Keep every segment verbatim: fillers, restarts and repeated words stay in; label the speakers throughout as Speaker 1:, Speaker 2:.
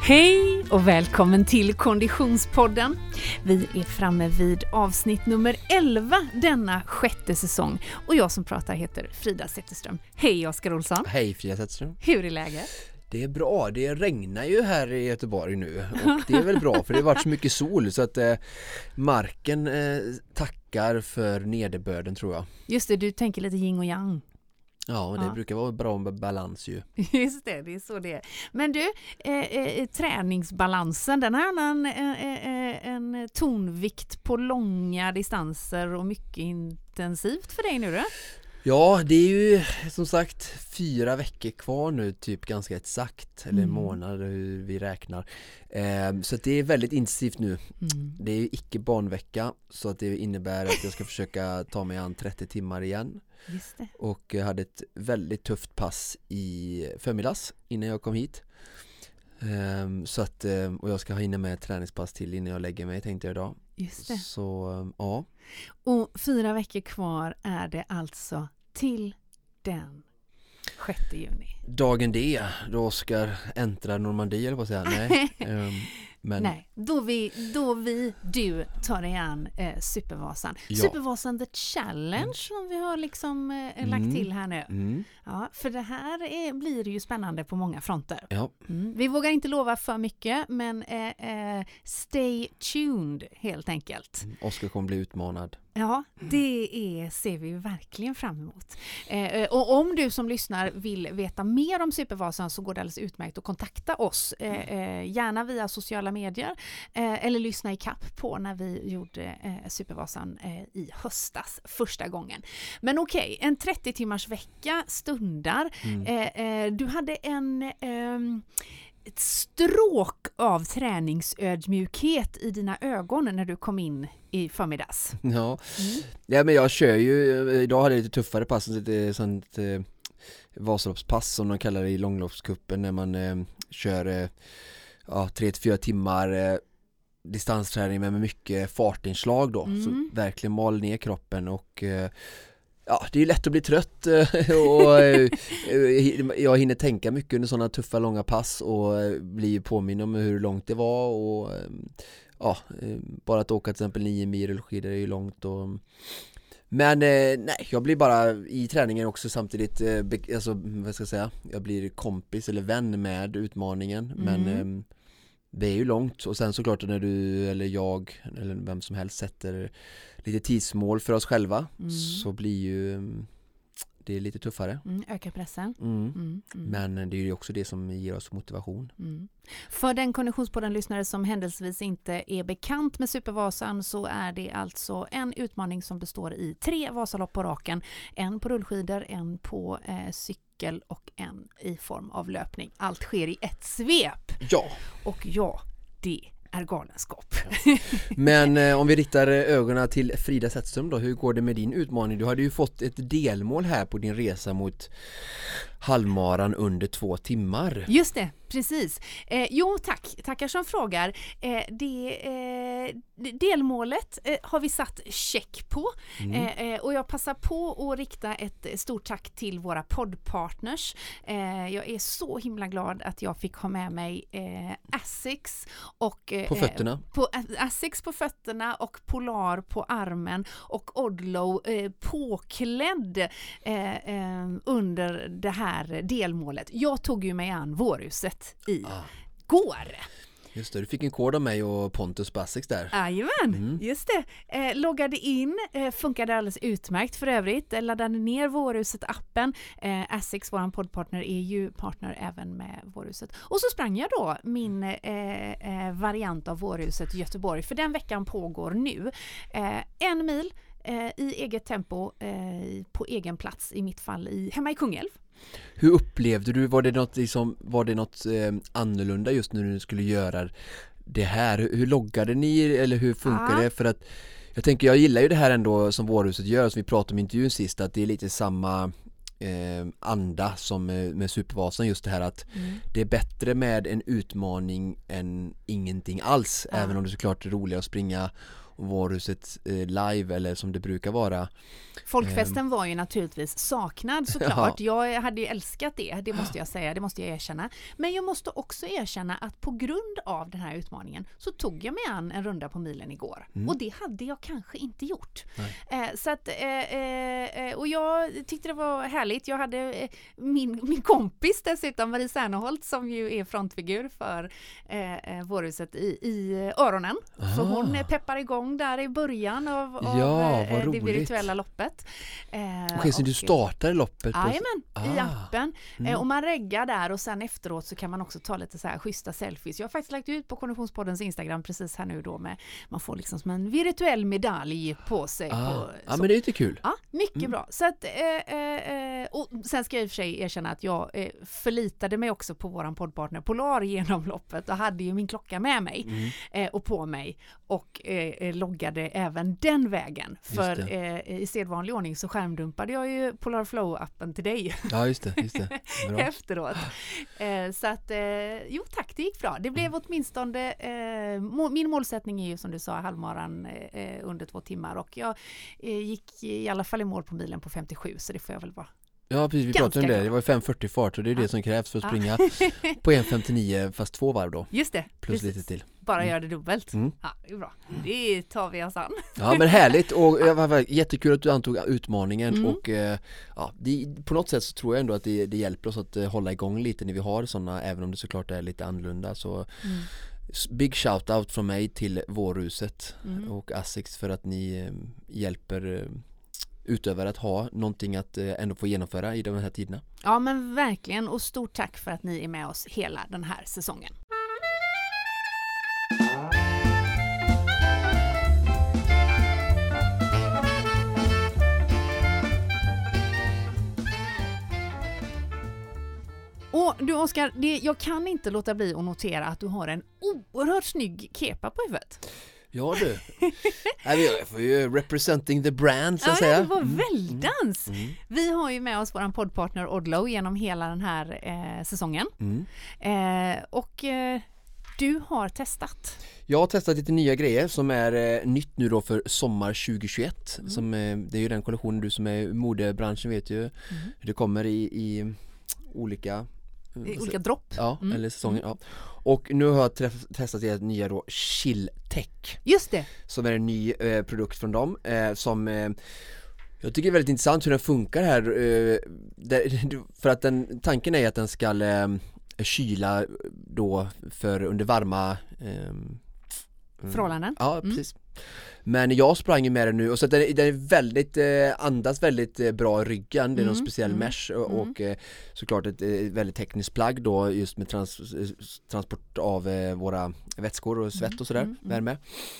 Speaker 1: Hej och välkommen till Konditionspodden. Vi är framme vid avsnitt nummer elva denna sjätte säsong. Och jag som pratar heter Frida Zetterström. Hej Oskar Olsson.
Speaker 2: Hej Frida Zetterström.
Speaker 1: Hur är läget?
Speaker 2: Det är bra, det regnar ju här i Göteborg nu. Och det är väl bra för det har varit så mycket sol så att eh, marken eh, tackar för nederbörden tror jag.
Speaker 1: Just det, du tänker lite yin och yang.
Speaker 2: Ja, det
Speaker 1: Ja.
Speaker 2: brukar vara bra med balans ju.
Speaker 1: Just det, det är så det är. Men du, eh, eh, träningsbalansen, den har en, eh, eh, en tonvikt på långa distanser och mycket intensivt för dig nu då?
Speaker 2: Ja, det är ju som sagt fyra veckor kvar nu, typ ganska exakt, eller en
Speaker 1: Mm.
Speaker 2: månad hur vi räknar. Eh, så att det är väldigt intensivt nu.
Speaker 1: Mm.
Speaker 2: Det är ju icke barnvecka så att det innebär att jag ska försöka ta mig an trettio timmar igen.
Speaker 1: Just det.
Speaker 2: Och jag hade ett väldigt tufft pass i förmiddags innan jag kom hit. Um, så att, um, och jag ska ha hinna med ett träningspass till innan jag lägger mig, tänkte jag idag.
Speaker 1: Just det.
Speaker 2: Så um, ja.
Speaker 1: Och fyra veckor kvar är det alltså till den sjätte juni.
Speaker 2: Dagen D, då ska äntra Normandie eller vad säga. Nej. um, men
Speaker 1: Nej, då vi, då vi, du tar dig an eh, Supervasan.
Speaker 2: Ja.
Speaker 1: Supervasan The Challenge mm. som vi har liksom eh, lagt
Speaker 2: Mm.
Speaker 1: till här nu.
Speaker 2: mm,
Speaker 1: Ja, för det här är, blir ju spännande på många fronter.
Speaker 2: ja.
Speaker 1: Mm. Vi vågar inte lova för mycket, men eh, eh, stay tuned helt enkelt.
Speaker 2: Oskar kommer bli utmanad.
Speaker 1: Ja, det är, ser vi verkligen fram emot. Eh, och om du som lyssnar vill veta mer om Supervasan så går det alldeles utmärkt att kontakta oss. Eh, eh, gärna via sociala medier eh, eller lyssna i kapp på när vi gjorde eh, Supervasan eh, i höstas första gången. Men okej, en trettio timmars vecka stundar.
Speaker 2: Mm.
Speaker 1: Eh, eh, du hade en... ehm, ett stråk av träningsödmjukhet i dina ögon när du kom in i förmiddags.
Speaker 2: Ja.
Speaker 1: Mm.
Speaker 2: Ja, men jag kör ju, idag hade jag lite tuffare pass, lite sånt eh, Vasaloppspass som de kallar det i långloppskuppen, när man eh, kör eh, ja, tre till fyra timmar eh, distansträning med mycket fartinslag då,
Speaker 1: Mm.
Speaker 2: så verkligen mal ner kroppen och eh, ja, det är lätt att bli trött och eh, jag hinner tänka mycket under sådana tuffa långa pass och eh, blir påminn om hur långt det var och eh, ja, eh, bara att åka till exempel nio mil rullskidor är ju långt och men eh, nej, jag blir bara i träningen också samtidigt eh, be- alltså, vad ska jag säga, jag blir kompis eller vän med utmaningen,
Speaker 1: Mm.
Speaker 2: men eh, det är ju långt och sen såklart när du eller jag eller vem som helst sätter lite tidsmål för oss själva
Speaker 1: Mm.
Speaker 2: så blir ju det är lite tuffare.
Speaker 1: Mm, öka pressen.
Speaker 2: Mm.
Speaker 1: Mm, mm,
Speaker 2: Men det är ju också det som ger oss motivation.
Speaker 1: mm. För den Konditionspodden-lyssnare som händelsevis inte är bekant med Supervasan så är det alltså en utmaning som består i tre Vasalopp på raken. En på rullskidor, en på eh, cykel och en i form av löpning. Allt sker i ett svep.
Speaker 2: Ja,
Speaker 1: Och ja, det är galenskap.
Speaker 2: men eh, om vi riktar ögonen till Frida Zetterström då, hur går det med din utmaning? Du hade ju fått ett delmål här på din resa mot halvmaran under två timmar.
Speaker 1: Just det, precis. Eh, jo, tack. Tackar som frågar. Eh, det, eh, delmålet eh, har vi satt check på.
Speaker 2: Mm.
Speaker 1: Eh, eh, och jag passar på att rikta ett stort tack till våra poddpartners. Eh, jag är så himla glad att jag fick ha med mig eh, Asics och eh,
Speaker 2: På fötterna.
Speaker 1: på Asics på fötterna och Polar på armen och Odlo eh, påklädd eh, eh, under det här delmålet. Jag tog ju mig an Vårhuset i
Speaker 2: Ah.
Speaker 1: går.
Speaker 2: Just det, du fick en kod av mig och Pontus Basics där.
Speaker 1: Jajamän,
Speaker 2: Mm.
Speaker 1: just det. Eh, loggade in, eh, funkade alldeles utmärkt för övrigt. Eh, laddade ner Vårhuset-appen. Eh, Asics, vår poddpartner, är ju partner även med Vårhuset. Och så sprang jag då min eh, eh, variant av Vårhuset i Göteborg. För den veckan pågår nu. Eh, en mil eh, i eget tempo eh, på egen plats, i mitt fall i, hemma i Kungälv.
Speaker 2: Hur upplevde du, var det något, liksom, var det något eh, annorlunda just när du skulle göra det här? Hur, hur loggade ni eller hur funkar
Speaker 1: Ja.
Speaker 2: det? För att jag tänker, jag gillar ju det här ändå som Vårhuset gör, som vi pratade om i intervjun sist, att det är lite samma eh, anda som med, med Supervasan, just det här att
Speaker 1: Mm.
Speaker 2: det är bättre med en utmaning än ingenting alls,
Speaker 1: Ja.
Speaker 2: även om det såklart är roligare att springa Varuhuset eh, live eller som det brukar vara.
Speaker 1: Folkfesten var ju naturligtvis saknad såklart. Ja. Jag hade ju älskat det, det måste jag säga, det måste jag erkänna. Men jag måste också erkänna att på grund av den här utmaningen så tog jag mig an en runda på milen igår. Mm. Och det hade jag kanske inte gjort. Eh, så att, eh, eh, och jag tyckte det var härligt. Jag hade eh, min, min kompis dessutom, Marie Serneholt, som ju är frontfigur för eh, Varuhuset i, i öronen. Aha. Så hon peppar igång där i början av, av
Speaker 2: ja,
Speaker 1: eh, det virtuella loppet.
Speaker 2: Eh, Okej, så du startar loppet?
Speaker 1: Jajamän, ah. i appen. Mm. Eh, och man reggar där och sen efteråt så kan man också ta lite så här schyssta selfies. Jag har faktiskt lagt ut på Konditionspoddens Instagram precis här nu då med, man får liksom som en virtuell medalj på sig.
Speaker 2: Ah.
Speaker 1: På,
Speaker 2: ja, men det är lite kul.
Speaker 1: Ja, mycket mm. bra. Så att, eh, eh, och sen ska jag i och för sig erkänna att jag eh, förlitade mig också på våran poddpartner Polar genom loppet och hade ju min klocka med mig mm. eh, och på mig och eh, loggade även den vägen. För eh, i sedvanlig ordning så skärmdumpade jag ju Polar Flow-appen till dig.
Speaker 2: Ja, just det. Just det. Bra.
Speaker 1: Efteråt. Eh, så att, eh, jo tack, det gick bra. Det blev mm. åtminstone, eh, må, min målsättning är ju som du sa halvmaran eh, under två timmar och jag eh, gick i alla fall i mål på milen på femtiosju, så det får jag väl vara.
Speaker 2: Ja, precis, vi pratade om det. Det var fem fyrtio fart och det är ja. det som krävs för att springa ja. på en femtionio fast två varv då.
Speaker 1: Just det.
Speaker 2: Plus
Speaker 1: precis.
Speaker 2: lite till.
Speaker 1: Bara mm. göra det dubbelt. Mm. Ja, det är bra. Det tar vi oss an.
Speaker 2: Ja, men härligt och ja. jättekul att du antog utmaningen mm. och ja, det, på något sätt så tror jag ändå att det, det hjälper oss att hålla igång lite när vi har sådana, även om det såklart är lite annorlunda så mm. big shout out från mig till Varuhuset mm. och Asics för att ni hjälper utövare att ha någonting att ändå få genomföra i de här tiderna.
Speaker 1: Ja, men verkligen, och stort tack för att ni är med oss hela den här säsongen. Och du Oskar, det, jag kan inte låta bli att notera att du har en oerhört snygg kepa på huvudet.
Speaker 2: Ja du, jag får ju representing the brand så att
Speaker 1: ja,
Speaker 2: säga.
Speaker 1: Ja, det var väldans. Mm. Mm. Vi har ju med oss våran poddpartner Odlo genom hela den här eh, säsongen. Mm. Eh, och eh, du har testat.
Speaker 2: Jag har testat lite nya grejer som är eh, nytt nu då för sommar tjugohundratjugoett. Mm. Som, eh, det är ju den kollektionen, du som är i modebranschen vet ju. Mm. Det kommer i, i olika...
Speaker 1: I olika dropp.
Speaker 2: Ja, mm. eller säsonger. Ja. Och nu har jag träff- testat det nya då Chill Tech.
Speaker 1: Just det.
Speaker 2: Som är en ny eh, produkt från dem eh, som eh, jag tycker är väldigt intressant hur den funkar här. Eh, där, för att den, tanken är att den ska eh, kyla då för under varma eh,
Speaker 1: förhållanden.
Speaker 2: Ja, precis. Mm. Men jag sprang med den nu och så den, den är väldigt eh, andas väldigt eh, bra i ryggen. Det är mm, någon speciell mm, mesh och, mm. och eh, såklart ett eh, väldigt tekniskt plagg då just med trans, transport av eh, våra vätskor och svett och sådär, mm, mm, värme.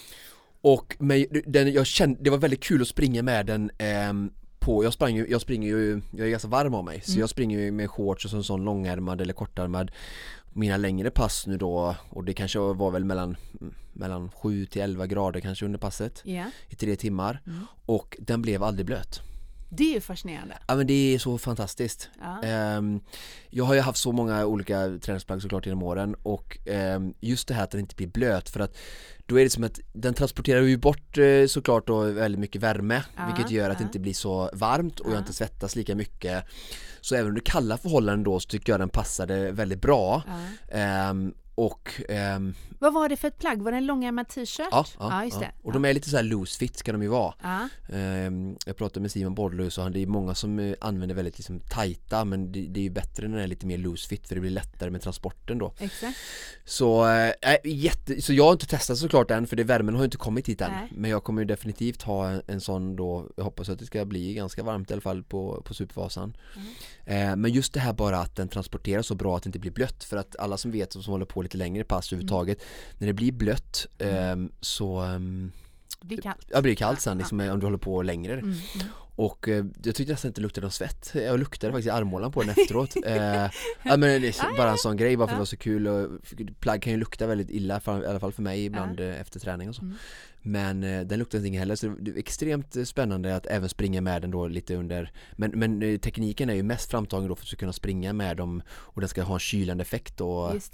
Speaker 2: Och men, den, jag kände, det var väldigt kul att springa med den eh, på, jag sprang ju, jag springer ju, jag är ganska varm av mig, mm. så jag springer ju med shorts och så en sån långärmad eller kortärmad. Mina längre pass nu då, och det kanske var väl mellan mellan sju till elva grader kanske under passet yeah. i tre timmar mm. och den blev aldrig blöt.
Speaker 1: Det är ju fascinerande.
Speaker 2: Ja, men det är så fantastiskt. Ja. Um, jag har ju haft så många olika träningsplagg såklart genom åren och um, just det här att den inte blir blöt, för att då är det som att den transporterar ju bort uh, såklart då väldigt mycket värme, ja, vilket gör att ja. det inte blir så varmt och ja. jag inte svettas lika mycket. Så även under kalla förhållanden då så tycker jag den passade väldigt bra. Ja. Um, Och, ehm,
Speaker 1: vad var det för ett plagg? Var det en långärmad t-shirt?
Speaker 2: Ja, ja,
Speaker 1: ja just det.
Speaker 2: Och de är lite så här loose fit ska de ju vara.
Speaker 1: Ja.
Speaker 2: Ehm, jag pratade med Simon Bordelös och han, det är många som använder väldigt liksom tajta, men det, det är ju bättre när det är lite mer loose fit för det blir lättare med transporten då.
Speaker 1: Exakt.
Speaker 2: Så, äh, jätte, så jag har inte testat såklart än, för det, värmen har ju inte kommit hit än.
Speaker 1: Nej.
Speaker 2: Men jag kommer ju definitivt ha en, en sån då, jag hoppas att det ska bli ganska varmt i alla fall på, på Supervasan. Mm. Ehm, men just det här bara att den transporterar så bra att det inte blir blött, för att alla som vet som håller på lite längre pass överhuvudtaget, mm. när det blir blött mm. um, så um,
Speaker 1: det blir kallt.
Speaker 2: Ja, det blir kallt sen liksom, ja. om du håller på längre. Mm. Mm. Och uh, jag tyckte nästan inte luktade någon svett. Jag luktade faktiskt i armhålan på den efteråt. uh, ja, men det är bara en sån grej, bara för ja. att det var så kul. Och plagg kan ju lukta väldigt illa, för, i alla fall för mig ibland ja. efter träning och så. Mm. Men uh, den luktar ingenting heller, så det är extremt spännande att även springa med den då lite under, men, men uh, tekniken är ju mest framtagen då för att kunna springa med dem och den ska ha en kylande effekt och,
Speaker 1: Just det.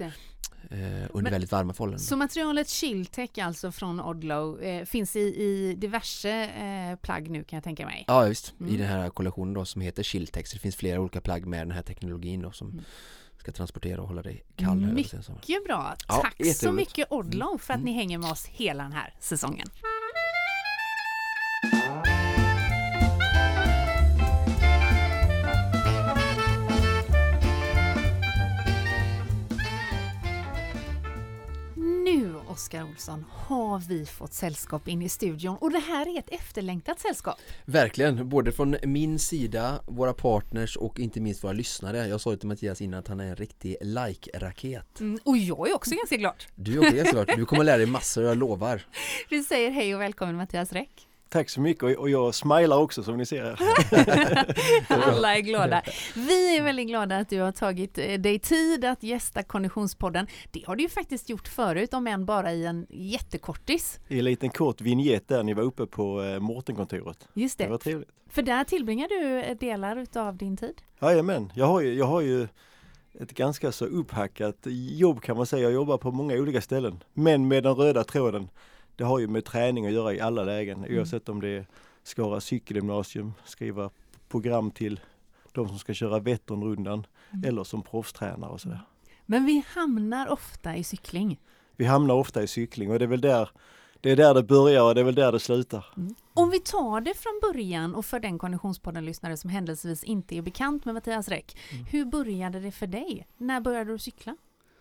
Speaker 2: eh, under
Speaker 1: Men,
Speaker 2: väldigt varma förhållanden.
Speaker 1: Så materialet Chilltech alltså från Odlo eh, finns i, i diverse eh, plagg nu kan jag tänka mig?
Speaker 2: Ja visst,
Speaker 1: Mm.
Speaker 2: i den här kollektionen då som heter Chilltech. Så det finns flera olika plagg med den här teknologin då som mm. ska transportera och hålla dig kall.
Speaker 1: Mycket bra.
Speaker 2: Ja,
Speaker 1: Tack så mycket Odlo för att mm. ni hänger med oss hela den här säsongen. Nu, Oskar Olsson, har vi fått sällskap in i studion och det här är ett efterlängtat sällskap.
Speaker 2: Verkligen, både från min sida, våra partners och inte minst våra lyssnare. Jag sa till Mattias innan att han är en riktig like-raket.
Speaker 1: Mm, och jag är också ganska glad.
Speaker 2: Du är också ganska glad. Du kommer lära dig massor, jag lovar.
Speaker 1: Vi säger hej och välkommen Mattias Räck.
Speaker 3: Tack så mycket och jag smilar också som ni ser här.
Speaker 1: Alla är glada. Vi är väldigt glada att du har tagit dig tid att gästa Konditionspodden. Det har du ju faktiskt gjort förut, om än bara i en jättekortis.
Speaker 3: I en liten kort vignett där ni var uppe på eh, Mårtenkontoret.
Speaker 1: Just det.
Speaker 3: Det var trevligt.
Speaker 1: För där tillbringar du delar av din tid?
Speaker 3: Jajamän, jag har ju, jag har ju ett ganska så upphackat jobb kan man säga. Jag jobbar på många olika ställen. Men med den röda tråden. Det har ju med träning att göra i alla lägen. Mm. Oavsett om det är Skara cykelgymnasium, skriva program till de som ska köra Vätternrundan mm. eller som proffstränare och sådär.
Speaker 1: Men vi hamnar ofta i cykling.
Speaker 3: Vi hamnar ofta i cykling och det är väl där det, är där det börjar och det är väl där det slutar.
Speaker 1: Mm. Om vi tar det från början och för den Konditionspodden-lyssnare som händelsevis inte är bekant med Mattias Räck. Mm. Hur började det för dig? När började du cykla?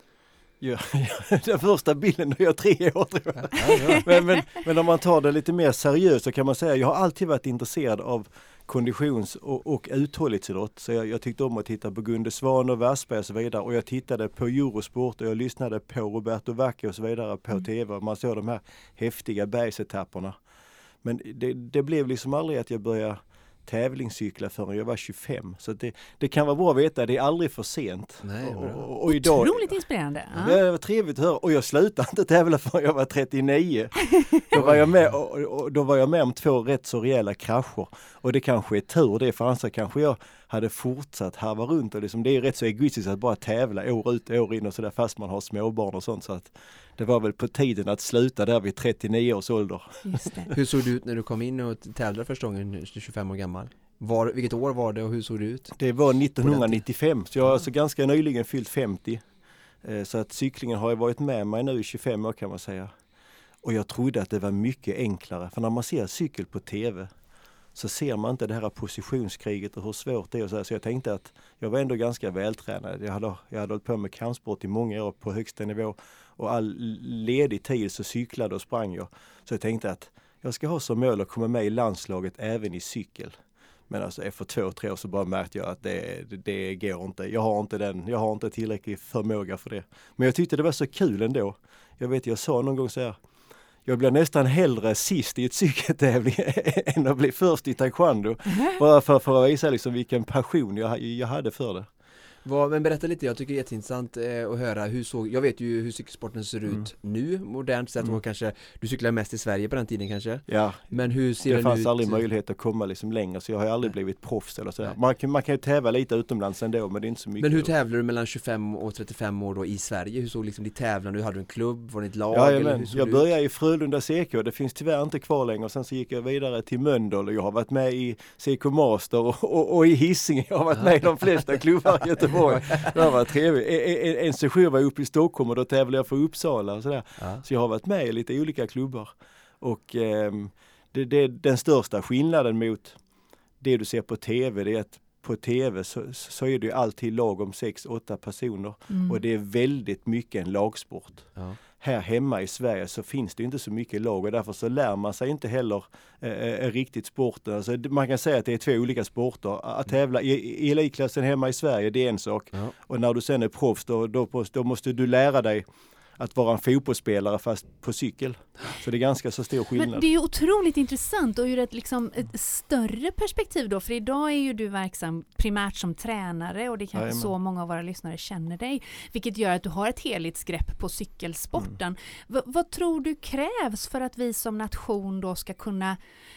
Speaker 3: Ja, den första bilden när jag är tre år tror jag. Ja, ja. Men, men, men om man tar det lite mer seriöst så kan man säga att jag har alltid varit intresserad av konditions- och, och uthållighetsidrott. Så jag, jag tyckte om att titta på Gunde Svan och Wassberg och så vidare. Och jag tittade på Eurosport och jag lyssnade på Roberto Vacchi och så vidare på mm. tv. Och man såg de här häftiga bergsetapperna. Men det, det blev liksom aldrig att jag började tävlingscykla förrän jag var tjugofem. Så det, det kan vara bra att veta, det är aldrig för sent.
Speaker 2: Nej,
Speaker 3: och, och, och idag,
Speaker 1: otroligt inspirerande.
Speaker 3: Ja. Det var trevligt att höra. Och jag slutade inte tävla förrän jag var trettionio. Då var jag med, och, och, då var jag med om två rätt så rejäla krascher. Och det kanske är tur det, för annars kanske jag hade fortsatt harva runt. Och liksom, det är rätt så egoistiskt att bara tävla år ut och år in och sådär fast man har småbarn och sånt. Så att det var väl på tiden att sluta där vid trettionio års ålder.
Speaker 1: Just det.
Speaker 2: Hur såg du ut när du kom in och tävlade första gången, tjugofem år gammal? Var, vilket år var det och hur såg det ut?
Speaker 3: Det var nittonhundranittiofem, så jag har alltså ganska nyligen fyllt femtio. Så att cyklingen har varit med mig nu i tjugofem år kan man säga. Och jag trodde att det var mycket enklare, för när man ser cykel på tv så ser man inte det här positionskriget och hur svårt det är. Och så, här. Så jag tänkte att jag var ändå ganska vältränad. Jag hade, jag hade hållit på med kampsport i många år på högsta nivå. Och all ledig tid så cyklade och sprang jag. Så jag tänkte att jag ska ha som mål att komma med i landslaget även i cykel. Men alltså efter två, tre år så bara märkte jag att det, det, det går inte. Jag har inte den, jag har inte tillräcklig förmåga för det. Men jag tyckte det var så kul ändå. Jag vet, jag sa någon gång så här. Jag blir nästan hellre sist i ett cykeltävling än att bli först i taekwondo. Mm. Bara för, för att visa liksom vilken passion jag, jag hade för det.
Speaker 2: Vad, men berätta lite, jag tycker det är jätteintressant eh, att höra hur såg, jag vet ju hur cykelsporten ser mm. ut nu, modernt sett, mm. och kanske, du cyklar mest i Sverige på den tiden kanske?
Speaker 3: Ja,
Speaker 2: men hur ser
Speaker 3: det
Speaker 2: den
Speaker 3: fanns
Speaker 2: ut?
Speaker 3: aldrig möjlighet att komma liksom längre, så jag har aldrig blivit proffs eller sådär. Man kan, man kan ju tävla lite utomlands ändå, men det är inte så mycket.
Speaker 2: Men hur tävlar du mellan tjugofem och trettiofem år då i Sverige? Hur såg liksom ditt tävlande? Hade du en klubb? Var det ett lag?
Speaker 3: Ja,
Speaker 2: eller
Speaker 3: men, jag började i Frölunda C K, det finns tyvärr inte kvar längre. Och sen så gick jag vidare till Mölndal och jag har varit med i C K Master och, och, och i Hisingen. Jag har varit med i de flesta klubbar i Göteborg. Det var trevligt. En, en, en session var uppe i Stockholm och då tävlade jag för Uppsala och sådär. Ja. Så jag har varit med i lite olika klubbar. Och eh, det, det, den största skillnaden mot det du ser på tv, det är att på tv så, så är det ju alltid lag om sex, åtta personer. Mm. Och det är väldigt mycket en lagsport. Ja. Här hemma i Sverige så finns det inte så mycket lag och därför så lär man sig inte heller eh, riktigt sporten. Alltså, man kan säga att det är två olika sporter. Att tävla i, i elitklassen hemma i Sverige, det är en sak. Ja. Och när du sen är proffs då, då, då måste du lära dig att vara en fotbollsspelare fast på cykel. Så det är ganska så stor skillnad.
Speaker 1: Men det är ju otroligt intressant och ur ett, liksom, ett större perspektiv då. För idag är ju du verksam primärt som tränare och det är kanske Jajamän. så många av våra lyssnare känner dig. Vilket gör att du har ett helhetsgrepp på cykelsporten. Mm. V- vad tror du krävs för att vi som nation då ska kunna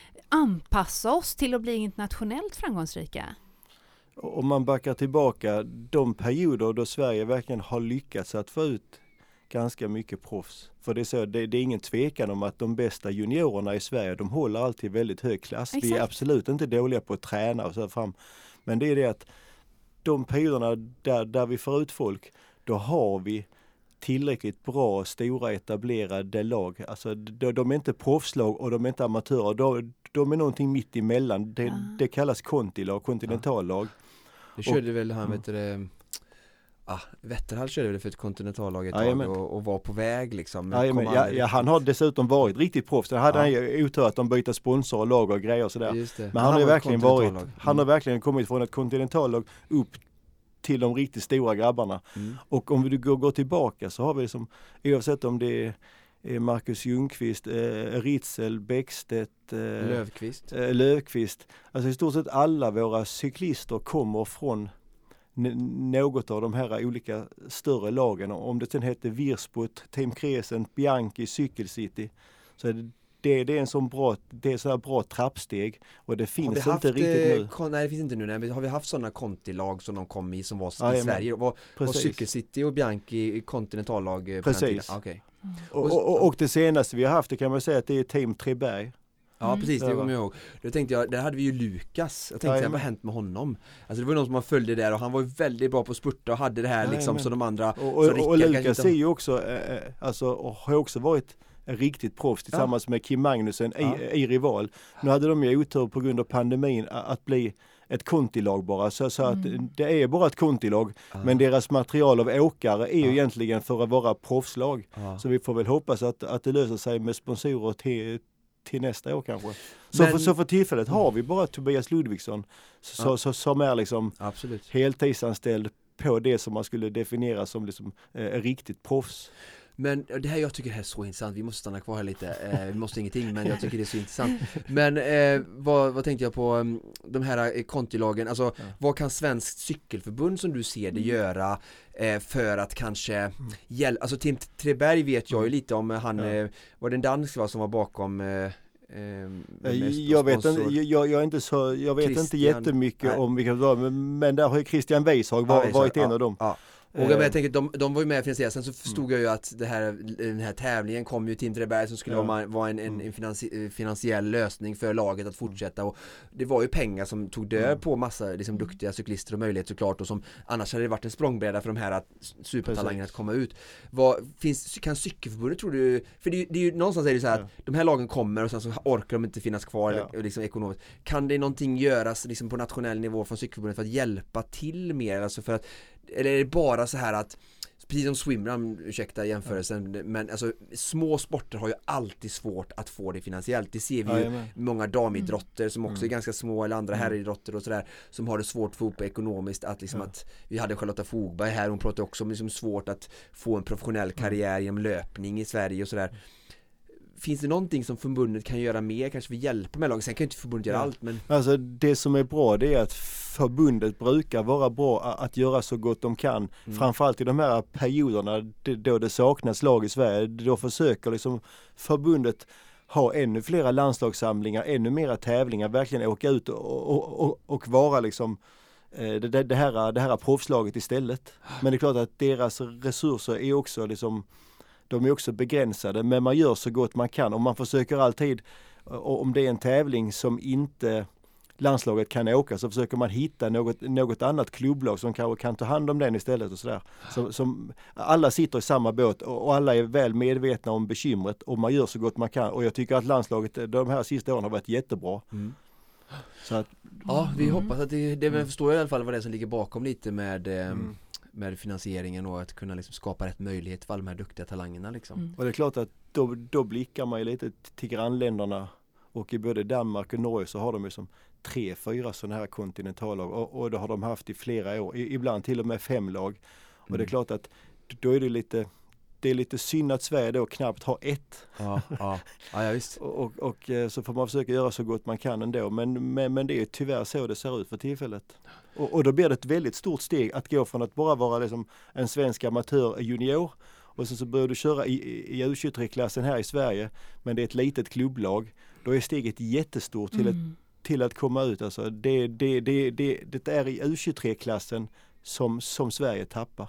Speaker 1: anpassa oss till att bli internationellt framgångsrika?
Speaker 3: Om man backar tillbaka de perioder då Sverige verkligen har lyckats att få ut ganska mycket proffs. För det är, så, det, det är ingen tvekan om att de bästa juniorerna i Sverige, de håller alltid väldigt hög klass.
Speaker 1: Exakt.
Speaker 3: Vi är absolut inte dåliga på att träna och så fram. Men det är det att de perioderna där, där vi får ut folk, då har vi tillräckligt bra, stora, etablerade lag. Alltså de, de är inte proffslag och de är inte amatörer. De, de är någonting mitt emellan. Det,
Speaker 1: Ja.
Speaker 3: det kallas kontilag, kontinentallag.
Speaker 2: Det körde väl han, vet du det, ah, Wetterhall körde väl för ett kontinentallag ett tag och, och var på väg liksom. Men
Speaker 3: Ja, men,
Speaker 2: kom
Speaker 3: ja,
Speaker 2: aldrig
Speaker 3: ja, han har dessutom varit riktigt proffs. Han hade
Speaker 2: Ja.
Speaker 3: han ju otur att de byter sponsor och lag och grejer och sådär.
Speaker 2: Just det.
Speaker 3: Men han har ju
Speaker 2: var ett
Speaker 3: verkligen varit,
Speaker 2: kontinentallag.
Speaker 3: han har
Speaker 2: Mm.
Speaker 3: verkligen kommit från ett kontinentallag upp till de riktigt stora grabbarna.
Speaker 2: Mm.
Speaker 3: Och om vi går, går tillbaka så har vi som, oavsett om det är är Marcus Ljungqvist, eh, Ritzel, Bäckstedt, eh,
Speaker 2: Löfqvist.
Speaker 3: eh, Löfqvist. Alltså i stort sett alla våra cyklister kommer från n- något av de här olika större lagen. Om det sen heter Virsput, Team Crescent, Bianchi, Cykel City. Så är det, det, det är en sån bra, det är så här bra trappsteg och det
Speaker 2: Har
Speaker 3: finns
Speaker 2: vi haft,
Speaker 3: inte riktigt
Speaker 2: eh,
Speaker 3: nu.
Speaker 2: kon- nej det finns inte nu, nej, men har vi haft sådana kontilag som de kom i som var
Speaker 3: Ja,
Speaker 2: i
Speaker 3: ja,
Speaker 2: Sverige? Var, var
Speaker 3: Precis.
Speaker 2: Cykel City och Bianchi kontinentallag eh, på den
Speaker 3: Precis.
Speaker 2: tiden? Ah, okej.
Speaker 3: Och, och, och det senaste vi har haft, det kan man säga att det är Team Treberg.
Speaker 2: Ja
Speaker 1: Mm.
Speaker 2: precis, det
Speaker 3: Ja,
Speaker 2: kommer jag ihåg. Då tänkte jag, där hade vi ju Lukas. Jag tänkte,
Speaker 3: Ja,
Speaker 2: ja,
Speaker 3: ja,
Speaker 2: vad har hänt med honom? Alltså det var ju någon som man följde där och han var ju väldigt bra på att spurta och hade det här
Speaker 3: Ja,
Speaker 2: liksom
Speaker 3: ja,
Speaker 2: som de andra.
Speaker 3: Och,
Speaker 2: så
Speaker 3: och,
Speaker 2: Rickard
Speaker 3: och
Speaker 2: kanske
Speaker 3: Lukas
Speaker 2: inte-
Speaker 3: är ju också, eh, alltså, och har också varit en riktigt proffs tillsammans med Kim Magnussen
Speaker 2: Ja.
Speaker 3: i, i Rival. Nu hade de ju otur på grund av pandemin a- att bli ett kontilag bara. Så, så att
Speaker 1: Mm.
Speaker 3: det är bara ett kontilag.
Speaker 2: Ja.
Speaker 3: Men deras material av åkare är ju
Speaker 2: Ja.
Speaker 3: egentligen för att vara proffslag.
Speaker 2: Ja.
Speaker 3: Så vi får väl hoppas att, att det löser sig med sponsorer till, till nästa år kanske. Så,
Speaker 2: Men-
Speaker 3: för, så för tillfället har vi bara Tobias Ludvigsson så,
Speaker 2: Ja.
Speaker 3: så, som är liksom
Speaker 2: Absolut.
Speaker 3: heltidsanställd på det som man skulle definiera som liksom, eh, riktigt proffs.
Speaker 2: Men det här, jag tycker det här är så intressant, vi måste stanna kvar här lite, eh, vi måste ingenting men jag tycker det är så intressant. Men eh, vad, vad tänkte jag på um, de här eh, kontilagen, alltså
Speaker 3: Ja.
Speaker 2: vad kan Svenskt cykelförbund som du ser det göra eh, för att kanske
Speaker 3: Mm.
Speaker 2: hjälpa, alltså Tim Treberg vet jag ju lite om, han
Speaker 3: Ja.
Speaker 2: eh, var det en dansk va, som var bakom eh, eh, mest
Speaker 3: Jag vet,
Speaker 2: sponsor?
Speaker 3: inte, jag, jag är inte så, jag vet inte
Speaker 2: Christian-
Speaker 3: jättemycket
Speaker 2: nej.
Speaker 3: om vilka det var, men, men där har ju Christian Weishag var,
Speaker 2: Ja, visst,
Speaker 3: varit en
Speaker 2: ja,
Speaker 3: av dem.
Speaker 2: ja. Och jag, men jag tänker, de, de var ju med och finansierade, sen så förstod jag ju att det här, den här tävlingen kom ju Tim Treberg som skulle
Speaker 3: Ja.
Speaker 2: vara, vara en, en, en finansi, finansiell lösning för laget att fortsätta och det var ju pengar som tog död
Speaker 3: Mm.
Speaker 2: på massa liksom, duktiga cyklister och möjlighet såklart och som annars hade det varit en språngbräda för de här att, supertalangerna att
Speaker 3: Precis.
Speaker 2: komma ut. Vad, finns, kan cykelförbundet, tror du, för det, är ju- det är ju någonstans är det så här
Speaker 3: Ja.
Speaker 2: att de här lagen kommer och sen så orkar de inte finnas kvar
Speaker 3: Ja.
Speaker 2: eller, liksom, ekonomiskt. Kan det någonting göras liksom, på nationell nivå från cykelförbundet för att hjälpa till mer? Alltså för att, eller är det bara så här att precis som swimrun, ursäkta jämförelsen, men alltså små sporter har ju alltid svårt att få det finansiellt. Det ser vi ju
Speaker 3: Jajamän.
Speaker 2: många damidrotter som också
Speaker 3: Mm.
Speaker 2: är ganska små eller andra
Speaker 3: Mm.
Speaker 2: herridrotter och sådär som har det svårt att få upp ekonomiskt att liksom
Speaker 3: Ja.
Speaker 2: att vi hade Charlotta Fogberg här, hon pratade också om liksom svårt att få en professionell karriär genom löpning i Sverige och sådär. Finns det någonting som förbundet kan göra mer, kanske vi hjälper med laget? Sen kan ju inte förbundet göra
Speaker 3: Ja.
Speaker 2: allt, men
Speaker 3: Alltså det som är bra det är att förbundet brukar vara bra a- att göra så gott de kan.
Speaker 2: Mm.
Speaker 3: Framförallt i de här perioderna d- då det saknas lag i Sverige. Då försöker liksom förbundet ha ännu flera landslagssamlingar, ännu mera tävlingar, verkligen åka ut och, och, och, och vara liksom eh, det, det, det, här, det här proffslaget istället. Men det är klart att deras resurser är också liksom, de är också begränsade, men man gör så gott man kan och man försöker alltid, och om det är en tävling som inte landslaget kan åka så försöker man hitta något, något annat klubblag som kanske kan ta hand om den istället och sådär. Som, som, alla sitter i samma båt och, och alla är väl medvetna om bekymret och man gör så gott man kan och jag tycker att landslaget de här sista åren har varit jättebra.
Speaker 2: mm.
Speaker 3: Så att,
Speaker 2: ja, vi
Speaker 1: Mm.
Speaker 2: hoppas att det, det men förstår jag i alla fall vad det är som ligger bakom lite med eh,
Speaker 3: Mm.
Speaker 2: med finansieringen och att kunna liksom skapa rätt möjlighet för alla de här duktiga talangerna liksom.
Speaker 1: Mm.
Speaker 3: och det är klart att då, då blickar man ju lite till grannländerna och i både Danmark och Norge så har de ju som tre, fyra sådana här kontinentallag och, och det har de haft i flera år, I, ibland till och med fem lag. Och det är
Speaker 2: Mm.
Speaker 3: klart att då är det lite, det är lite synd att Sverige då knappt har ett.
Speaker 2: Ja, ja, ja, ja visst.
Speaker 3: Och, och, och eh, så får man försöka göra så gott man kan ändå. Men, men, men det är tyvärr så det ser ut för tillfället. Och, och då blir det ett väldigt stort steg att gå från att bara vara liksom en svensk amatör junior och sen så börjar du köra i, i U tjugotre-klassen här i Sverige, men det är ett litet klubblag. Då är steget jättestort till, ett,
Speaker 1: Mm.
Speaker 3: till att komma ut. Alltså det, det, det, det, det är i U tjugotre-klassen som, som Sverige tappar.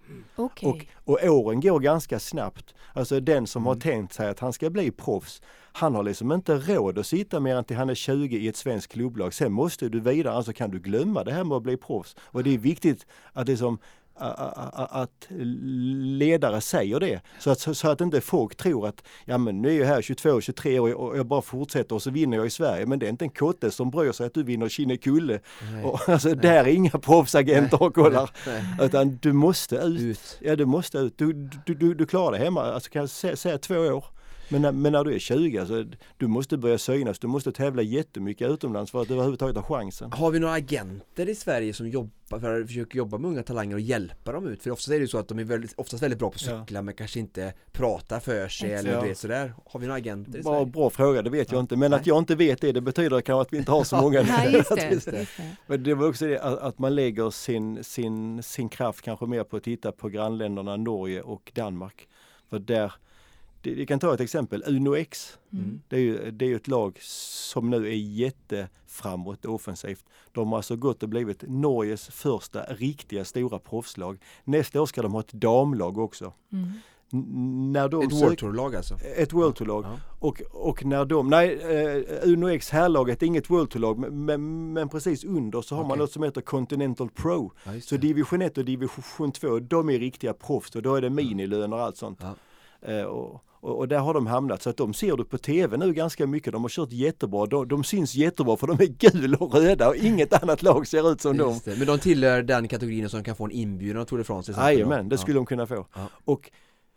Speaker 1: Okay.
Speaker 3: Och, och åren går ganska snabbt. Alltså den som
Speaker 2: Mm.
Speaker 3: har tänkt sig att han ska bli proffs, han har liksom inte råd att sitta mer än till han är tjugo i ett svenskt klubblag. Sen måste du vidare, alltså kan du glömma det här med att bli proffs. Och det är viktigt att liksom att ledare säger det. Så att, så att inte folk tror att ja men nu är jag här tjugotvå tjugotre år och jag bara fortsätter och så vinner jag i Sverige. Men det är inte en kotte som bryr sig att du vinner Kinnekulle. Och, alltså nej. Där är inga proffsagenter och kollar. Nej. Nej. Utan du måste ut. ut. Ja, du måste ut. Du, du, du, du klarar det hemma. Alltså kan jag säga, säga två år. Men när, men när du är tjugo, alltså, du måste börja synas, du måste tävla jättemycket utomlands för att överhuvudtaget ha chansen.
Speaker 2: Har vi några agenter i Sverige som jobbar för att försöka jobba med unga talanger och hjälpa dem ut? För oftast är det ju så att de är väldigt, oftast väldigt bra på att cykla ja. men kanske inte pratar för sig eller ja. det sådär. Har vi några agenter i
Speaker 3: bra,
Speaker 2: Sverige?
Speaker 3: Bra fråga, det vet ja. jag inte. Men Nej. att jag inte vet det, det betyder kanske att vi inte har så många.
Speaker 1: Nej, just det, just det.
Speaker 3: Men det var också det att, att man lägger sin, sin, sin kraft kanske mer på att titta på grannländerna Norge och Danmark. För där vi kan ta ett exempel, Uno X. Mm. Det är ju det är ett lag som nu är jätteframåt och offensivt. De har alltså gått och blivit Norges första riktiga stora proffslag. Nästa år ska de ha ett damlag också. Mm. N- när de
Speaker 2: ett World Tour-lag alltså?
Speaker 3: Ett World Tour-lag. Ja. Och, och när de, nej, uh, Uno X härlaget är inget World Tour-lag, men, men, men precis under så har okay. man något som heter Continental Pro. Ja, så division ett och division två, de är riktiga proffs och då är det minilöner och allt sånt. Ja. Uh, och, Och, och där har de hamnat så att de ser du på tv nu ganska mycket. De har kört jättebra. De, de syns jättebra för de är gula och röda och inget annat lag ser ut som dem.
Speaker 2: Men de tillhör den kategorin som kan få en inbjudan av Tour de France.
Speaker 3: Jajamän, det skulle ja. de kunna få. Ja. Och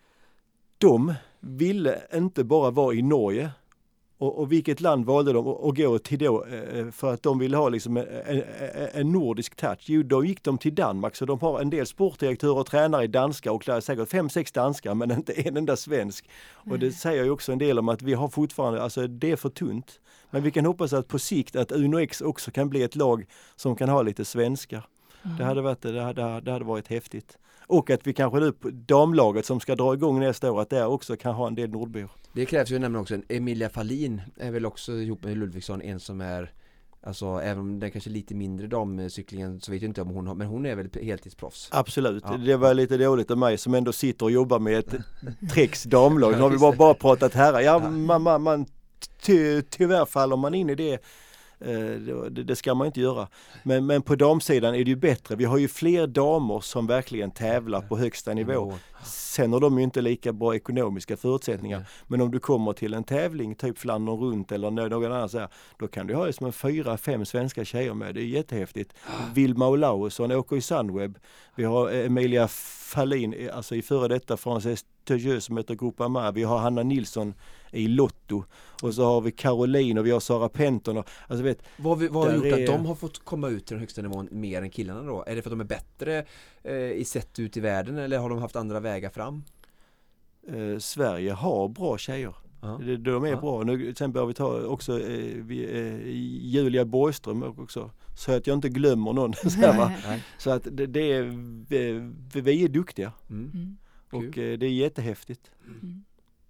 Speaker 3: de ville inte bara vara i Norge. Och, och vilket land valde de att gå till då för att de ville ha liksom en, en, en nordisk touch? Jo, då gick de till Danmark, så de har en del sportdirektörer och tränare i danska och säkert fem, sex danskar, men inte en enda svensk. Mm. Och det säger ju också en del om att vi har fortfarande, alltså det är för tunt. Men vi kan hoppas att på sikt att Uno X också kan bli ett lag som kan ha lite svenskar. Mm. Det hade varit, det hade, det hade varit häftigt. Och att vi kanske nu på damlaget som ska dra igång nästa år, att det också kan ha en del nordbor.
Speaker 2: Det krävs ju nämligen också en Emilia Fahlin är väl också ihop med Ludvigsson en som är, alltså även om det är kanske lite mindre damcyklingen så vet jag inte om hon har, men hon är väl heltidsproffs.
Speaker 3: Absolut, ja. Det var lite dåligt av mig som ändå sitter och jobbar med ett Trex damlag. Nu har vi bara, bara pratat här. Ja, ja. man, man, man ty, tyvärr faller man in i det. Det, det ska man inte göra. Men, men på damsidan är det ju bättre. Vi har ju fler damer som verkligen tävlar på högsta nivå. Sen har de ju inte lika bra ekonomiska förutsättningar. Men om du kommer till en tävling, typ Flandern runt eller någon annan så här, då kan du ha det som en fyra, fem svenska tjejer med. Det är jättehäftigt. Vilma Olausson åker i Sunweb. Vi har Emilia Fahlin, alltså i före detta Frances Tejeux som heter Groupama. Vi har Hanna Nilsson i Lotto. Och så har vi Caroline och vi har Sara Penton. Och, alltså vet,
Speaker 2: vad vad har gjort är... att de har fått komma ut till den högsta nivån mer än killarna då? Är det för att de är bättre eh, i sätt ut i världen eller har de haft andra vägar fram?
Speaker 3: Eh, Sverige har bra tjejer. Uh-huh. De, de är uh-huh. bra. Nu, till exempel har vi ta också eh, vi, eh, Julia Borgström också. Så att jag inte glömmer någon. så, här, va? så att det, det är vi, vi är duktiga. Mm. Mm. Och eh, det är jättehäftigt. Mm.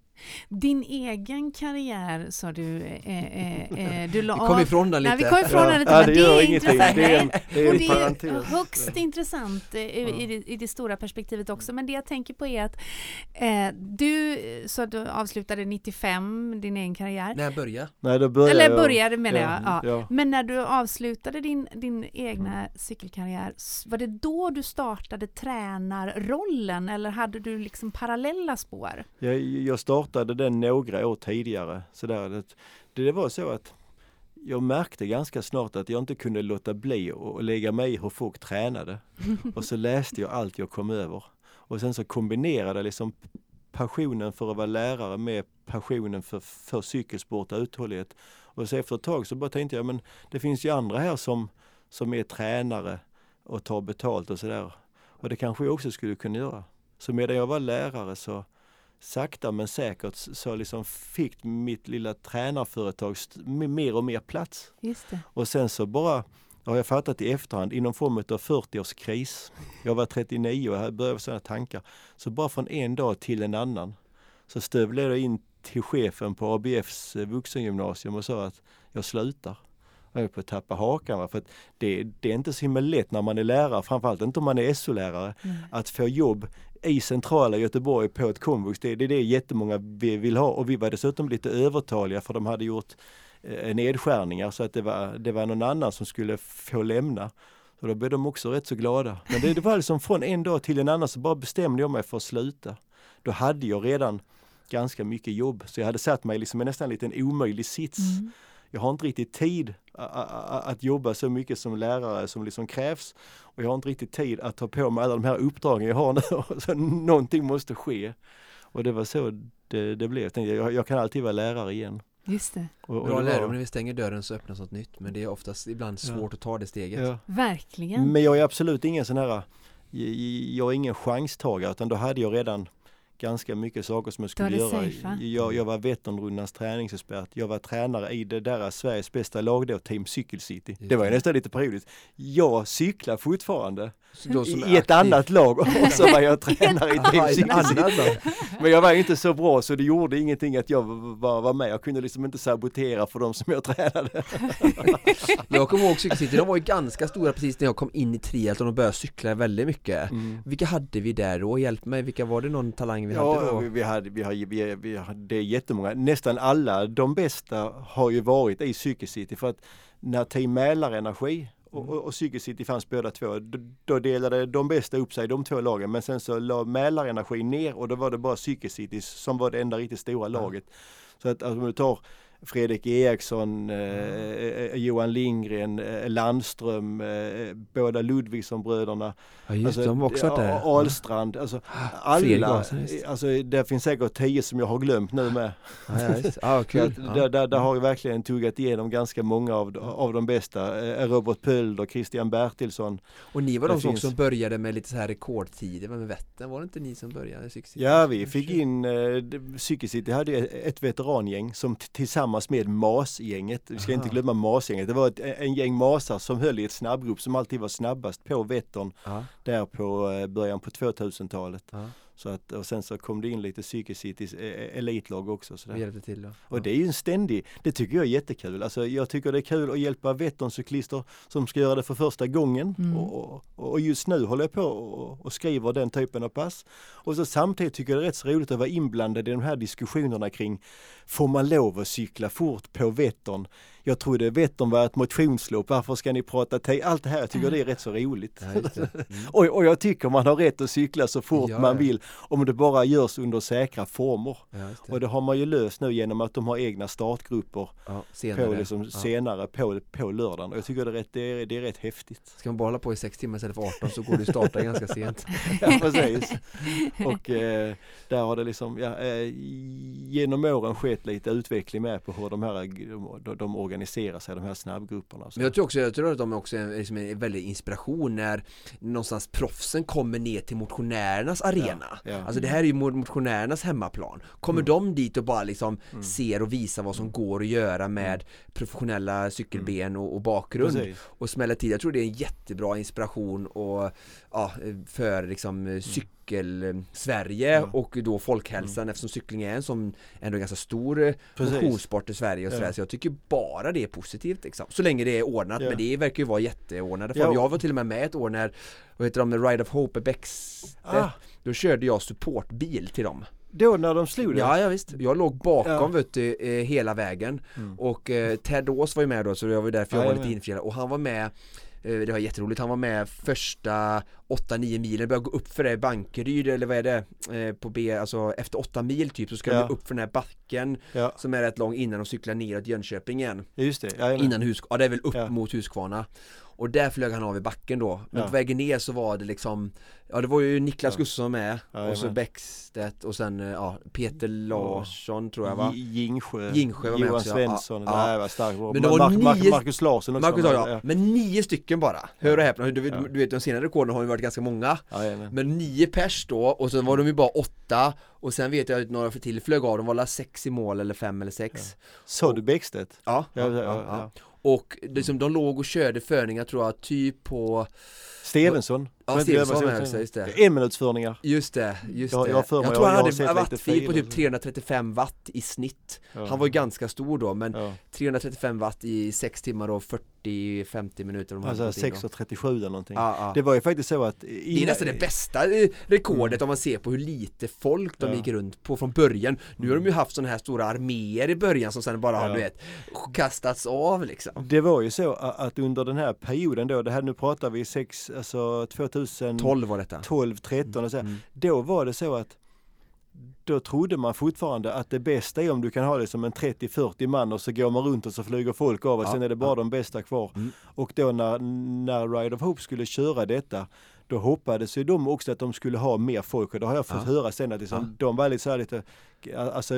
Speaker 1: Din egen karriär, sa du, eh, eh, du la
Speaker 2: vi kom ifrån den lite.
Speaker 1: Nej, vi kom ifrån den lite,
Speaker 3: ja,
Speaker 1: men
Speaker 3: det,
Speaker 1: det
Speaker 3: gör
Speaker 1: är
Speaker 3: ingenting.
Speaker 1: intressant.
Speaker 3: Det är, en, det är,
Speaker 1: och
Speaker 3: en
Speaker 1: det
Speaker 3: parentes.
Speaker 1: är högst intressant i, i, det, i det stora perspektivet också. Men det jag tänker på är att eh, du, så att du avslutade nittiofem din egen karriär.
Speaker 2: När jag började?
Speaker 3: Nej, då började
Speaker 1: Eller
Speaker 3: jag,
Speaker 1: började menar jag. Ja.
Speaker 3: Ja.
Speaker 1: Men när du avslutade din, din egna cykelkarriär, var det då du startade tränarrollen eller hade du liksom parallella spår?
Speaker 3: Jag, jag startade den några år tidigare. Så där, det, det var så att jag märkte ganska snart att jag inte kunde låta bli och lägga mig i hur folk tränade. Och så läste jag allt jag kom över. Och sen så kombinerade jag liksom passionen för att vara lärare med passionen för, för cykelsport och uthållighet. Och så efter ett tag så bara tänkte jag, men det finns ju andra här som, som är tränare och tar betalt och sådär. Och det kanske jag också skulle kunna göra. Så medan jag var lärare så sakta men säkert så liksom fick mitt lilla tränarföretag st- mer och mer plats.
Speaker 1: Just det.
Speaker 3: Och sen så bara har jag fattat i efterhand inom form av fyrtio-årskris. Jag var trettionio och jag började sådana tankar. Så bara från en dag till en annan så stövlade jag in till chefen på A B F:s vuxengymnasium och sa att jag slutar. Jag höll på att tappa hakan. Va? För att det, det är inte så himla lätt när man är lärare, framförallt inte om man är S O-lärare, mm. att få jobb i centrala Göteborg på ett komvux. Det, det är det jättemånga vill ha, och vi var dessutom lite övertaliga för de hade gjort eh, nedskärningar så att det var, det var någon annan som skulle få lämna. Så då blev de också rätt så glada. Men det, det var liksom från en dag till en annan så bara bestämde jag mig för att sluta. Då hade jag redan ganska mycket jobb, så jag hade satt mig liksom i nästan en liten omöjlig sits. Mm. Jag har inte riktigt tid att jobba så mycket som lärare som liksom krävs. Och jag har inte riktigt tid att ta på mig alla de här uppdragen jag har nu. Så någonting måste ske. Och det var så det, det blev. Jag tänkte, jag, jag kan alltid vara lärare igen.
Speaker 1: Just det.
Speaker 2: Och, och Bra det lärare, när vi stänger dörren så öppnas något nytt. Men det är oftast ibland svårt ja. att ta det steget. Ja.
Speaker 1: Verkligen.
Speaker 3: Men jag är absolut ingen sån här, jag, jag är ingen chanstagare, utan då hade jag redan ganska mycket saker som jag skulle göra. Jag, jag var Vätternrundans träningsexpert. Jag var tränare i det där Sveriges bästa lag då, Team Cykel City. Det var ju nästan lite periodiskt. Jag cyklar fortfarande i, i ett annat lag, och så var jag tränare i Team Cykel City. Men jag var inte så bra, så det gjorde ingenting att jag var, var med. Jag kunde liksom inte sabotera för dem som jag tränade.
Speaker 2: Jag kommer ihåg Cykel City, de var ju ganska stora precis när jag kom in i triathlon och började cykla väldigt mycket. Mm. Vilka hade vi där då? Hjälp mig, vilka var det någon talang vi
Speaker 3: ja,
Speaker 2: hade då?
Speaker 3: Vi, vi hade, vi hade, vi, vi hade jättemånga. Nästan alla de bästa har ju varit i Cykel City, för att när Team Mälarenergi och, och, och Cykel City fanns båda två, då, då delade de bästa upp sig, de två lagen, men sen så la Mälarenergi ner och då var det bara Cykel City som var det enda riktigt stora laget. Så att alltså, om du tar Fredrik Eriksson, eh, Johan Lindgren, eh, Landström, eh, båda Ludvigsson-bröderna,
Speaker 2: ja, just,
Speaker 3: alltså,
Speaker 2: de också
Speaker 3: ja, Ahlstrand, alltså alla, alltså det finns säkert tio som jag har glömt nu med.
Speaker 2: Ja, ja, just. Ah, cool.
Speaker 3: att, där, där, där har jag verkligen tuggat igenom ganska många av, av de bästa, eh, Robert Pöld och Christian Bertilsson.
Speaker 2: Och ni var de som
Speaker 3: finns...
Speaker 2: också började med lite så här rekordtider med Vättern, var det inte ni som började?
Speaker 3: Ja, vi fick in, eh, Cykel City hade ett veterangäng som t- tillsammans med Mas-gänget. Vi ska Aha. inte glömma Mas-gänget. Det var ett, en gäng masar som höll i ett snabbgrupp som alltid var snabbast på Vättern Aha. där på eh, början på tvåtusentalet. Aha. Så att, och sen så kom det in lite Cykel Citys elitlag också. Så
Speaker 2: hjälpte till då.
Speaker 3: Och det är ju en ständig, det tycker jag är jättekul. Alltså, jag tycker det är kul att hjälpa Vättern-cyklister som ska göra det för första gången. Mm. Och, och just nu håller jag på och, och skriver den typen av pass. Och så samtidigt tycker jag det är rätt så roligt att vara inblandad i de här diskussionerna kring, får man lov att cykla fort på Vättern? Jag trodde Vättern var ett motionslopp, varför ska ni prata till allt det här? Jag tycker det är rätt så roligt. Ja, mm. och, och jag tycker man har rätt att cykla så fort ja, man vill, om det bara görs under säkra former. Ja, det. Och det har man ju löst nu genom att de har egna startgrupper ja, senare, på, liksom, ja. senare på, på lördagen. Och jag tycker det är, rätt, det, är, det är rätt häftigt.
Speaker 2: Ska man bara hålla på i sex timmar istället för arton så går det starta ganska sent.
Speaker 3: Ja, precis. Och eh, där har det liksom ja, eh, genom åren skett lite utveckling med på hur de här de, de organiserar sig, de här snabbgrupperna.
Speaker 2: Men jag tror också jag tror att de är också en, liksom en väldigt inspiration när någonstans proffsen kommer ner till motionärernas arena. Ja, ja. Alltså det här är ju motionärernas hemmaplan. Kommer mm. de dit och bara liksom mm. ser och visar vad som går att göra med mm. professionella cykelben mm. och, och bakgrund. Precis. Och smäller tid. Jag tror det är en jättebra inspiration och, ja, för liksom mm. cykel Sverige ja. och då folkhälsan mm. eftersom cykling är en som ändå ganska stor motionssport i Sverige och ja. Så jag tycker bara det är positivt liksom. Så länge det är ordnat, ja. men det verkar ju vara jätteordnade. Ja. Jag var till och med med ett år när, vad heter de, The Ride of Hope Bex, ah. då körde jag supportbil till dem.
Speaker 3: Då när de slog det?
Speaker 2: Ja, ja visst. Jag låg bakom ja. vet du, eh, hela vägen mm. och eh, Ted Ås var ju med då, så jag var därför jag ja, var lite infjällad och han var med. Det var jätteroligt. Han var med första åtta nio milen. Det började gå upp för det Bankeryd eller vad är det? Eh, på B, alltså efter åtta mil typ så ska ja. de upp för den här backen ja. som är rätt lång innan de cyklar ner till Jönköping igen.
Speaker 3: Just det. Ja,
Speaker 2: innan hus, ja, det är väl upp ja. mot Huskvarna. Och där flög han av i backen då. Men ja. på vägen ner så var det liksom, ja det var ju Niklas ja. Gustafsson med ja, och så Bäckstedt och sen ja, Peter Larsson tror jag va?
Speaker 3: Gingsjö.
Speaker 2: Gingsjö var med
Speaker 3: Johan
Speaker 2: också.
Speaker 3: Svensson.
Speaker 2: Ja.
Speaker 3: Det var starkt.
Speaker 2: Men det var Mar- nio...
Speaker 3: Marcus Larsson också.
Speaker 2: Marcus, ja. Ja. Men nio stycken bara. Hör och häpna. Du, ja. du vet de senare rekorden har ju varit ganska många. Ja, men nio pers då och så var de ju bara åtta och sen vet jag att några för till flög av. De var la sex i mål eller fem eller sex.
Speaker 3: Ja. Så du Bäckstedt?
Speaker 2: Ja. Ja, ja, ja, ja. Och liksom, de låg och körde förningar tror jag typ på
Speaker 3: Stevensson.
Speaker 2: Ja, Stensson var högsta, just det.
Speaker 3: Enminutsförningar.
Speaker 2: Just det, just
Speaker 3: jag,
Speaker 2: det.
Speaker 3: Jag,
Speaker 2: jag,
Speaker 3: jag
Speaker 2: tror han
Speaker 3: jag
Speaker 2: hade en wattfil på typ trehundratrettiofem watt i snitt. Ja. Han var ju ganska stor då, men ja. trehundratrettiofem watt i sex timmar och fyrtio till femtio minuter. De
Speaker 3: alltså sex trettiosju eller någonting.
Speaker 2: Ja, ja.
Speaker 3: Det var ju faktiskt så att...
Speaker 2: Innan... Det är nästan det bästa rekordet mm. om man ser på hur lite folk de ja. gick runt på från början. Nu har de ju haft sådana här stora arméer i början som sen bara har, ja. du vet, kastats av liksom.
Speaker 3: Det var ju så att under den här perioden då, det här nu pratar vi sex, alltså tjugotolv
Speaker 2: var detta.
Speaker 3: tolv, tretton och så.
Speaker 2: Mm.
Speaker 3: Då var det så att då trodde man fortfarande att det bästa är om du kan ha det som en trettio till fyrtio man och så går man runt och så flyger folk av och ja, sen är det bara ja. de bästa kvar. Mm. Och då när, när Ride of Hope skulle köra detta, då hoppades ju de också att de skulle ha mer folk och då har jag fått ja. höra sen att liksom, ja. de var lite så här lite, alltså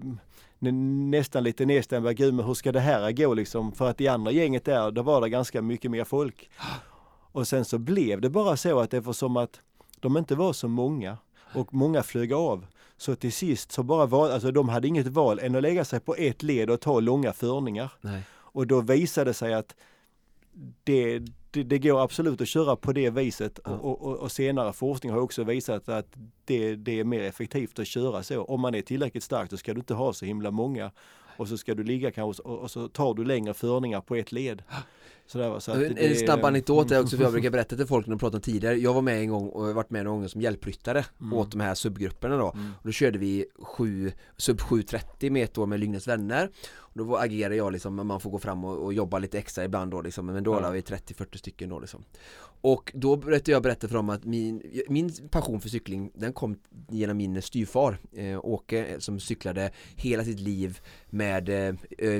Speaker 3: nästan lite nedstämda, gud men hur ska det här gå liksom? För att i andra gänget där, då var det ganska mycket mer folk. Och sen så blev det bara så att eftersom att de inte var så många och många flög av, så till sist så bara var, alltså de hade inget val än att lägga sig på ett led och ta långa förningar.
Speaker 2: Nej. Och
Speaker 3: då visade det sig att det, det, det går absolut att köra på det viset ja. och, och, och senare forskning har också visat att det, det är mer effektivt att köra så. Om man är tillräckligt stark så ska du inte ha så himla många och så ska du ligga kanske och, och så tar du längre förningar på ett led. Så där var, så att
Speaker 2: en
Speaker 3: det,
Speaker 2: snabb anekdot är också, för jag brukar berätta till folk när de pratar om tidigare. Jag var med en gång och varit med någon gång som hjälpryttare mm. åt de här subgrupperna då. Mm. Och då körde vi sju, sub sju trettio med ett år med Lyngnäs vänner. Och då agerade jag liksom, man får gå fram och, och jobba lite extra ibland då liksom. Men då var ja. vi trettio till fyrtio stycken då liksom. Och då berättade jag berättade för dem att min, min passion för cykling, den kom genom min styvfar eh, Åke, som cyklade hela sitt liv med eh,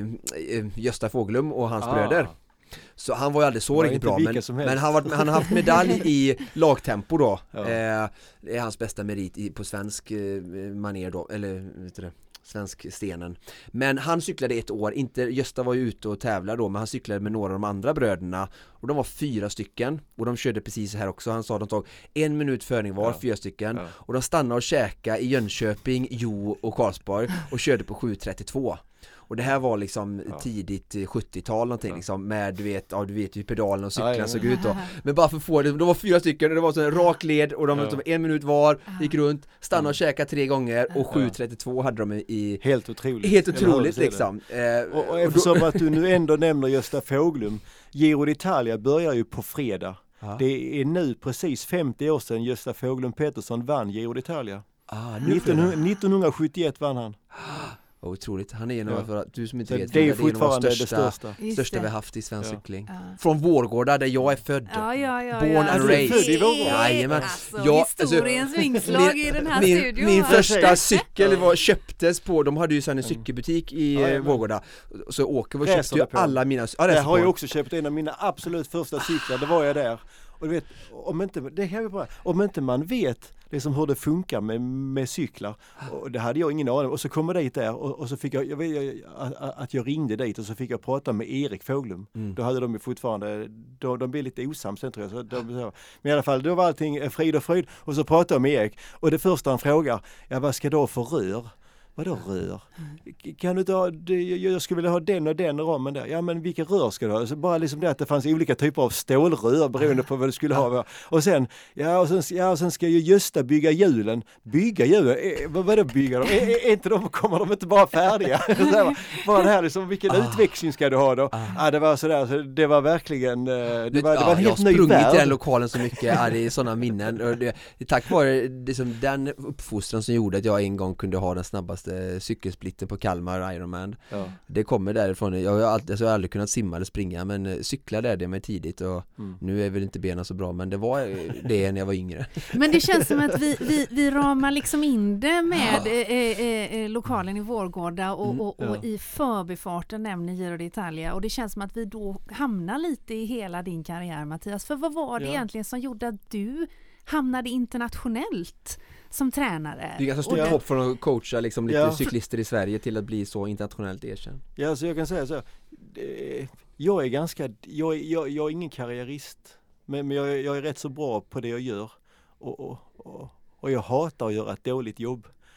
Speaker 2: eh, Gösta Fåglum och hans ah. bröder. Så han var ju aldrig så riktigt bra, men, men han, var, han har haft medalj i lagtempo då. Ja. Eh, det är hans bästa merit i, på svensk eh, maner då, eller vet du det, svensk stenen. Men han cyklade ett år, inte, Gösta var ju ute och tävlade då, men han cyklade med några av de andra bröderna och de var fyra stycken och de körde precis så här också. Han sa de tog en minut förning var, ja. fyra stycken ja. och de stannade och käka i Jönköping, Jo och Karlsborg och körde på sju trettiotvå. Och det här var liksom ja. tidigt sjuttiotal någonting ja. liksom, med du vet, ja, du vet hur pedalen och cyklarna ja, såg ut då. Men bara för att få det, de var fyra stycken och det var så en rak led och de ja. var en minut var, gick runt, stannade och käkade tre gånger och sju trettiotvå hade de i...
Speaker 3: Helt otroligt.
Speaker 2: Helt otroligt liksom.
Speaker 3: Eh, och, och eftersom att du nu ändå nämner Gösta Fåglum, Giro d'Italia börjar ju på fredag. Ja. Det är nu precis femtio år sedan Gösta Fåglum Pettersson vann Giro d'Italia.
Speaker 2: Ah,
Speaker 3: nittonhundrasjuttioett vann han.
Speaker 2: Vad otroligt. Han är en av, för du som inte
Speaker 3: så
Speaker 2: vet,
Speaker 3: det är,
Speaker 2: det är
Speaker 3: fortfarande
Speaker 2: det största,
Speaker 3: det största.
Speaker 2: största vi haft i svensk
Speaker 3: ja.
Speaker 2: cykling.
Speaker 1: Ja.
Speaker 2: Från Vårgårda där jag är född.
Speaker 1: Ja, ja, ja,
Speaker 2: Born
Speaker 1: ja.
Speaker 2: and
Speaker 3: alltså,
Speaker 2: raised.
Speaker 3: I Vårgårda.
Speaker 2: Jajamän.
Speaker 1: Alltså,
Speaker 2: jag,
Speaker 1: historiens alltså, vingslag i den här
Speaker 2: min,
Speaker 1: studion.
Speaker 2: Min första cykel var, köptes på, de hade ju så en cykelbutik i
Speaker 3: ja, ja,
Speaker 2: Vårgårda. Så Åke var köpte ju alla mina...
Speaker 3: Ja, jag har ju också köpt en av mina absolut första cyklar, det var jag där. Och du vet, om inte, det kan jag bara, om inte man vet liksom hur det funkar med, med cyklar, och det hade jag ingen aning, och så kommer jag dit där och, och så fick jag, jag vet att, att jag ringde dit och så fick jag prata med Erik Fåglum. Mm. Då hade de ju fortfarande, då, de blev lite osams sen tror jag. Så de, men i alla fall, då var allting frid och fröjd och så pratade jag med Erik och det första han frågar, ja vad ska då för rör? Vadå rör? Kan du ta, jag skulle vilja ha den och den ramen där. Ja men vilka rör ska du ha? Så bara liksom det att det fanns olika typer av stålrör beroende på vad du skulle ha. Och sen, ja och sen, ja, och sen ska ju Gösta bygga hjulen. Bygga hjulen? Eh, vad vadå bygga dem? Är, är inte de, kommer de inte bara färdiga? Så bara det här liksom, vilken ah. utväxling ska du ha då? Ah. Ja det var sådär, så det var verkligen, det var, det var ja, en helt ny värld. Jag har sprungit i den lokalen så mycket, ja, det är sådana minnen. Och det, det, tack vare liksom, den uppfostran som gjorde att jag en gång kunde ha den snabbaste cykelsplitten på Kalmar Ironman. Ja. Det kommer därifrån. Jag har, alltid, alltså jag har aldrig kunnat simma eller springa, men cykla lärde jag mig tidigt och mm. nu är väl inte benen så bra, men det var det när jag var yngre.
Speaker 1: Men det känns som att vi, vi, vi ramar liksom in det med ja. eh, eh, lokalen i Vårgårda och, mm. och, och ja. i förbifarten nämner Giro d'Italia, och det känns som att vi då hamnar lite i hela din karriär, Mattias. För vad var det ja. egentligen som gjorde att du hamnade internationellt som tränare?
Speaker 2: Det är ganska stort hopp från att coacha liksom lite ja. cyklister i Sverige till att bli så internationellt erkänd.
Speaker 3: Ja, så jag kan säga så. Det, jag är ganska, jag, jag, jag är ingen karriärist, men, men jag, jag är rätt så bra på det jag gör. Och, och, och, och jag hatar att göra ett dåligt jobb.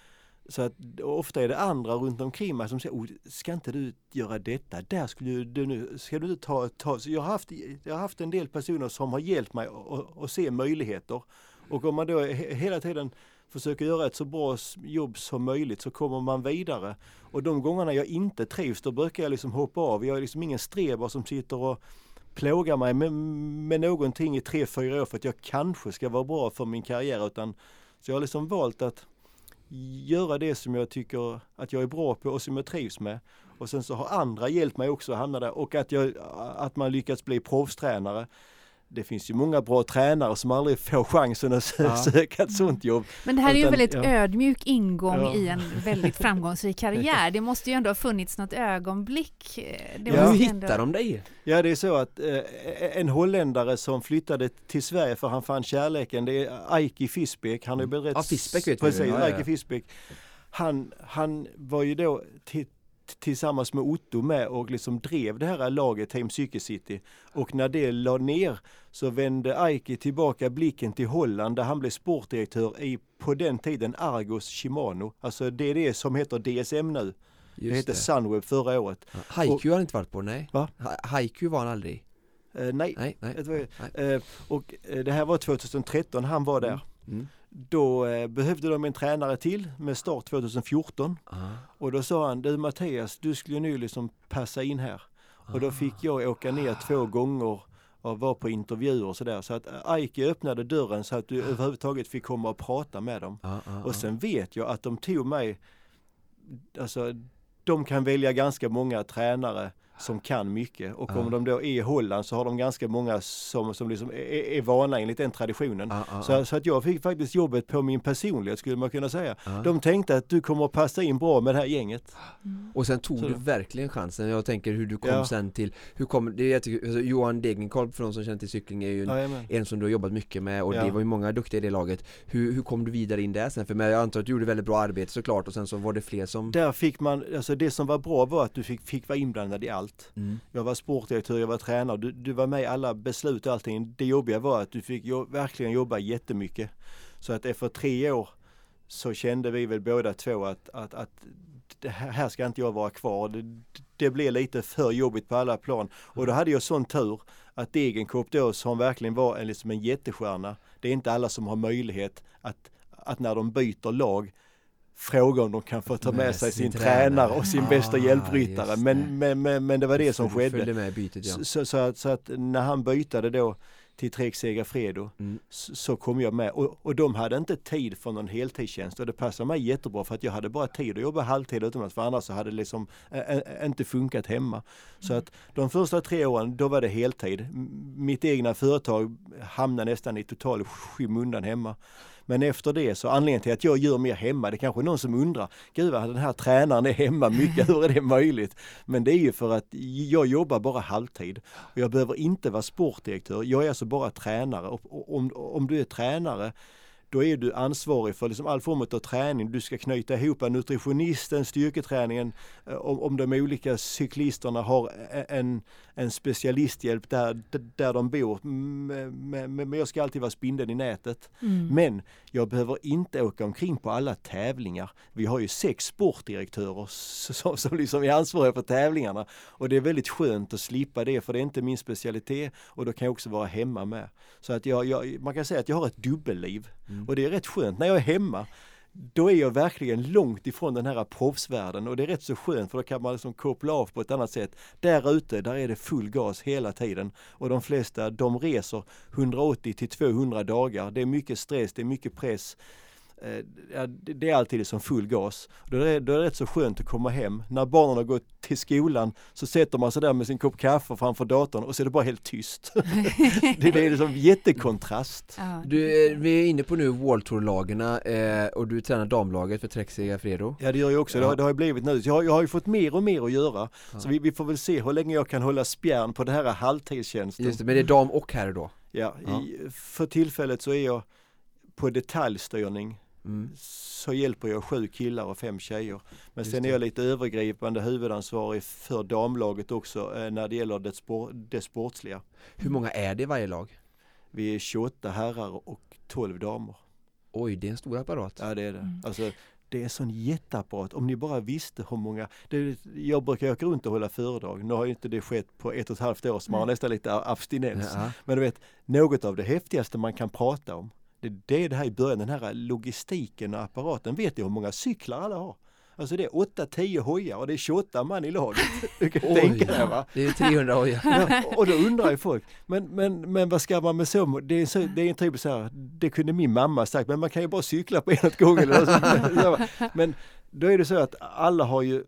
Speaker 3: så att ofta är det andra runt omkring mig som säger, oh, ska inte du göra detta? Där skulle du nu, ska du inte ta, ta. Så jag har haft, jag har haft en del personer som har hjälpt mig att, att se möjligheter. Och om man då he, hela tiden försöker göra ett så bra jobb som möjligt så kommer man vidare. Och de gångerna jag inte trivs, då brukar jag liksom hoppa av. Jag är liksom ingen streber som sitter och plågar mig med, med någonting i tre, fyra år för att jag kanske ska vara bra för min karriär. Utan, så jag har liksom valt att göra det som jag tycker att jag är bra på och som jag trivs med. Och sen så har andra hjälpt mig också att hamna där. Och att, jag, att man lyckats bli proffstränare. Det finns ju många bra tränare som aldrig får chansen att ja. söka ett sånt jobb.
Speaker 1: Men det här är ju
Speaker 3: Utan,
Speaker 1: en väldigt
Speaker 3: ja.
Speaker 1: ödmjuk ingång
Speaker 3: Ja.
Speaker 1: i en väldigt framgångsrik karriär. Det måste ju ändå ha funnits något ögonblick. Det
Speaker 3: Ja.
Speaker 2: Hur
Speaker 1: måste
Speaker 2: hittar
Speaker 1: ändå...
Speaker 2: de dig?
Speaker 3: Ja, det är så att eh, en holländare som flyttade till Sverige för han fann kärleken, det är Eike Fisbeek. Han har ju berättat...
Speaker 2: Ja, Fisbeek vet vi.
Speaker 3: Precis,
Speaker 2: Ja, ja, ja.
Speaker 3: Eike Fisbeek. Han, han var ju då till, tillsammans med Otto med och liksom drev det här laget Team Cykel City. Och när det la ner så vände Eike tillbaka blicken till Holland där han blev sportdirektör i på den tiden Argos Shimano. Alltså det är det som heter D S M nu.
Speaker 2: Just
Speaker 3: det hette Sunweb förra året.
Speaker 2: Ja. Haiku har han inte varit på, nej.
Speaker 3: Va?
Speaker 2: Ha- Haiku var han aldrig.
Speaker 3: Eh, nej.
Speaker 2: Nej, nej.
Speaker 3: Det var,
Speaker 2: nej.
Speaker 3: eh, och eh, det här var tjugohundratretton, han var där.
Speaker 2: Mm.
Speaker 3: Då eh, behövde de en tränare till med start tjugohundrafjorton.
Speaker 2: Ah.
Speaker 3: Och då sa han, du Mattias, du skulle nu liksom passa in här.
Speaker 2: Ah.
Speaker 3: Och då fick jag åka ner två gånger och vara på intervjuer och sådär. Så att Eike öppnade dörren så att du överhuvudtaget fick komma och prata med dem.
Speaker 2: Ah, ah,
Speaker 3: Och sen vet jag att de tog mig, alltså de kan välja ganska många tränare som kan mycket. Och
Speaker 2: Ja.
Speaker 3: om de då är i Holland så har de ganska många som, som liksom är, är vana enligt den traditionen.
Speaker 2: Ja, ja,
Speaker 3: Så,
Speaker 2: ja.
Speaker 3: så att jag fick faktiskt jobbet på min personlighet skulle man kunna säga.
Speaker 2: Ja.
Speaker 3: De tänkte att du kommer att passa in bra med det här gänget.
Speaker 1: Mm.
Speaker 2: Och sen tog
Speaker 3: Så
Speaker 2: du
Speaker 3: då-
Speaker 2: verkligen chansen. Jag tänker hur du kom
Speaker 3: Ja.
Speaker 2: sen till, hur kom, det är jättekul, alltså Johan Degenkolb för de som känner till cykling är ju en,
Speaker 3: Jajamän.
Speaker 2: en som du har jobbat mycket med och
Speaker 3: Ja.
Speaker 2: det var ju många duktiga i det laget. Hur, hur kom du vidare in där sen? För jag antar att du gjorde väldigt bra arbete såklart och sen så var det fler som...
Speaker 3: Där fick man, alltså det som var bra var att du fick, fick vara inblandad i allt.
Speaker 2: Mm.
Speaker 3: Jag var sportdirektör, jag var tränare, du, du var med i alla beslut och allting. Det jobbiga var att du fick jo, verkligen jobba jättemycket. Så att efter tre år så kände vi väl båda två att, att, att det här ska inte jag vara kvar. Det, det blev lite för jobbigt på alla plan. Och då hade jag sån tur att Degenkolb då som verkligen var en, liksom en jättestjärna. Det är inte alla som har möjlighet att, att när de byter lag fråga om de kan få ta med,
Speaker 2: Med
Speaker 3: sig sin,
Speaker 2: sin
Speaker 3: tränare
Speaker 2: tränare.
Speaker 3: och sin
Speaker 2: Ah,
Speaker 3: bästa hjälpryttare.
Speaker 2: just
Speaker 3: Men,
Speaker 2: det.
Speaker 3: men, men, men det var det som
Speaker 2: Du
Speaker 3: skedde.
Speaker 2: följde med i bytet, ja.
Speaker 3: Så, så, att, så att när han bytade då till Trek Segafredo
Speaker 2: Mm.
Speaker 3: så, så kom jag med. Och, och de hade inte tid för någon heltidstjänst och det passade mig jättebra för att jag hade bara tid att jobba halvtid utomlands för annars så hade det liksom ä, ä, inte funkat hemma. Så att de första tre åren då var det heltid. M- Mitt egna företag hamnade nästan i total skymundan hemma. Men efter det så anledningen till att jag gör mer hemma, det är kanske någon som undrar, gud vad den här tränaren är hemma mycket, hur är det möjligt? Men det är ju för att jag jobbar bara halvtid och jag behöver inte vara sportdirektör, jag är alltså bara tränare och om, om du är tränare då är du ansvarig för liksom all form av träning. Du ska knyta ihop nutritionisten, styrketräningen, om, om de olika cyklisterna har en, en specialisthjälp där, där de bor. Men jag ska alltid vara spindeln i nätet.
Speaker 1: Mm.
Speaker 3: Men jag behöver inte åka omkring på alla tävlingar. Vi har ju sex sportdirektörer som, som liksom är ansvariga för tävlingarna. Och det är väldigt skönt att slippa det för det är inte min specialitet och då kan jag också vara hemma med. Så att jag, jag, man kan säga att jag har ett dubbelliv. Mm. Och det är rätt skönt. När jag är hemma då är jag verkligen långt ifrån den här proffsvärlden och det är rätt så skönt för då kan man liksom koppla av på ett annat sätt. Där ute, där är det full gas hela tiden och de flesta de reser hundraåttio till tvåhundra dagar. Det är mycket stress, det är mycket press. Ja, det är alltid som full gas. Då är, det, då är det rätt så skönt att komma hem. När barnen har gått till skolan så sätter man sig där med sin kopp kaffe framför datorn och så är det bara helt tyst. det, det är liksom jättekontrast.
Speaker 1: Ja.
Speaker 2: Du, vi är inne på nu World Tour-lagarna eh, och du tränar damlaget för Trek Segafredo.
Speaker 3: Ja, det gör jag också.
Speaker 2: Ja.
Speaker 3: Det, har, det har blivit nu. Jag har, jag har ju fått mer och mer att göra.
Speaker 2: Ja.
Speaker 3: Så vi, vi får väl se hur länge jag kan hålla spjärn på det här halvtidstjänsten.
Speaker 2: Just det, men det är dam och herr då?
Speaker 3: Ja,
Speaker 2: Ja.
Speaker 3: I, för tillfället så är jag på detaljstyrning.
Speaker 2: Mm.
Speaker 3: Så hjälper jag sju killar och fem tjejer. Men
Speaker 2: Just
Speaker 3: sen
Speaker 2: det.
Speaker 3: är jag lite övergripande huvudansvarig för damlaget också eh, när det gäller det, spor- det sportsliga.
Speaker 2: Hur många är det i varje lag?
Speaker 3: Vi är tjugoåtta herrar och tolv damer.
Speaker 2: Oj, det är en stor apparat.
Speaker 3: Ja, det är det.
Speaker 1: Mm.
Speaker 3: Alltså, det är en sån jätteapparat. Om ni bara visste hur många... Det, jag brukar åka runt och hålla föredrag. Nu har inte det skett på ett och ett halvt år så man har nästan lite abstinens.
Speaker 2: Ja.
Speaker 3: Men du vet, något av det häftigaste man kan prata om, det, det är det här i början, den här logistiken och apparaten. Vet du hur många cyklar alla har? Alltså det är åtta tio hojar och det är tjugoåtta man i laget. Du kan
Speaker 2: Oj,
Speaker 3: tänka dig, va?
Speaker 2: Det är trehundra hojar.
Speaker 3: Ja, och då undrar ju folk, men, men, men vad ska man med så? Det är, så, det är en typ så här, det kunde min mamma sagt, men man kan ju bara cykla på en åt gången. Men då är det så att alla har ju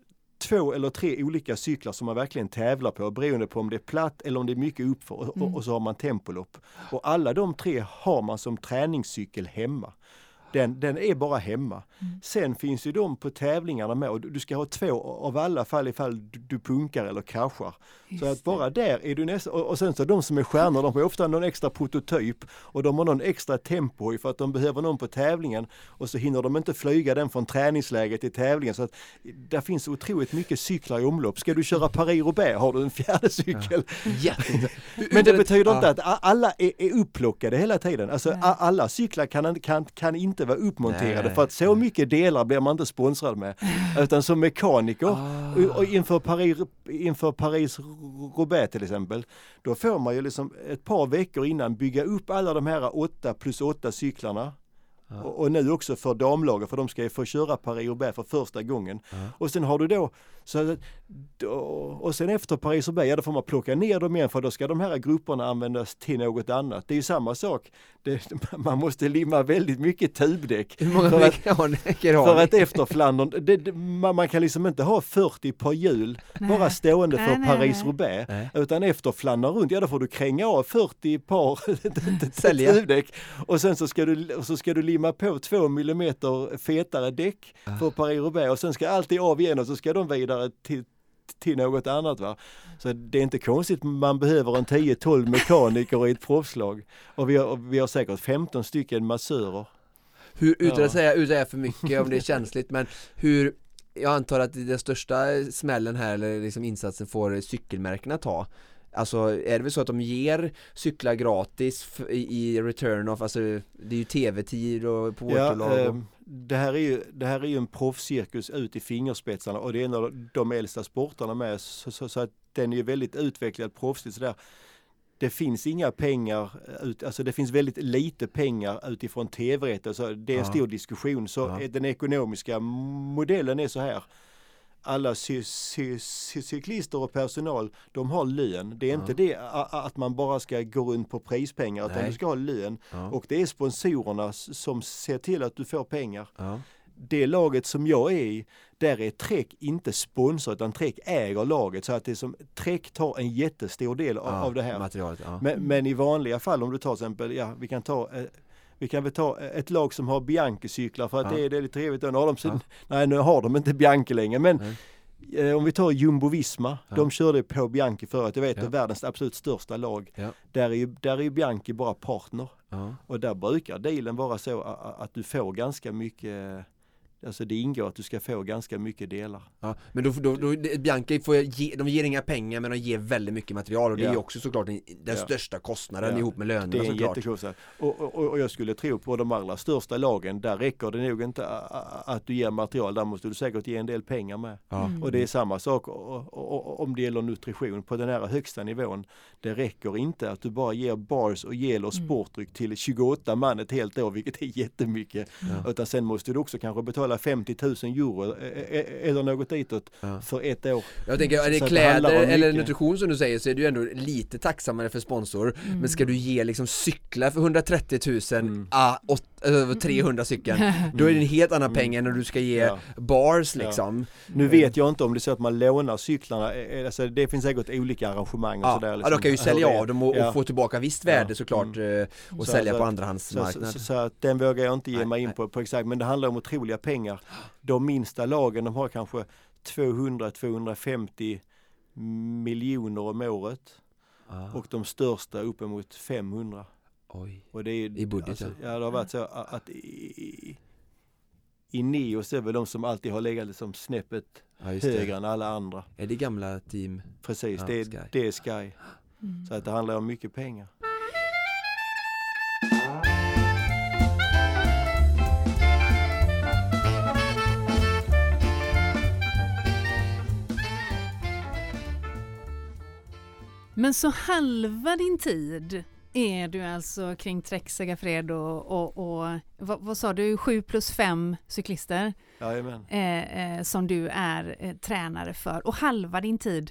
Speaker 3: två eller tre olika cyklar som man verkligen tävlar på, beroende på om det är platt eller om det är mycket uppför, och,
Speaker 1: Mm.
Speaker 3: och så har man tempolopp. Och alla de tre har man som träningscykel hemma. Den, den är bara hemma.
Speaker 1: Mm.
Speaker 3: Sen finns ju de på tävlingarna med och du ska ha två av alla fall ifall du, du punkar eller kraschar.
Speaker 1: Just
Speaker 3: så att
Speaker 1: det.
Speaker 3: bara där är du nästan, och, och sen så de som är stjärnor, de har ofta någon extra prototyp och de har någon extra tempo för att de behöver någon på tävlingen och så hinner de inte flyga den från träningsläget till tävlingen. Så att där finns otroligt mycket cyklar i omlopp. Ska du köra Paris-Roubaix har du en fjärde cykel.
Speaker 2: Ja.
Speaker 3: Men det betyder
Speaker 2: Ja.
Speaker 3: inte att a- alla är, är upplockade hela tiden. Alltså
Speaker 1: Nej.
Speaker 3: a- alla cyklar kan, kan, kan inte vara uppmonterade
Speaker 2: Nej.
Speaker 3: för att så mycket delar blir man inte sponsrad med. Utan som mekaniker
Speaker 2: Ah.
Speaker 3: och, och inför Paris, inför Paris-Roubaix till exempel, då får man ju liksom ett par veckor innan bygga upp alla de här åtta plus åtta cyklarna.
Speaker 2: Ja.
Speaker 3: Och, och nu också för damlaget, för de ska ju få köra Paris-Roubaix för första gången.
Speaker 2: Ja.
Speaker 3: Och sen har du då, så att, då och sen efter Paris-Roubaix, ja, då får man plocka ner dem igen för då ska de här grupperna användas till något annat. Det är ju samma sak. Det, man måste limma väldigt mycket tubdäck.
Speaker 2: Hur många
Speaker 3: för att,
Speaker 2: mekaniker har
Speaker 3: för
Speaker 2: ni?
Speaker 3: att efter Flandern, det, det, man, man kan liksom inte ha fyrtio par hjul
Speaker 1: Nej.
Speaker 3: bara stående
Speaker 1: Nej,
Speaker 3: för
Speaker 1: nej, nej.
Speaker 3: Paris-Roubaix.
Speaker 2: Nej.
Speaker 3: Utan efter Flandern runt, ja då får du kränga av fyrtio par
Speaker 2: Sälja.
Speaker 3: tubdäck. Och sen så ska, du, och så ska du limma på två millimeter fetare däck
Speaker 2: Ah.
Speaker 3: för Paris-Roubaix. Och sen ska alltid av igen och så ska de vidare till till något annat, va. Så det är inte konstigt, man behöver en tio tolv mekaniker i ett proffslag. Och vi har, och vi har säkert femton stycken massörer.
Speaker 2: Hur, utan
Speaker 3: Ja.
Speaker 2: att säga, utan att säga för mycket om det är känsligt, men hur, jag antar att den största smällen här, eller liksom insatsen, får cykelmärkena ta. Alltså är det väl så att de ger cyklar gratis f- i, i return of, alltså det är ju tv-tid och på
Speaker 3: Ja,
Speaker 2: återlag och...
Speaker 3: eh, det, här är ju, det här är ju en proffscirkus ut i fingerspetsarna och det är en av de äldsta sporterna med, så, så, så att den är ju väldigt utvecklad proffsligt sådär. Det finns inga pengar, ut, alltså det finns väldigt lite pengar utifrån tv-rätter, så det är en
Speaker 2: Ja.
Speaker 3: stor diskussion. Så
Speaker 2: Ja.
Speaker 3: den ekonomiska modellen är så här. Alla cy- cy- cy- cyklister och personal, de har lön. Det är
Speaker 2: Ja.
Speaker 3: inte det a- a- att man bara ska gå runt på prispengar, utan
Speaker 2: Nej.
Speaker 3: du ska ha lön.
Speaker 2: Ja.
Speaker 3: Och det är sponsorerna s- som ser till att du får pengar.
Speaker 2: Ja.
Speaker 3: Det laget som jag är i, där är Trek inte sponsor, utan Trek äger laget. Så att det är som, Trek tar en jättestor del av,
Speaker 2: Ja,
Speaker 3: av det här.
Speaker 2: materialet, ja.
Speaker 3: Men, men i vanliga fall, om du tar till exempel, ja, vi kan ta eh, vi kan väl ta ett lag som har Bianchi-cyklar för att
Speaker 2: Ja.
Speaker 3: det, är, det är lite trevligt. Nu har de,
Speaker 2: Ja.
Speaker 3: Nej, nu har de inte Bianchi längre, men
Speaker 2: Nej.
Speaker 3: eh, om vi tar Jumbo-Visma,
Speaker 2: Ja.
Speaker 3: de körde på Bianchi för att jag vet
Speaker 2: Ja.
Speaker 3: att världens absolut största lag.
Speaker 2: Ja.
Speaker 3: Där är ju där är ju Bianchi bara partner.
Speaker 2: Ja.
Speaker 3: Och där brukar dealen vara så a- a- att du får ganska mycket, alltså det ingår att du ska få ganska mycket delar.
Speaker 2: Ja, men då, då, då Bianchi får ge, de ger inga pengar, men de ger väldigt mycket material, och det är ju
Speaker 3: Ja.
Speaker 2: också såklart den, den
Speaker 3: Ja.
Speaker 2: största kostnaden
Speaker 3: Ja.
Speaker 2: ihop med lönerna
Speaker 3: Det är en
Speaker 2: såklart.
Speaker 3: jättekostnad. Och, och, och jag skulle tro på de allra största lagen, där räcker det nog inte a- a- att du ger material, där måste du säkert ge en del pengar med.
Speaker 2: Ja.
Speaker 1: Mm.
Speaker 3: Och det är samma sak och, och, och, om det gäller nutrition på den här högsta nivån. Det räcker inte att du bara ger bars och gel och
Speaker 1: Mm.
Speaker 3: sportdryck till tjugoåtta man ett helt år, vilket är jättemycket.
Speaker 2: Ja.
Speaker 3: Utan sen måste du också kanske betala femtio tusen euro e- e- eller något ditåt
Speaker 2: Ja.
Speaker 3: för ett år.
Speaker 2: Jag tänker, är det
Speaker 3: Så att det handlar
Speaker 2: kläder
Speaker 3: om
Speaker 2: eller
Speaker 3: mycket.
Speaker 2: nutrition som du säger, så är du ju ändå lite tacksammare för sponsor.
Speaker 1: Mm.
Speaker 2: Men ska du ge liksom cyklar för hundratrettio tusen,
Speaker 3: Mm.
Speaker 2: ah, åt, över trehundra stycken, då är det en helt annan pengar än när du ska ge
Speaker 3: Ja.
Speaker 2: bars liksom.
Speaker 3: Nu vet jag inte om det är så att man lånar cyklarna, eh, alltså det finns säkert olika arrangemang och
Speaker 2: Ja,
Speaker 3: sådär.
Speaker 2: ja, de kan ju sälja
Speaker 3: Hur det är.
Speaker 2: av dem och, och
Speaker 3: Ja.
Speaker 2: få tillbaka visst värde
Speaker 3: Ja.
Speaker 2: såklart,
Speaker 3: Mm.
Speaker 2: eh, och
Speaker 3: Så-
Speaker 2: sälja
Speaker 3: så
Speaker 2: på
Speaker 3: att-
Speaker 2: andrahandsmarknad.
Speaker 3: Så, så, så att den vågar jag inte ge
Speaker 2: Nej,
Speaker 3: mig in
Speaker 2: nej.
Speaker 3: på, på exakt, men det handlar om otroliga pengar. De minsta lagen, de har kanske tvåhundra till tvåhundrafemtio miljoner om året
Speaker 2: Ah,
Speaker 3: och de största uppemot femhundra.
Speaker 2: oj.
Speaker 3: Och det är,
Speaker 2: I budget,
Speaker 3: alltså,
Speaker 2: ja.
Speaker 3: ja, det har varit så att i, i, i Neos är väl de som alltid har legat liksom snäppet
Speaker 2: Ja, just
Speaker 3: högre
Speaker 2: det.
Speaker 3: än alla andra.
Speaker 2: Är det gamla team?
Speaker 3: Precis,
Speaker 2: Ja,
Speaker 3: det, är,
Speaker 2: Sky.
Speaker 3: det är Sky.
Speaker 1: Mm.
Speaker 3: Så att det handlar om mycket pengar.
Speaker 1: Men så halva din tid är du alltså kring Trek Segafredo och, och, och vad, vad sa du, sju plus fem cyklister eh, eh, som du är eh, tränare för. Och halva din tid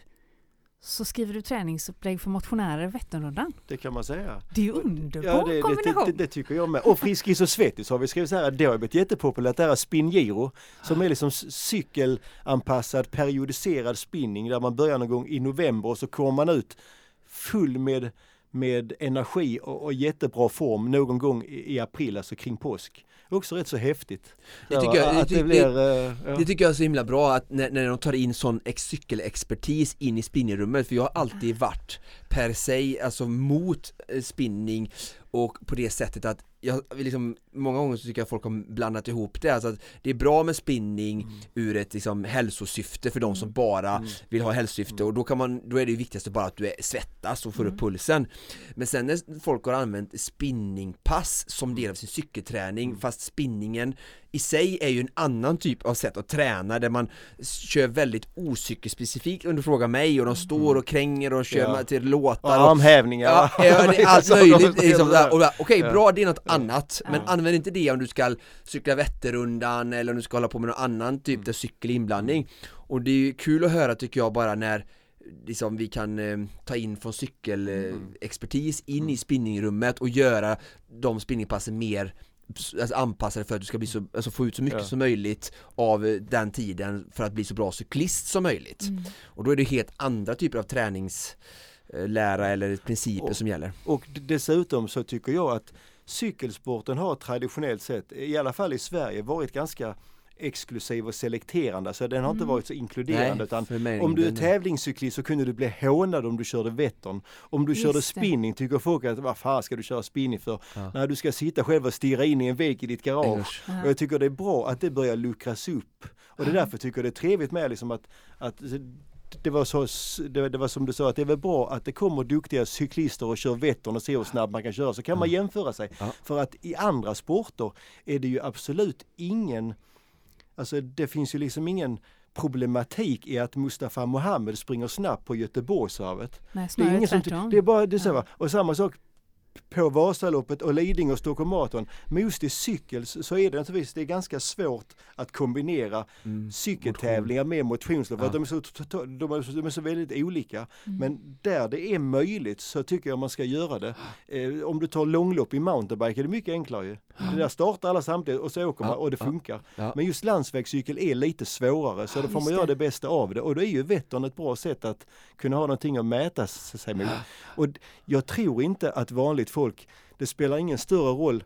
Speaker 1: så skriver du träningsupplägg för motionärer Vätternrundan.
Speaker 3: Det kan man säga.
Speaker 1: Det är ju underbar
Speaker 3: ja, det,
Speaker 1: kombination.
Speaker 3: Det, det, det tycker jag med. Och Friskis och Svettis har vi skrivit så här. Det har blivit jättepopulärt. Det här Spin Giro som är liksom cykelanpassad, periodiserad spinning där man börjar någon gång i november och så kommer man ut full med med energi och, och jättebra form någon gång i, i april, alltså kring påsk. Också rätt så häftigt.
Speaker 2: Det tycker, jag,
Speaker 3: att
Speaker 2: det,
Speaker 3: det, blir,
Speaker 2: det,
Speaker 3: uh, ja.
Speaker 2: det tycker jag är så himla bra att när, när de tar in sån ex- cykelexpertis in i spinningrummet, för jag har alltid varit per se alltså mot eh, spinning och på det sättet att jag liksom, många gånger så tycker jag att folk har blandat ihop det, alltså att det är bra med spinning mm. ur ett liksom hälsosyfte för de som bara mm. vill ha hälsosyfte och då kan man, då är det viktigaste bara att du är svettas och får mm. upp pulsen. Men sen när folk har använt spinningpass som del av sin cykelträning mm. fast spinningen i sig är ju en annan typ av sätt att träna där man kör väldigt ocykelspecifikt under fråga mig och de står och kränger och kör
Speaker 3: ja.
Speaker 2: till låtar
Speaker 3: och armhävningar.
Speaker 2: Ja, ja, det är allt möjligt liksom, okej, okay,
Speaker 3: ja.
Speaker 2: bra, det är något ja. annat men
Speaker 1: ja.
Speaker 2: använd inte det om du ska cykla Vätternrundan eller om du ska hålla på med någon annan typ mm. av cykelinblandning. Och det är ju kul att höra tycker jag bara när liksom, vi kan eh, ta in från cykelexpertis eh, in i spinningrummet och göra de spinningpassen mer alltså anpassade för att du ska bli så, alltså få ut så mycket ja. som möjligt av den tiden för att bli så bra cyklist som möjligt. Mm. Och då är det helt andra typer av träningslära eller principer och, som gäller.
Speaker 3: Och dessutom så tycker jag att cykelsporten har traditionellt sett, i alla fall i Sverige, varit ganska exklusiv och selekterande, så den har inte varit så inkluderande. Nej, utan om du är tävlingscyklist så kunde du bli hånad om du körde Vättern. Om du Just körde spinning tycker folk att vad fan ska du köra spinning för? Ja. När du ska sitta själv och stirra in i en vägg i ditt garage. Ja. Och jag tycker det är bra att det börjar luckras upp. Och det är därför tycker jag det är trevligt med liksom att, att det var, så, det, det var som du sa att det är väl bra att det kommer duktiga cyklister och kör Vättern och ser hur snabbt man kan köra, så kan man jämföra sig. Ja. För att i andra sporter är det ju absolut ingen, alltså det finns ju liksom ingen problematik i att Mustafa Mohamed springer snabbt på Göteborgsvarvet.
Speaker 1: Nej,
Speaker 3: det är ingen som, det är bara det så,
Speaker 1: ja.
Speaker 3: Och samma sak på Vasaloppet och Lidingö och Stockholm Marathon. Med just i cykel så är det naturligtvis det är ganska svårt att kombinera mm. cykeltävlingar med motionslopp. Ja. De, är så, de, är så, de är så väldigt olika. Mm. Men där det är möjligt så tycker jag man ska göra det. Eh, om du tar långlopp i mountainbike är det mycket enklare ju. Det där startar alla samtidigt och så åker man och det funkar.
Speaker 2: Ja.
Speaker 3: Men just landsvägscykel är lite svårare så då får man göra det bästa av det. Och då är ju Vättern ett bra sätt att kunna ha någonting att mäta sig med. Och jag tror inte att vanligt folk, det spelar ingen större roll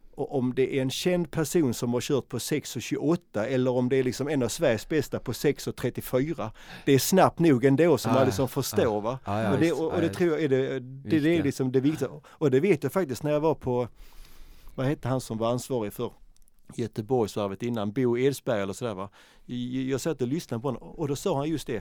Speaker 3: om det är en känd person som har kört på sex tjugoåtta eller om det är liksom en av Sveriges bästa på sex trettiofyra. Det är snabbt nog ändå som ah, man liksom förstår ah, va. Ah, ja, och, det, och, och det tror jag är det, det, det är liksom det viktiga. Och det vet jag faktiskt när jag var på, vad hette han som var ansvarig för Göteborgsvarvet innan, Bo Edsberg eller sådär va. Jag, jag satt och lyssnade på honom och då sa han just det.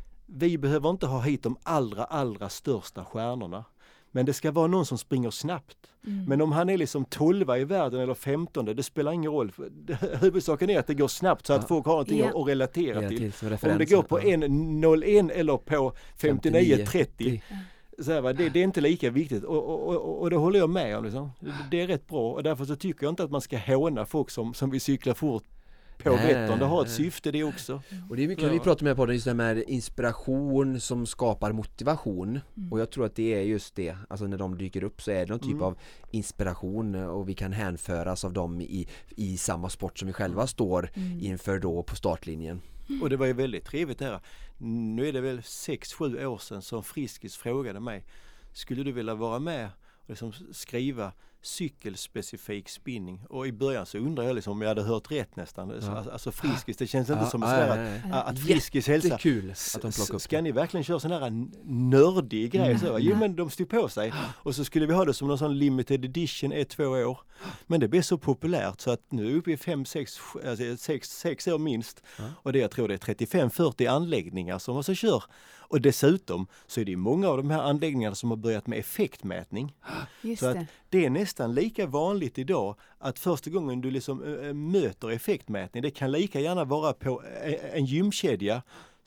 Speaker 3: Vi behöver inte ha hit de allra, allra största stjärnorna. Men det ska vara någon som springer snabbt. Mm. Men om han är liksom tolva i världen eller femtonde, det spelar ingen roll. Huvudsaken är att det går snabbt så att ja. folk har någonting yeah. att relatera yeah, till. till om det går på ja. en noll ett eller på femtionio trettio. Så här, va, det, det är inte lika viktigt och, och, och, och det håller jag med om. Liksom. Det är rätt bra och därför så tycker jag inte att man ska håna folk som, som vill cykla fort på Vättern. Det har ett syfte det också.
Speaker 2: Och det är mycket ja. vi pratar med på just det med inspiration som skapar motivation. Mm. Och jag tror att det är just det. Alltså när de dyker upp så är det någon typ mm. av inspiration och vi kan hänföras av dem i, i samma sport som vi själva står mm. inför då på startlinjen.
Speaker 3: Mm. Och det var ju väldigt trevligt här. Nu är det väl sex sju år sedan som Friskis frågade mig, skulle du vilja vara med och liksom skriva cykelspecifik spinning? Och i början så undrar jag liksom om jag hade hört rätt nästan. Ja. Alltså Friskis, det känns inte ja, som ja, ja, ja. att, att Friskis hälsa.
Speaker 2: Jättekul att de plockar upp.
Speaker 3: Ska ni verkligen köra sån här nördig grej? Mm. Så, jo men de stod på sig. Och så skulle vi ha det som någon sån limited edition ett, två år. Men det blev så populärt så att nu är vi uppe i fem, sex, alltså sex, sex år minst. Ja. Och det jag tror det är trettiofem fyrtio anläggningar som också kör. Och dessutom så är det många av de här anläggningarna som har börjat med effektmätning.
Speaker 1: Just
Speaker 3: så
Speaker 1: det.
Speaker 3: att det är nästan lika vanligt idag att första gången du liksom äh, möter effektmätning, det kan lika gärna vara på en gymkedja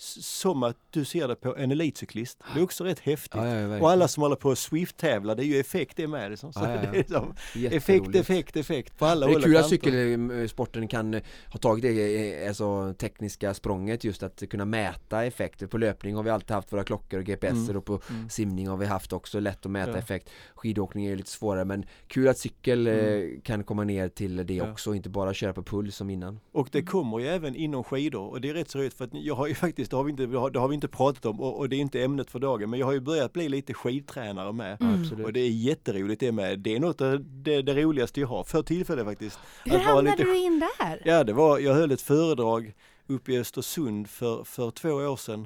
Speaker 3: som att du ser det på en elitcyklist. Det är också rätt häftigt.
Speaker 2: Ja, ja,
Speaker 3: och alla som håller på att Swift-tävla, det är ju effekt det med. Liksom. Så
Speaker 2: ja, ja, ja.
Speaker 3: det är liksom effekt, effekt, effekt på alla
Speaker 2: håll. Det är kul att
Speaker 3: kanter.
Speaker 2: cykelsporten kan ha tagit det alltså, tekniska språnget just att kunna mäta effekter. På löpning har vi alltid haft våra klockor och G P S
Speaker 3: Mm.
Speaker 2: och på
Speaker 3: Mm.
Speaker 2: simning har vi haft också lätt att mäta
Speaker 3: Ja.
Speaker 2: effekt. Skidåkning är ju lite svårare, men kul att cykel
Speaker 3: Mm.
Speaker 2: eh, kan komma ner till det
Speaker 3: Ja.
Speaker 2: också, inte bara köra på puls som innan.
Speaker 3: Och det kommer ju även inom skidor och det är rätt så roligt för att jag har ju faktiskt, det har vi inte, det har, det har vi inte pratat om och, och det är inte ämnet för dagen, men jag har ju börjat bli lite skidtränare med.
Speaker 1: Mm.
Speaker 2: Absolut.
Speaker 3: Och det är jätteroligt det med. Det är något av det, det roligaste jag har för tillfället faktiskt.
Speaker 1: Hur
Speaker 3: Att vara
Speaker 1: hamnade
Speaker 3: lite-
Speaker 1: du in där?
Speaker 3: Ja, det var, jag höll ett föredrag uppe i Östersund för, för två år sedan.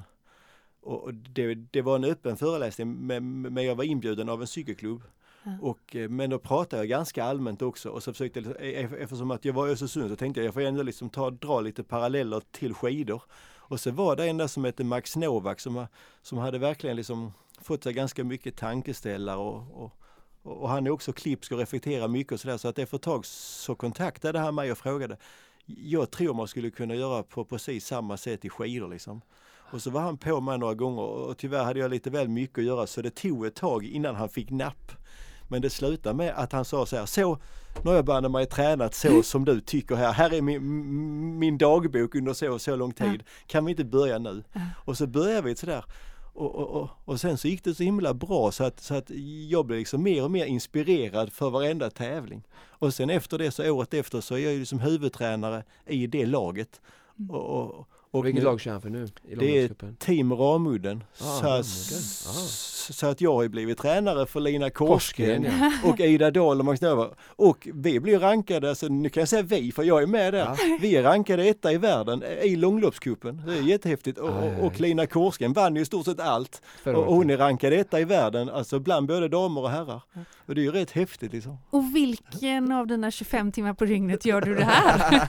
Speaker 3: Och det, det var en öppen föreläsning, men, men jag var inbjuden av en cykelklubb.
Speaker 1: Ja.
Speaker 3: Och, men då pratade jag ganska allmänt också och så försökte, eftersom att jag var i Östersund så tänkte jag jag får ändå liksom ta, dra lite paralleller till skidor. Och så var det en där som hette Max Novak som, som hade verkligen liksom fått sig ganska mycket tankeställare och, och, och han är också klipsk och reflekterar mycket och sådär, så att efter ett tag så kontaktade han mig och frågade, jag tror man skulle kunna göra på precis samma sätt i skidor liksom. Och så var han på mig några gånger och tyvärr hade jag lite väl mycket att göra så det tog ett tag innan han fick napp. Men det slutade med att han sa så här, så nu har jag bandat mig tränat så som du tycker här. Här är min, min dagbok under så så lång tid. Kan vi inte börja nu? Och så började vi sådär. Och, och, och, och sen så gick det så himla bra så att, så att jag blev liksom mer och mer inspirerad för varenda tävling. Och sen efter det så året efter så är jag ju liksom huvudtränare i det laget. Och, och, och
Speaker 2: Vilket
Speaker 3: nu-
Speaker 2: lag kör han för nu? I
Speaker 3: det är
Speaker 2: långloppscupen?
Speaker 3: Team Ramudden.
Speaker 2: Ah,
Speaker 3: så,
Speaker 2: Ramudden.
Speaker 3: s-
Speaker 2: Ah.
Speaker 3: så att jag har ju blivit tränare för Lina Korsgren
Speaker 2: Korsgren, ja.
Speaker 3: och Ida Dahl och Max Nova. Och vi blir rankade, alltså nu kan jag säga vi för jag är med där.
Speaker 2: Ja.
Speaker 3: Vi är rankade etta i världen i långloppscupen. Det är jättehäftigt. Och,
Speaker 2: Ah, ja, ja.
Speaker 3: och, och Lina Korsgren vann ju i stort sett allt.
Speaker 2: Förra
Speaker 3: Och
Speaker 2: året.
Speaker 3: hon är rankad etta i världen, alltså bland både damer och herrar. Och det är ju rätt häftigt liksom.
Speaker 1: Och vilken av dina tjugofem timmar på dygnet gör du det här?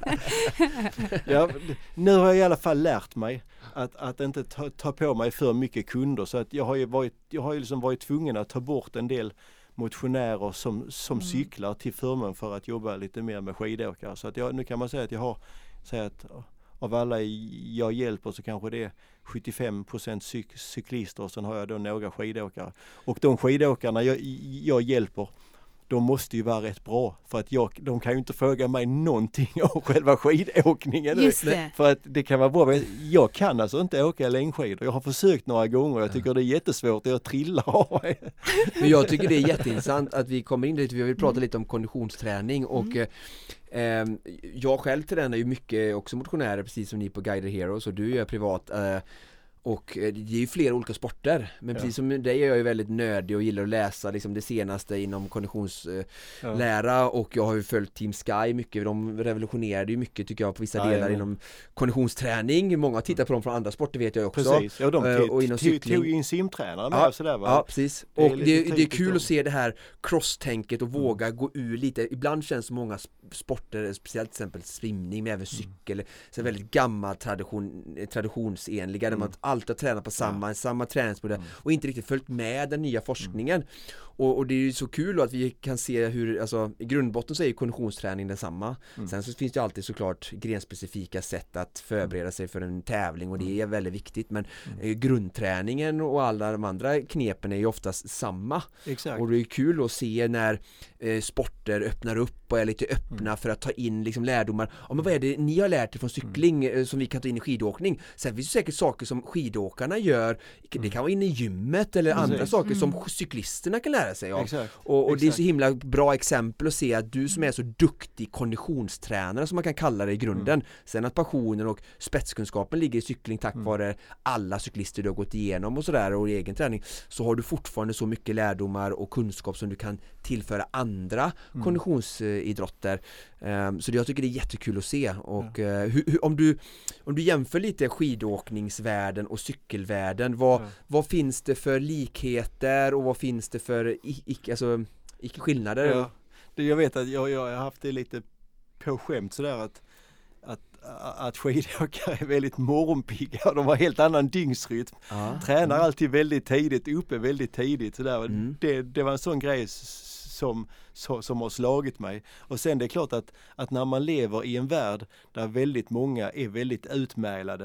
Speaker 3: Ja, nu har jag i alla fall lärt mig att, att inte ta, ta på mig för mycket kunder, så att jag har ju varit, jag har ju liksom varit tvungen att ta bort en del motionärer som, som
Speaker 1: Mm.
Speaker 3: cyklar till förmån för att jobba lite mer med skidåkare. Så att jag, nu kan man säga att jag har, säga att av alla jag hjälper så kanske det är sjuttiofem procent cyk, cyklister och sen har jag då några skidåkare. Och de skidåkarna jag, jag hjälper, de måste ju vara rätt bra för att jag, de kan ju inte fråga mig någonting om själva skidåkningen.
Speaker 1: Just det.
Speaker 3: För att det kan vara bra, men jag kan alltså inte åka längdskidor. Jag har försökt några gånger och jag tycker det är jättesvårt, jag trillar av mig.
Speaker 2: Men jag tycker det är jätteintressant att vi kommer in lite, vi vill prata lite om konditionsträning och
Speaker 1: Mm.
Speaker 2: eh, jag själv tränar ju mycket också motionärer precis som ni på Guided Heroes och du är privat eh, och eh, det är ju flera olika sporter, men
Speaker 3: Ja.
Speaker 2: precis som dig är jag ju väldigt nördig och gillar att läsa liksom det senaste inom konditionslära
Speaker 3: Ja.
Speaker 2: och jag har ju följt Team Sky mycket, de revolutionerade ju mycket tycker jag på vissa
Speaker 3: Ja,
Speaker 2: delar
Speaker 3: ja, ja.
Speaker 2: inom konditionsträning, många tittar på dem från andra sporter vet jag också.
Speaker 3: Precis, ja, de
Speaker 2: Eh,
Speaker 3: tog,
Speaker 2: och inom
Speaker 3: tog,
Speaker 2: cykling.
Speaker 3: tog ju in simtränare med
Speaker 2: Ja,
Speaker 3: och sådär va?
Speaker 2: Ja, precis.
Speaker 3: Det är
Speaker 2: Och
Speaker 3: lite
Speaker 2: det, det är
Speaker 3: typiskt
Speaker 2: kul
Speaker 3: dem.
Speaker 2: att se det här crosstänket och våga gå ur lite. Ibland känns många sp- sporter, speciellt till exempel svimning men även cykel, så väldigt gammal tradition, traditionsenliga där
Speaker 3: Mm.
Speaker 2: man alltid har tränat på samma, samma träningsmodell och inte riktigt följt med den nya forskningen. Och, och det är ju så kul då att vi kan se hur, alltså i grundbotten så är ju konditionsträning densamma.
Speaker 3: Mm.
Speaker 2: Sen så finns det ju alltid såklart grenspecifika sätt att förbereda sig för en tävling och det är väldigt viktigt, men eh, grundträningen och alla de andra knepen är ju oftast samma.
Speaker 3: Exakt.
Speaker 2: Och det är kul att se när eh, sporter öppnar upp och är lite öppna
Speaker 3: Mm.
Speaker 2: för att ta in liksom lärdomar. Ja, men vad är det ni har lärt er från cykling eh, som vi kan ta in i skidåkning? Sen finns det säkert saker som skidåkarna gör, det kan vara inne i gymmet eller
Speaker 3: Precis.
Speaker 2: andra saker som
Speaker 1: Mm.
Speaker 2: cyklisterna kan lära sig av.
Speaker 3: Exakt.
Speaker 2: Och, och det är så
Speaker 3: Exakt.
Speaker 2: himla bra exempel att se att du som är så duktig konditionstränare som man kan kalla det i grunden,
Speaker 3: Mm.
Speaker 2: sen att passionen och spetskunskapen ligger i cykling tack
Speaker 3: Mm.
Speaker 2: vare alla cyklister du har gått igenom och sådär och i egen träning, så har du fortfarande så mycket lärdomar och kunskap som du kan tillföra andra
Speaker 3: Mm.
Speaker 2: konditionsidrotter. Um, så det, jag tycker det är jättekul att se och uh, hur, hur, om, du, om du jämför lite skidåkningsvärlden och cykelvärlden, vad,
Speaker 3: Ja.
Speaker 2: vad finns det för likheter och vad finns det för i, icke, alltså, icke skillnader?
Speaker 3: Ja. Det, jag vet att jag, jag har haft det lite på skämt sådär att, att, att skidåkare är väldigt morgonpigga och de har helt annan dygnsrytm.
Speaker 2: Ja.
Speaker 3: Tränar alltid väldigt tidigt, uppe väldigt tidigt. Sådär.
Speaker 2: Mm.
Speaker 3: Det, det var en sån grej s- som, som, som har slagit mig. Och sen det är klart att, att när man lever i en värld där väldigt många är väldigt utmärglade,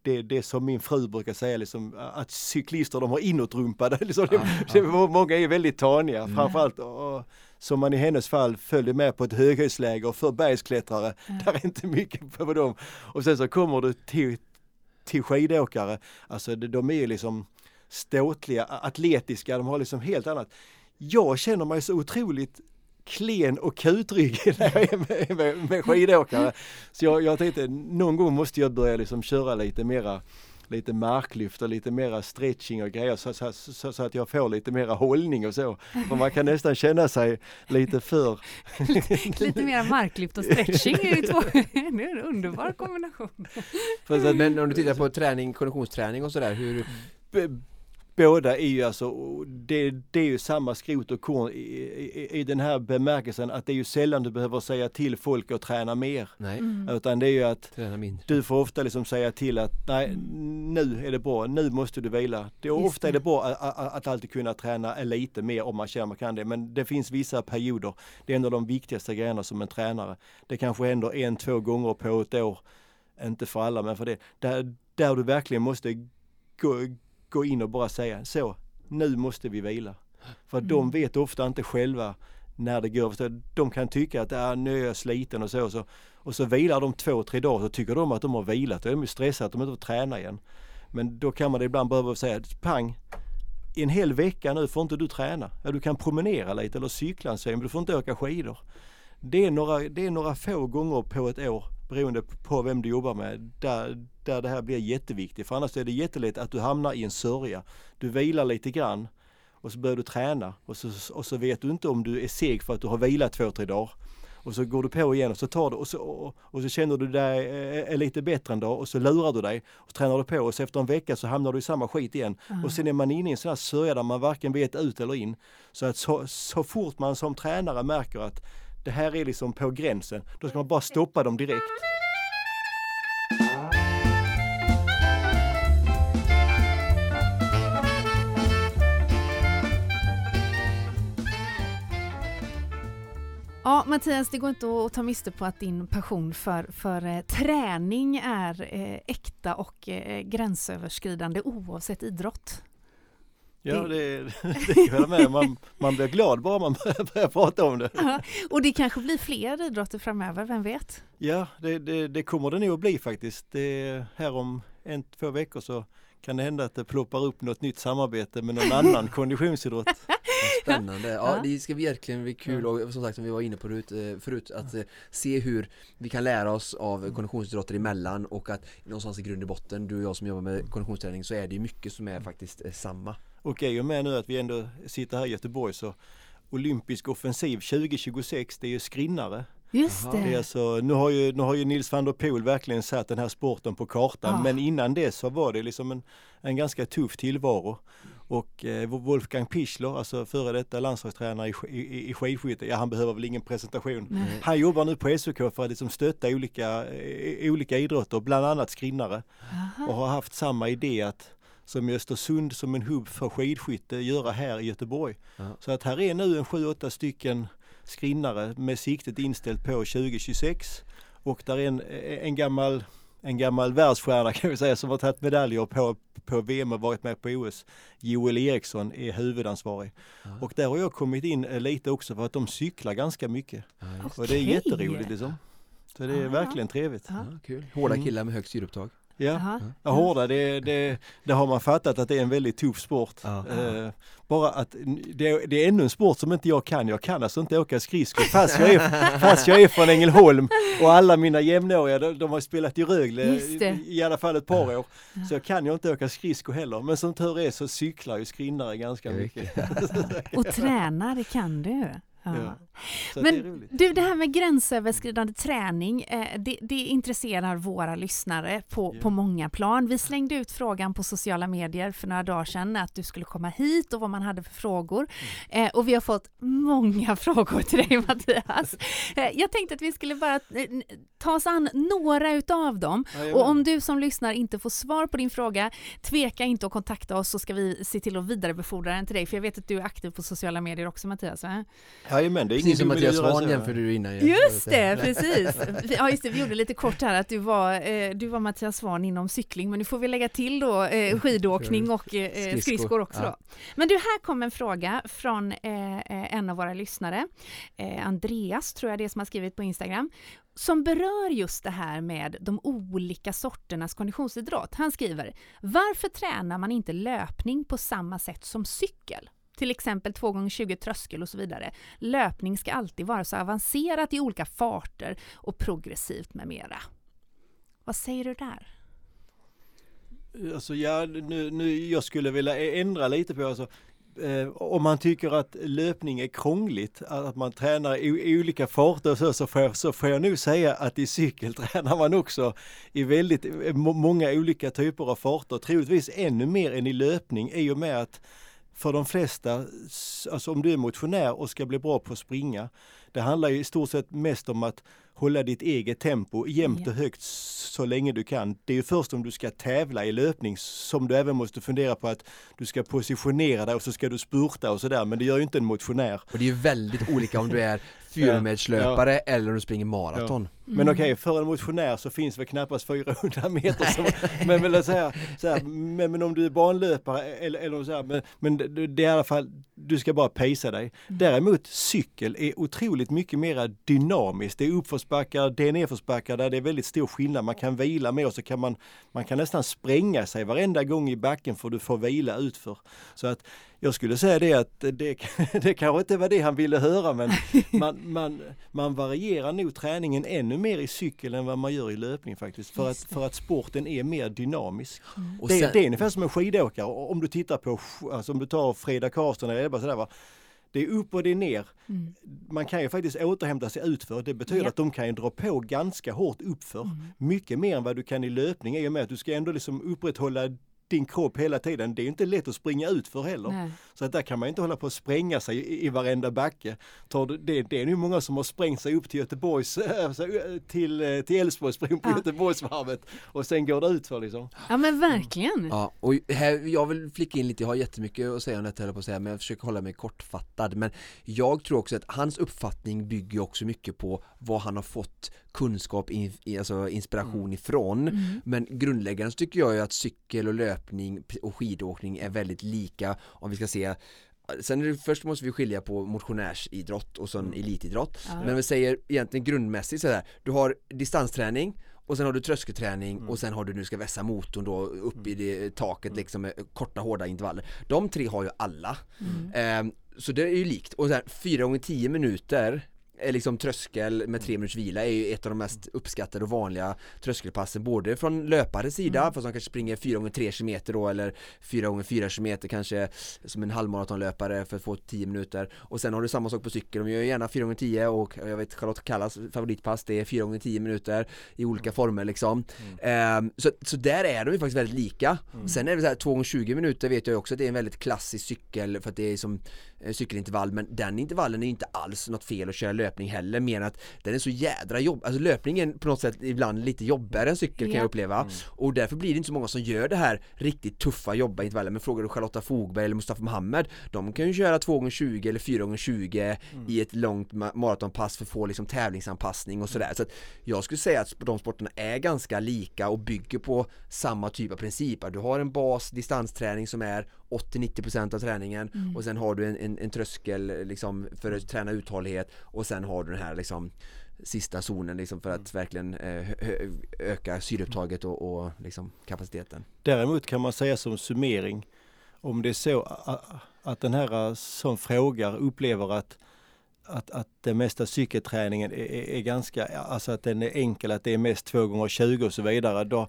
Speaker 3: det, det som min fru brukar säga, liksom, att cyklister de har inåtrumpade. Liksom,
Speaker 2: Ja,
Speaker 3: det,
Speaker 2: ja.
Speaker 3: Många är väldigt taniga,
Speaker 1: Mm.
Speaker 3: framförallt och, som man i hennes fall följde med på ett höghöjdsläger för bergsklättrare.
Speaker 1: Mm.
Speaker 3: Där är inte mycket på dem. Och sen så kommer du till, till skidåkare. Alltså de, de är ju liksom ståtliga, atletiska, de har liksom helt annat. Jag känner mig så otroligt klen och kutrygg när jag är med, med, med skidåkare. Så jag, jag tänkte, någon gång måste jag börja liksom köra lite mera, lite marklyft och lite mera stretching och grejer så, så, så, så att jag får lite mera hållning och så. För man kan nästan känna sig lite för...
Speaker 1: Lite mer marklyft och stretching är ju två. Det är en underbar kombination.
Speaker 3: för att,
Speaker 2: Men om du tittar på träning, konditionsträning och sådär, hur...
Speaker 3: b- Båda är ju alltså, det, det är ju samma skrot och korn i, i, i den här bemärkelsen att det är ju sällan du behöver säga till folk att träna mer.
Speaker 2: Nej,
Speaker 1: Mm.
Speaker 3: Utan det är ju att
Speaker 2: träna mindre.
Speaker 3: du får ofta liksom säga till att nej, nu är det bra, nu måste du vila. Det är
Speaker 1: Just
Speaker 3: ofta är
Speaker 1: det.
Speaker 3: det bra att, att, att alltid kunna träna lite mer om man känner man kan det. Men det finns vissa perioder, det är en av de viktigaste grejerna som en tränare. Det kanske händer en, två gånger på ett år, inte för alla men för det. Där, där du verkligen måste gå, gå in och bara säga så, nu måste vi vila. För
Speaker 1: Mm.
Speaker 3: de vet ofta inte själva när det går. Så de kan tycka att ah, nu är jag sliten och så, och så. Och så vilar de två, tre dagar så tycker de att de har vilat. Då är de ju stressade att de inte får träna igen. Men då kan man ibland behöva säga, pang, i en hel vecka nu får inte du träna. Ja, du kan promenera lite eller cykla en sväng, men du får inte åka skidor. Det är några, det är några få gånger på ett år, beroende på vem du jobbar med, där, där det här blir jätteviktigt. För annars är det jättelätt att du hamnar i en sörja. Du vilar lite grann och så börjar du träna och så, och så vet du inte om du är seg för att du har vilat två, tre dagar. Och så går du på igen och så tar du och så, och, och så känner du dig är lite bättre en dag och så lurar du dig och så tränar du på och så efter en vecka så hamnar du i samma skit igen.
Speaker 1: Mm.
Speaker 3: Och sen är man inne i en sån här sörja där man varken vet ut eller in. Så att så, så fort man som tränare märker att det här är liksom på gränsen, då ska man bara stoppa dem direkt.
Speaker 1: Ja, Mattias, det går inte att ta miste på att din passion för, för eh, träning är eh, äkta och eh, gränsöverskridande oavsett idrott.
Speaker 3: Ja, det, det kan jag med. Man, man blir glad bara man börjar prata om det.
Speaker 1: Ja, och det kanske blir fler idrotter framöver, vem vet?
Speaker 3: Ja, det, det, det kommer det nog att bli faktiskt. Det, här om en, två veckor så kan det hända att det ploppar upp något nytt samarbete med någon annan konditionsidrott.
Speaker 2: Spännande. Ja,
Speaker 1: Ja.
Speaker 2: det ska verkligen bli kul och som sagt som vi var inne på förut, eh, förut att eh, se hur vi kan lära oss av konditionsidrotter emellan och att någonstans i grund i botten, du och jag som jobbar med konditionsträning, så är det ju mycket som är faktiskt eh, samma.
Speaker 3: Och i och med nu att vi ändå sitter här i Göteborg så olympisk offensiv tjugo tjugosex, det är ju skrinnare.
Speaker 1: Just
Speaker 2: Aha.
Speaker 1: det.
Speaker 3: Det är alltså, nu, har ju, nu har ju Nils van der Poel verkligen satt den här sporten på kartan,
Speaker 1: Ah.
Speaker 3: men innan det så var det liksom en, en ganska tuff tillvaro. Och eh, Wolfgang Pichler, alltså före detta landslagstränare i, i, i skidskytte, ja han behöver väl ingen presentation.
Speaker 1: Nej.
Speaker 3: Han jobbar nu på S O K för att liksom stötta olika, eh, olika idrotter, bland annat skrinnare.
Speaker 1: Aha.
Speaker 3: Och har haft samma idé att som i Östersund som en hubb för skidskytte göra här i Göteborg.
Speaker 2: Ja.
Speaker 3: Så att här är nu en sju åtta stycken skrinnare med siktet inställt på tjugo tjugosex och där är en, en gammal en gammal världsstjärna kan vi säga som har tagit medaljer på, på V M och varit med på O S. Joel Eriksson är huvudansvarig.
Speaker 2: Ja.
Speaker 3: Och där har jag kommit in lite också för att de cyklar ganska mycket.
Speaker 2: Ja, just.
Speaker 3: Och det är
Speaker 1: Okej.
Speaker 3: jätteroligt liksom. Så det är
Speaker 1: Ja.
Speaker 3: verkligen trevligt.
Speaker 1: Ja.
Speaker 2: Ja, kul. Hårda
Speaker 3: Mm.
Speaker 2: killar med högt syreupptag.
Speaker 3: Ja.
Speaker 1: Jaha.
Speaker 3: Ja, hårda, det, det, det har man fattat att det är en väldigt tuff sport.
Speaker 2: Ja.
Speaker 3: Eh, bara att det, det är ännu en sport som inte jag kan. Jag kan alltså inte åka skridskor fast jag är, fast jag är från Ängelholm och alla mina jämnåriga de, de har spelat i Rögle
Speaker 1: Just det.
Speaker 3: i, i alla fall ett par år.
Speaker 1: Ja.
Speaker 3: Så jag kan ju inte åka skridskor heller. Men som tur är så cyklar ju skrinnare ganska
Speaker 2: Det är
Speaker 3: mycket.
Speaker 1: Och träna, det kan du. Ja.
Speaker 3: Ja. Så
Speaker 1: Men
Speaker 3: det är roligt.
Speaker 1: Du, det här med gränsöverskridande träning, eh, det, det intresserar våra lyssnare på,
Speaker 3: Ja.
Speaker 1: på många plan. Vi slängde ut frågan på sociala medier för några dagar sedan att du skulle komma hit och vad man hade för frågor. Eh, och vi har fått många frågor till dig, Mattias. Eh, jag tänkte att vi skulle bara eh, ta oss an några utav dem.
Speaker 3: Jajamän.
Speaker 1: Och om du som lyssnar inte får svar på din fråga, tveka inte att kontakta oss så ska vi se till att vidarebefordra den till dig. För jag vet att du är aktiv på sociala medier också, Mattias. Va?
Speaker 3: Jajamän, det är
Speaker 2: Precis som
Speaker 3: ingen dum idé
Speaker 2: Mattias
Speaker 3: att göra
Speaker 2: Svahn
Speaker 3: så.
Speaker 2: jämförde du innan. ju.
Speaker 1: Just det, precis. Ja, just det, vi gjorde lite kort här att du var, eh, du var Mattias Svahn inom cykling, men nu får vi lägga till då eh, skidåkning och eh, skridskor. skridskor också.
Speaker 2: Ja.
Speaker 1: Då. Men du, här kom en fråga från eh, en av våra lyssnare, eh, Andreas tror jag det är som har skrivit på Instagram, som berör just det här med de olika sorternas konditionsidrott. Han skriver, varför tränar man inte löpning på samma sätt som cykel? Till exempel två gånger tjugo tröskel och så vidare. Löpning ska alltid vara så avancerat i olika farter och progressivt med mera. Vad säger du där?
Speaker 3: Alltså ja, nu, nu, jag skulle vilja ändra lite på alltså, eh, om man tycker att löpning är krångligt, att man tränar i, i olika farter och så, så, får jag, så får jag nu säga att i cykel tränar man också i väldigt må, många olika typer av farter, troligtvis ännu mer än i löpning, i och med att för de flesta, alltså om du är motionär och ska bli bra på att springa, det handlar ju i stort sett mest om att hålla ditt eget tempo jämnt och högt så länge du kan. Det är ju först om du ska tävla i löpning som du även måste fundera på att du ska positionera dig och så ska du spurta och sådär, men det gör ju inte en motionär.
Speaker 2: Och det är ju väldigt olika om du är fyrmedslöpare ja. eller om du springer maraton.
Speaker 3: Ja. Men okej, okay, för en motionär så finns väl knappast fyrahundra meter som, men, men, så här, så här, men, men om du är banlöpare eller, eller så här, men, men det, det är i alla fall, du ska bara pacea dig. Däremot cykel är otroligt mycket mer dynamiskt. Det är uppförsbackar, det är nedförsbackar där det är väldigt stor skillnad. Man kan vila med och så kan man, man kan nästan spränga sig varenda gång i backen för du får vila utför. Så att jag skulle säga det att det, det kanske inte var det han ville höra, men man, man, man varierar nog träningen ännu mer i cykel än vad man gör i löpning faktiskt. För att, för att sporten är mer dynamisk. Mm. Det, sen, det är ungefär som en skidåkare. Om du tittar på, alltså om du tar Frida Karlsson eller bara sådär va. Det är upp och det är ner. Mm. Man kan ju faktiskt återhämta sig utför. Det betyder ja. att de kan ju dra på ganska hårt uppför. Mm. Mycket mer än vad du kan i löpning. I och med att du ska ändå liksom upprätthålla din kropp hela tiden. Det är inte lätt att springa ut för heller. Nej. Så att där kan man inte hålla på att spränga sig i, i varenda backe. Det, det är nu många som har sprängt sig upp till Göteborgs, alltså, till, till Älvsborgs spring på ja. Göteborgsvarvet och sen går det ut för liksom.
Speaker 1: Ja men verkligen.
Speaker 2: Ja, och här, jag vill flicka in lite, jag har jättemycket att säga om detta, på att säga, men jag försöker hålla mig kortfattad. Men jag tror också att hans uppfattning bygger också mycket på vad han har fått kunskap, in, alltså inspiration mm. ifrån. Mm. Men grundläggande så tycker jag ju att cykel och löpning och skidåkning är väldigt lika, om vi ska se. Sen är det, först måste vi skilja på motionärsidrott och sån elitidrott. Ja. Men vi säger egentligen grundmässigt så här, du har distansträning och sen har du tröskelträning mm. och sen har du nu ska vässa motorn då upp i det taket mm. liksom med korta hårda intervaller. De tre har ju alla. Mm. Eh, så det är ju likt. Och så här, fyra gånger tio minuter är liksom tröskel med tre minuters vila är ju ett av de mest uppskattade och vanliga tröskelpassen, både från löpares sida, mm. för som kanske springer fyra gånger tre kilometer då, eller fyra gånger fyra kilometer kanske som en halvmaratonlöpare för att få tio minuter, och sen har du samma sak på cykel, de gör gärna fyra gånger tio, och jag vet Charlotte Kallas favoritpass, det är fyra gånger tio minuter i olika former liksom. Mm. Um, så, så där är de ju faktiskt väldigt lika. Mm. Sen är det så här, två gånger tjugo minuter vet jag också att det är en väldigt klassisk cykel, för att det är som eh, cykelintervall, men den intervallen är ju inte alls något fel att köra löpning heller, mer att den är så jädra jobb, alltså löpningen på något sätt ibland lite jobbigare än cykel, yeah. kan jag uppleva. Mm. Och därför blir det inte så många som gör det här riktigt tuffa jobba intervaller. Men frågar du Charlotta Fogberg eller Mustafa Mohamed, de kan ju köra två gånger tjugo eller fyra gånger tjugo mm. i ett långt maratonpass för att få liksom tävlingsanpassning och sådär. Så att jag skulle säga att de sporterna är ganska lika och bygger på samma typ av principer. Du har en bas distansträning som är åttio till nittio procent av träningen mm. och sen har du en, en, en tröskel liksom för att träna uthållighet, och sen har du den här liksom sista zonen liksom för att verkligen eh, öka syreupptaget och, och liksom kapaciteten.
Speaker 3: Däremot kan man säga som summering, om det är så att den här som frågar upplever att Att, att den mesta cykelträningen är, är, är ganska, alltså att den är enkel, att det är mest två gånger tjugo och så vidare, då,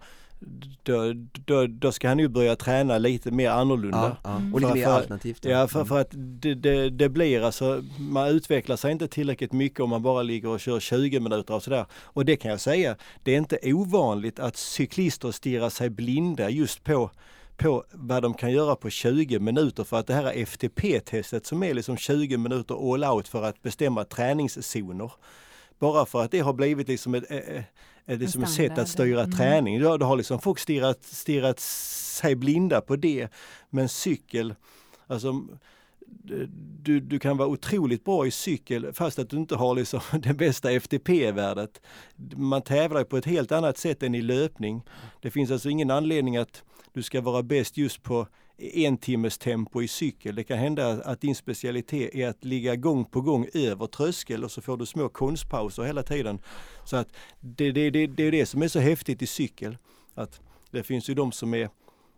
Speaker 3: då, då, då ska han ju börja träna lite mer annorlunda.
Speaker 2: Ja, ja. Och lite
Speaker 3: för,
Speaker 2: mer
Speaker 3: för,
Speaker 2: alternativt. Då.
Speaker 3: Ja, för, för att det, det, det blir alltså, man utvecklar sig inte tillräckligt mycket om man bara ligger och kör tjugo minuter och sådär. Och det kan jag säga, det är inte ovanligt att cyklister stirrar sig blinda just på på vad de kan göra på tjugo minuter, för att det här F T P-testet som är liksom tjugo minuter all out för att bestämma träningszoner, bara för att det har blivit liksom ett, ett, ett, liksom ett sätt att styra mm. träning. Då, då har liksom folk stirrat, stirrat sig blinda på det, men cykel, alltså du, du kan vara otroligt bra i cykel fast att du inte har liksom det bästa F T P-värdet. Man tävlar på ett helt annat sätt än i löpning. Det finns alltså ingen anledning att du ska vara bäst just på en timmes tempo i cykel. Det kan hända att din specialitet är att ligga gång på gång över tröskel och så får du små konstpauser hela tiden. Så att det, det, det, det är det som är så häftigt i cykel. Att det finns ju de som är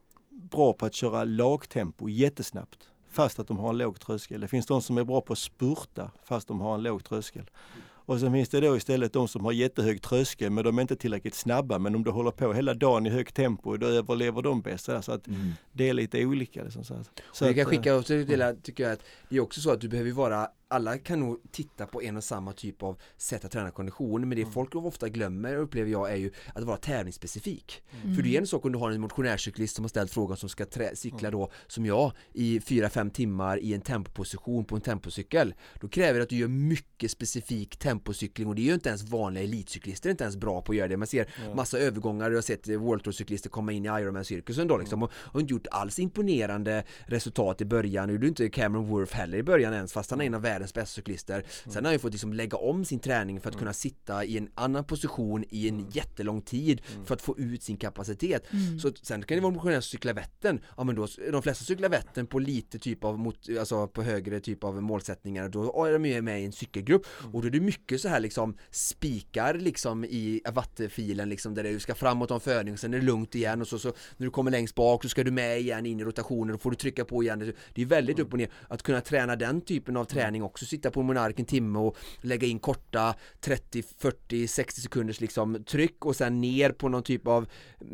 Speaker 3: bra på att köra lagtempo jättesnabbt fast att de har en låg tröskel. Det finns de som är bra på att spurta fast de har en låg tröskel. Och sen finns det då istället de som har jättehög tröskel men de är inte tillräckligt snabba. Men om du håller på hela dagen i högt tempo då överlever de bäst. Så att mm. det är lite olika. Liksom, så att, så
Speaker 2: jag kan
Speaker 3: att,
Speaker 2: skicka till det, tycker jag att det är också så att du behöver vara, alla kan nog titta på en och samma typ av sätt att träna kondition, men det mm. folk ofta glömmer, upplever jag, är ju att vara tävlingsspecifik. Mm. För det är en sak om du har en motionärcyklist som har ställt frågan som ska trä- cykla då, som jag, i fyra fem timmar i en tempoposition på en tempocykel. Då kräver det att du gör mycket specifik tempocykling, och det är ju inte ens vanliga elitcyklister inte ens bra på att göra det. Man ser mm. massa övergångar, jag har sett World Tour-cyklister komma in i Ironman-cirkusen då liksom, och har inte gjort alls imponerande resultat i början. Nu är du inte Cameron Wurf heller i början ens, fast han är en av världens bästa cyklister. Mm. Sen har han ju fått liksom lägga om sin träning för att mm. kunna sitta i en annan position i en mm. jättelång tid mm. för att få ut sin kapacitet. Mm. Så sen kan det vara motionärer som cyklar Vättern. Ja, men då, de flesta cyklar Vättern på lite typ av mot, alltså på högre typ av målsättningar. Då är de ju med i en cykelgrupp mm. och då är det mycket så här liksom spikar liksom i wattfilen liksom, där du ska framåt om förning och sen är det lugnt igen, och så, så när du kommer längst bak så ska du med igen in i rotationen och får du trycka på igen. Det är väldigt mm. upp och ner att kunna träna den typen av träning också. Sitta på en monark en timme och lägga in korta trettio, fyrtio, sextio sekunders liksom tryck och sen ner på någon typ av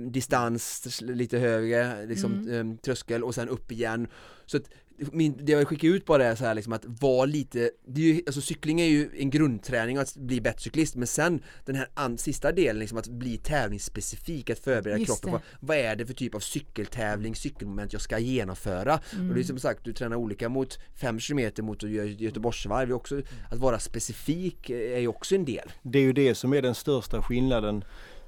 Speaker 2: distans lite högre liksom mm. tröskel och sen upp igen. Så att min, det jag skickar ut bara är så här liksom att vara lite, det är ju, alltså cykling är ju en grundträning att bli bättre cyklist, men sen den här an, sista delen liksom att bli tävlingsspecifik, att förbereda Just kroppen på vad är det för typ av cykeltävling, cykelmoment jag ska genomföra. Mm. Och det är som sagt, du tränar olika mot fem kilometer mot att göra Göteborgsvarv också, att vara specifik är ju också en del.
Speaker 3: Det är ju det som är den största skillnaden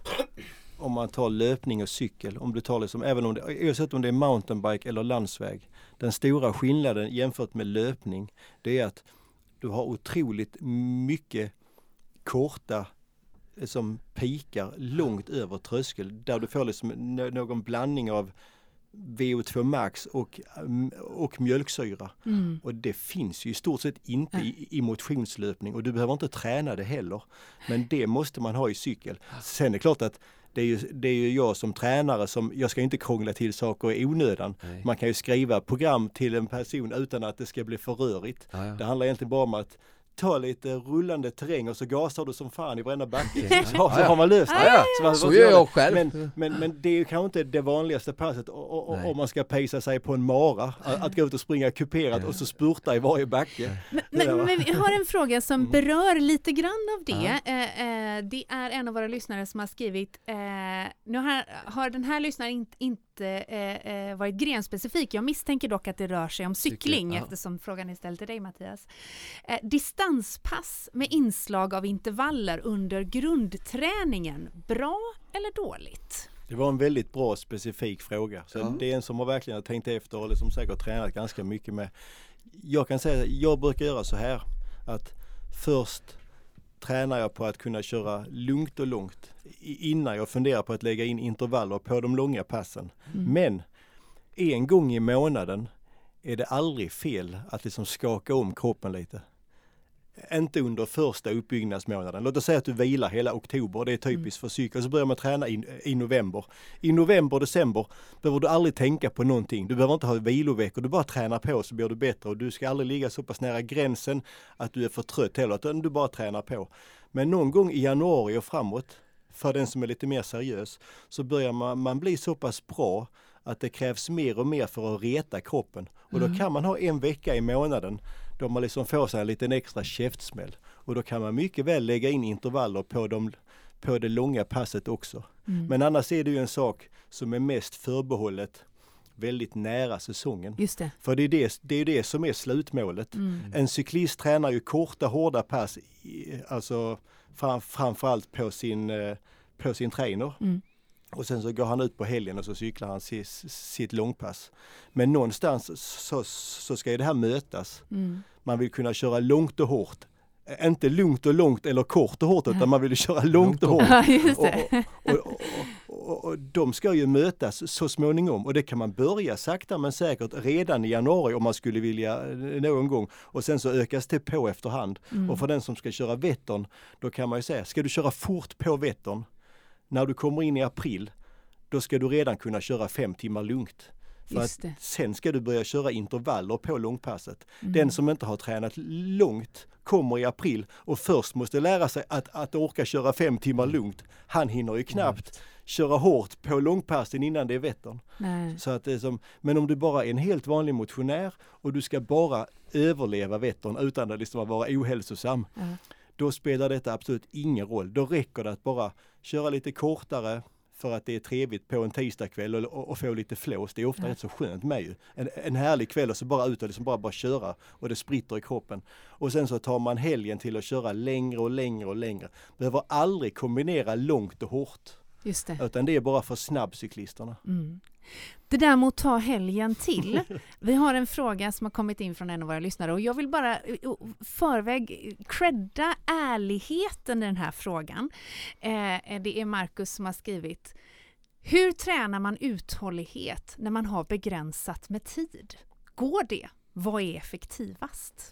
Speaker 3: om man tar löpning och cykel, om du tar liksom, även om det, oavsett om det är mountainbike eller landsväg. Den stora skillnaden jämfört med löpning, det är att du har otroligt mycket korta som pikar långt över tröskel, där du får liksom någon blandning av V O två max och, och mjölksyra. Mm. Och det finns ju i stort sett inte i, i motionslöpning, och du behöver inte träna det heller. Men det måste man ha i cykel. Sen är det klart att det är ju, det är ju jag som tränare som, jag ska inte krångla till saker i onödan. Nej. Man kan ju skriva program till en person utan att det ska bli för rörigt. Ah, ja. Det handlar egentligen bara om att ta lite rullande terräng och så gasar du som fan i varenda backe. Okay. Så, så ah, ja. har man löst det.
Speaker 2: Ah, ja. Så, man, så gör jag själv.
Speaker 3: Men, men, men det är ju kanske inte det vanligaste passet om man ska pejsa sig på en mara. Att, att gå ut och springa kuperat ja. och så spurta i varje backe.
Speaker 1: Men, men, men vi har en fråga som mm. berör lite grann av det. Ah. Eh, eh, det är en av våra lyssnare som har skrivit, eh, nu har, har den här lyssnaren inte, inte eh, varit grenspecifik. Jag misstänker dock att det rör sig om cykling, Cykel, eftersom ja. frågan är ställd till dig, Mattias. Eh, distanspass med inslag av intervaller under grundträningen, bra eller dåligt?
Speaker 3: Det var en väldigt bra specifik fråga. Så ja. det är en som har verkligen tänkt efter och liksom säkert tränat ganska mycket med. Jag kan säga att jag brukar göra så här, att först tränar jag på att kunna köra lugnt och långt innan jag funderar på att lägga in intervaller på de långa passen. Mm. Men en gång i månaden är det aldrig fel att liksom skaka om kroppen lite. Inte under första uppbyggnadsmånaden. Låt oss säga att du vilar hela oktober. Det är typiskt mm. för cykel. Så börjar man träna i, i november. I november, december behöver du aldrig tänka på någonting. Du behöver inte ha viloveckor. Du bara tränar på så blir du bättre. Och du ska aldrig ligga så pass nära gränsen att du är för trött heller. Utan du bara tränar på. Men någon gång i januari och framåt, för den som är lite mer seriös, så börjar man, man bli så pass bra att det krävs mer och mer för att reta kroppen. Och mm. då kan man ha en vecka i månaden då man liksom får sig en liten extra käftsmäll. Och då kan man mycket väl lägga in intervaller på, de, på det långa passet också. Mm. Men annars är det ju en sak som är mest förbehållet väldigt nära säsongen.
Speaker 1: Just det.
Speaker 3: För det är det, det är det som är slutmålet. Mm. En cyklist tränar ju korta, hårda pass, i, alltså fram, framförallt på sin, på sin trainer. Mm. Och sen så går han ut på helgen och så cyklar han sitt, sitt långpass. Men någonstans så, så ska ju det här mötas. Mm. Man vill kunna köra långt och hårt. Inte lugnt och långt eller kort och hårt, utan ja. man vill köra långt och hårt.
Speaker 1: Ja, just det.
Speaker 3: Och, och, och, och, och de ska ju mötas så småningom. Och det kan man börja sakta men säkert redan i januari om man skulle vilja någon gång. Och sen så ökas det på efterhand. Mm. Och för den som ska köra Vättern, då kan man ju säga, ska du köra fort på Vättern, när du kommer in i april, då ska du redan kunna köra fem timmar lugnt. För att sen ska du börja köra intervaller på långpasset. Mm. Den som inte har tränat långt kommer i april och först måste lära sig att, att orka köra fem timmar lugnt. Han hinner ju knappt mm. köra hårt på långpassen innan det är Vättern. Nej. Så att det är som, men om du bara är en helt vanlig motionär och du ska bara överleva Vättern utan att liksom vara ohälsosam, mm. då spelar detta absolut ingen roll. Då räcker det att bara köra lite kortare för att det är trevligt på en tisdagkväll och, och, och få lite flås. Det är ofta ja. rätt så skönt med ju. En, en härlig kväll och så bara ut och liksom bara, bara köra och det spritter i kroppen. Och sen så tar man helgen till att köra längre och längre och längre. Behöver aldrig kombinera långt och hårt.
Speaker 1: Just det.
Speaker 3: Utan det är bara för snabbcyklisterna.
Speaker 1: Mm. Det där med att ta helgen till. Vi har en fråga som har kommit in från en av våra lyssnare och jag vill bara förväg credda ärligheten i den här frågan. Eh, det är Marcus som har skrivit: hur tränar man uthållighet när man har begränsat med tid? Går det? Vad är effektivast?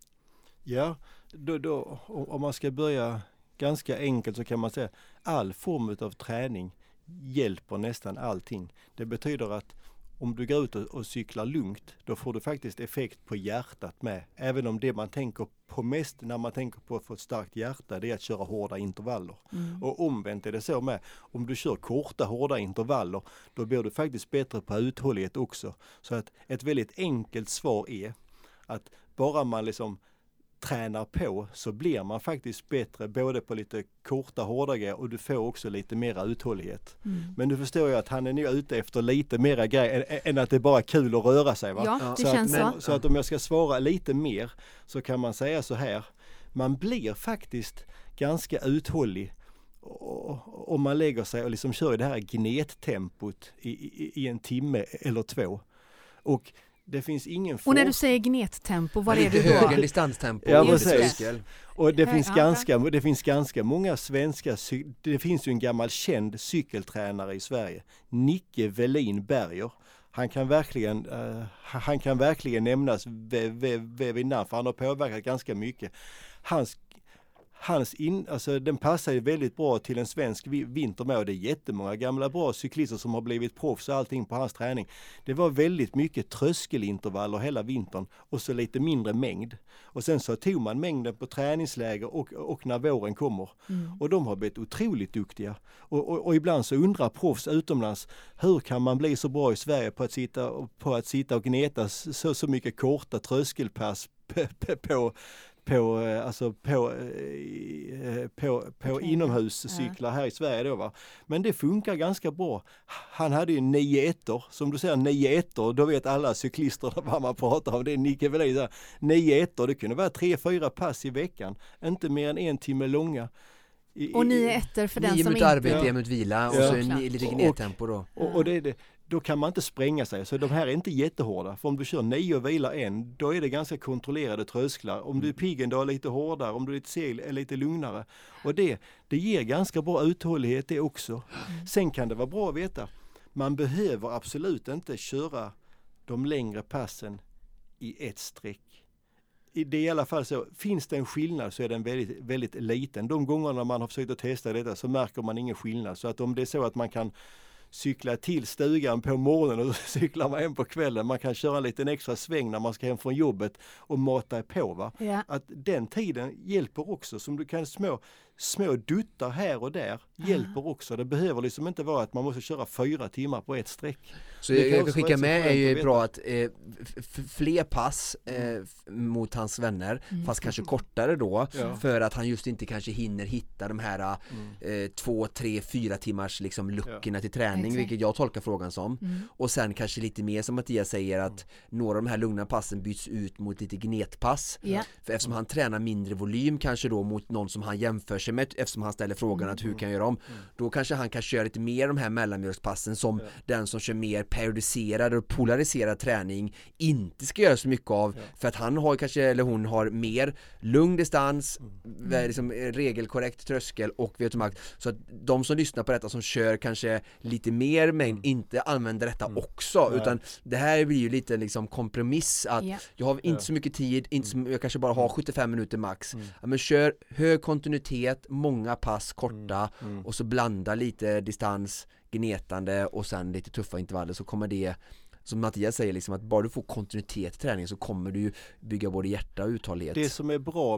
Speaker 3: Ja, då, då, om man ska börja ganska enkelt så kan man säga all form av träning hjälper nästan allting. Det betyder att om du går ut och, och cyklar lugnt, då får du faktiskt effekt på hjärtat med. Även om det man tänker på mest när man tänker på att få ett starkt hjärta, det är att köra hårda intervaller. Mm. Och omvänt är det så med. Om du kör korta, hårda intervaller, då blir du faktiskt bättre på uthållighet också. Så att ett väldigt enkelt svar är att bara man liksom tränar på så blir man faktiskt bättre både på lite korta, hårda grejer och du får också lite mera uthållighet. Mm. Men du förstår ju att han är nu ute efter lite mera grejer än, än att det är bara kul att röra sig. Va?
Speaker 1: Ja, det
Speaker 3: så
Speaker 1: känns
Speaker 3: att,
Speaker 1: så.
Speaker 3: Men, så att om jag ska svara lite mer så kan man säga så här. Man blir faktiskt ganska uthållig om man lägger sig och liksom kör i det här gnettempot i, i, i en timme eller två. Och det finns ingen
Speaker 1: och när du säger gnettempo, vad är det då?
Speaker 2: Högre distanstempo.
Speaker 3: Ja, precis. Och det finns, ganska, det finns ganska många svenska, det finns ju en gammal känd cykeltränare i Sverige, Nicke Velin Berger. Han kan verkligen, uh, han kan verkligen nämnas vid namn, för han har påverkat ganska mycket. Hans Hans in, alltså den passar ju väldigt bra till en svensk vintermål. Det är jättemånga gamla bra cyklister som har blivit proffs och allting på hans träning. Det var väldigt mycket tröskelintervaller hela vintern och så lite mindre mängd. Och sen så tog man mängden på träningsläger och, och när våren kommer. Mm. Och de har blivit otroligt duktiga. Och, och, och ibland så undrar proffs utomlands, hur kan man bli så bra i Sverige på att sitta, på att sitta och gneta så, så mycket korta tröskelpass på, på, på på alltså på på på okay. inomhuscyklar här i Sverige då, va. Men det funkar ganska bra. Han hade ju nio ettor, som du säger, nio ettor, då vet alla cyklister vad man pratar om. Det är Nicke Velin där. Nio ettor, det kunde vara tre fyra pass i veckan, inte mer än en timme långa.
Speaker 1: I, och nio ettor för den som inte...
Speaker 2: Nio minuter arbete, en minut vila och ja. så en, lite gnettempo då.
Speaker 3: Och, och, och det är det. Då kan man inte spränga sig. Så de här är inte jättehårda. För om du kör nio och vilar en, då är det ganska kontrollerade trösklar. Om du är pigg en dag lite hårdare, om du är lite seg är lite lugnare. Och det, det ger ganska bra uthållighet det också. Mm. Sen kan det vara bra att veta, man behöver absolut inte köra de längre passen i ett streck. Det är i alla fall så, finns det en skillnad så är den väldigt, väldigt liten. De gångerna man har försökt att testa detta så märker man ingen skillnad. Så att om det är så att man kan cykla till stugan på morgonen och cyklar man hem på kvällen. Man kan köra en liten extra sväng när man ska hem från jobbet och mata på. Va? Ja. Att den tiden hjälper också. Som du kan små, små duttar här och där hjälper också. Det behöver liksom inte vara att man måste köra fyra timmar på ett streck.
Speaker 2: Så jag, jag kan skicka med är ju bra att eh, f- fler pass eh, mot hans vänner, mm. fast kanske kortare då, ja. för att han just inte kanske hinner hitta de här mm. eh, två, tre, fyra timmars liksom luckorna ja. till träning, okay. vilket jag tolkar frågan som. Mm. Och sen kanske lite mer som Mattias säger att mm. några av de här lugna passen byts ut mot lite gnetpass. Ja. För eftersom han tränar mindre volym kanske då mot någon som han jämför sig dagprogrammet eftersom han ställer frågan
Speaker 3: mm.
Speaker 2: att hur kan jag göra om? Mm. Då kanske han kan köra lite mer de här mellanmjölkspassen som ja. den som kör mer periodiserad och polariserad träning inte ska göra så mycket av ja. för att han har kanske, eller hon har mer lugn distans, mm. liksom, regelkorrekt tröskel och vetomakt. Så att de som lyssnar på detta som kör kanske lite mer mängd mm. inte använder detta mm. också, Nej. utan det här blir ju lite liksom kompromiss att yeah. jag har inte ja. så mycket tid, inte så, jag kanske bara har sjuttiofem minuter max. Mm. Ja, men kör hög kontinuitet, många pass korta mm. Mm. och så blanda lite distans, gnetande och sen lite tuffa intervaller, så kommer det, som Mattias säger, liksom, att bara du får kontinuitet i träningen så kommer du ju bygga både hjärta och uthållighet.
Speaker 3: Det som är bra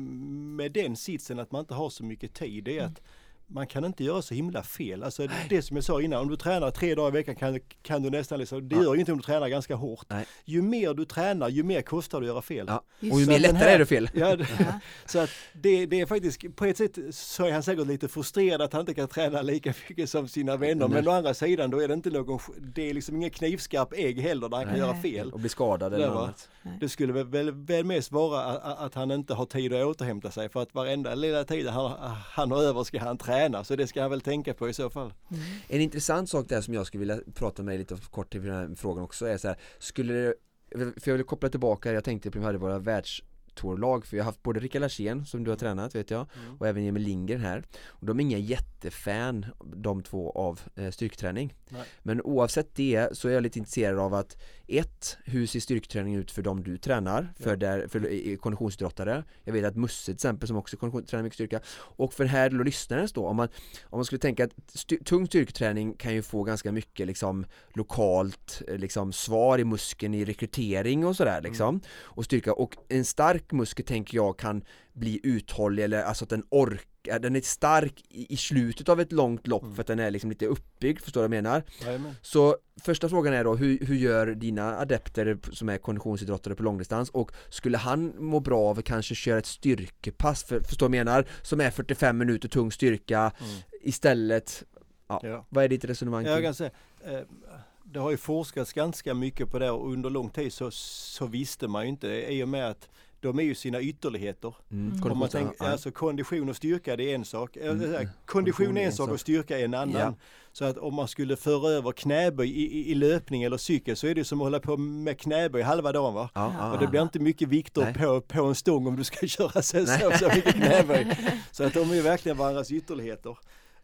Speaker 3: med den sitsen att man inte har så mycket tid är mm. att man kan inte göra så himla fel. Alltså det som jag sa innan, om du tränar tre dagar i veckan kan, kan du nästan liksom, det ja. gör inget om du tränar ganska hårt. Nej. Ju mer du tränar, ju mer kostar det att göra fel.
Speaker 2: Ja. Och ju mer lättare här, är det fel.
Speaker 3: Ja, det, ja. Så att det, det är faktiskt, på ett sätt så är han säkert lite frustrerad att han inte kan träna lika mycket som sina vänner. Nej. Men å andra sidan då är det inte någon, det är liksom ingen knivskarp ägg heller där han Nej. kan göra fel.
Speaker 2: Och bli skadad eller något.
Speaker 3: Det skulle väl, väl, väl mest vara att, att han inte har tid att återhämta sig, för att varenda lilla tid han, han har över ska han träna, så det ska han väl tänka på i så fall.
Speaker 2: Mm. En intressant sak där som jag skulle vilja prata med lite kort till den här frågan också är så här, skulle det, för jag vill koppla tillbaka, jag tänkte på att vi hade våra världstourlag, för jag har haft både Rickard Larsén som du har tränat vet jag, mm. och även Emil Lindgren här, och de är inga jättefan de två av eh, styrketräning. Nej. Men oavsett det så är jag lite intresserad av att ett, hur ser styrketräning ut för dem du tränar, för, ja. där, för konditionsidrottare. Jag vet att Musse till exempel som också tränar mycket styrka, och för här då lyssnarens då, om man, om man skulle tänka att styr, tung styrketräning kan ju få ganska mycket liksom lokalt liksom svar i muskeln i rekrytering och sådär liksom, mm. och styrka, och en stark muskel tänker jag kan bli uthållig, eller alltså att den orkar, den är stark i, i slutet av ett långt lopp mm. för att den är liksom lite uppbyggd, förstår du vad jag menar? Jajamän. Så första frågan är då, hur, hur gör dina adepter som är konditionsidrottare på långdistans, och skulle han må bra av att kanske köra ett styrkepass, för, förstår du vad jag menar, som är fyrtiofem minuter tung styrka mm. istället, ja. Ja. Vad är ditt resonemang?
Speaker 3: Jag kan säga, eh, det har ju forskats ganska mycket på det, och under lång tid så, så visste man ju inte, i och med att de är ju sina ytterligheter. Mm. Om man tänker, alltså kondition och styrka, det är en sak. Mm. Kondition är en sak och styrka är en annan. Ja. Så att om man skulle föra över knäböj i, i, i löpning eller cykel, så är det som att hålla på med knäböj halva dagen, va? Ja. Och det blir inte mycket vikter på, på en stång om du ska köra så, så, så mycket knäböj. Så att de är verkligen varandras ytterligheter.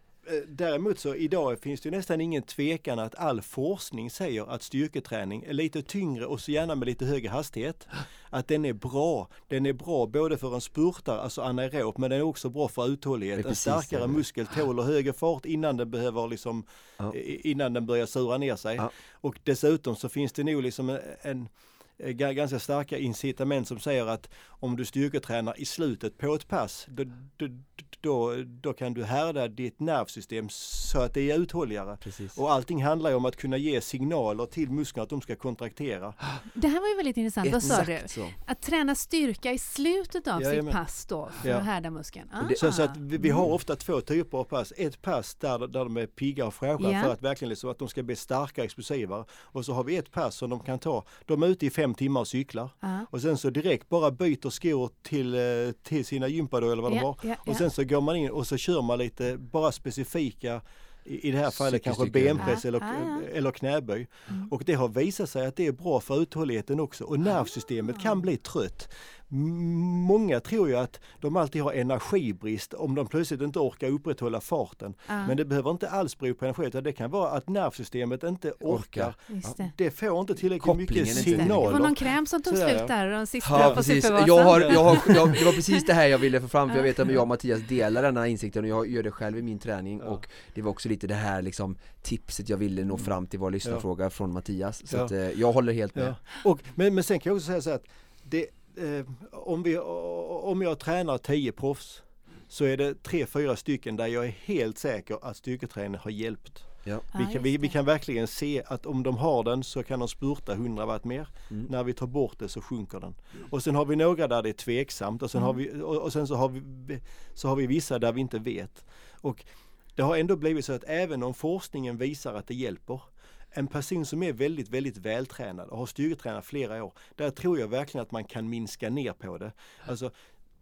Speaker 3: Däremot så idag finns det nästan ingen tvekan att all forskning säger att styrketräning är lite tyngre och så gärna med lite högre hastighet. Att den är bra. Den är bra både för en spurtare, alltså anaerob, men den är också bra för uthållighet. En starkare muskel tåler högre fart innan den behöver liksom, ja. innan den börjar sura ner sig. Ja. Och dessutom så finns det nog liksom en, en ganska starka incitament som säger att om du styrketränar i slutet på ett pass, då, då, då, då kan du härda ditt nervsystem så att det är uthålligare. Precis. Och allting handlar ju om att kunna ge signaler till musklerna att de ska kontraktera.
Speaker 1: Det här var ju väldigt intressant. Vad sa du? Att träna styrka i slutet av ja, sitt men, pass då för ja. att härda muskeln. Ah.
Speaker 3: Så, så att vi, vi har ofta två typer av pass. Ett pass där, där de är pigga och fräscha yeah. för att verkligen liksom att de ska bli starka och explosiva. Och så har vi ett pass som de kan ta. De är ute i fem timmar och cyklar. Ah. Och sen så direkt bara byter skor till, till sina gympador eller vad yeah, de har. Yeah, och sen så går man in och så kör man lite bara specifika, i, i det här fallet kanske benpress ja. eller, ah, ja. eller knäböj. Mm. Och det har visat sig att det är bra för uthålligheten också. Och nervsystemet ah. kan bli trött. Många tror ju att de alltid har energibrist om de plötsligt inte orkar upprätthålla farten. Ah. Men det behöver inte alls bero på energi, utan det kan vara att nervsystemet inte orkar. Det. det får inte tillräckligt Kopplingen mycket signaler.
Speaker 1: Det var någon kräm som tog slut där. De sista ja,
Speaker 2: precis. Jag har, jag har, jag, det var precis det här jag ville få fram, för jag vet att jag och Mattias delar denna insikten och jag gör det själv i min träning. Ja. Och det var också lite det här liksom, tipset jag ville nå fram till vår lyssnarfråga ja. från Mattias. Så ja. att, eh, jag håller helt med. Ja.
Speaker 3: Och, men, men sen kan jag också säga så att det Eh, om, vi, om jag tränar tio proffs så är det tre, fyra stycken där jag är helt säker att styrketräning har hjälpt. Ja. Vi, kan, vi, vi kan verkligen se att om de har den så kan de spurta hundra watt mer. Mm. När vi tar bort det så sjunker den. Och sen har vi några där det är tveksamt och sen, mm. har, vi, och, och sen så, har vi, så har vi vissa där vi inte vet. Och det har ändå blivit så att även om forskningen visar att det hjälper, en person som är väldigt, väldigt vältränad och har styrketränat flera år, där tror jag verkligen att man kan minska ner på det. Alltså,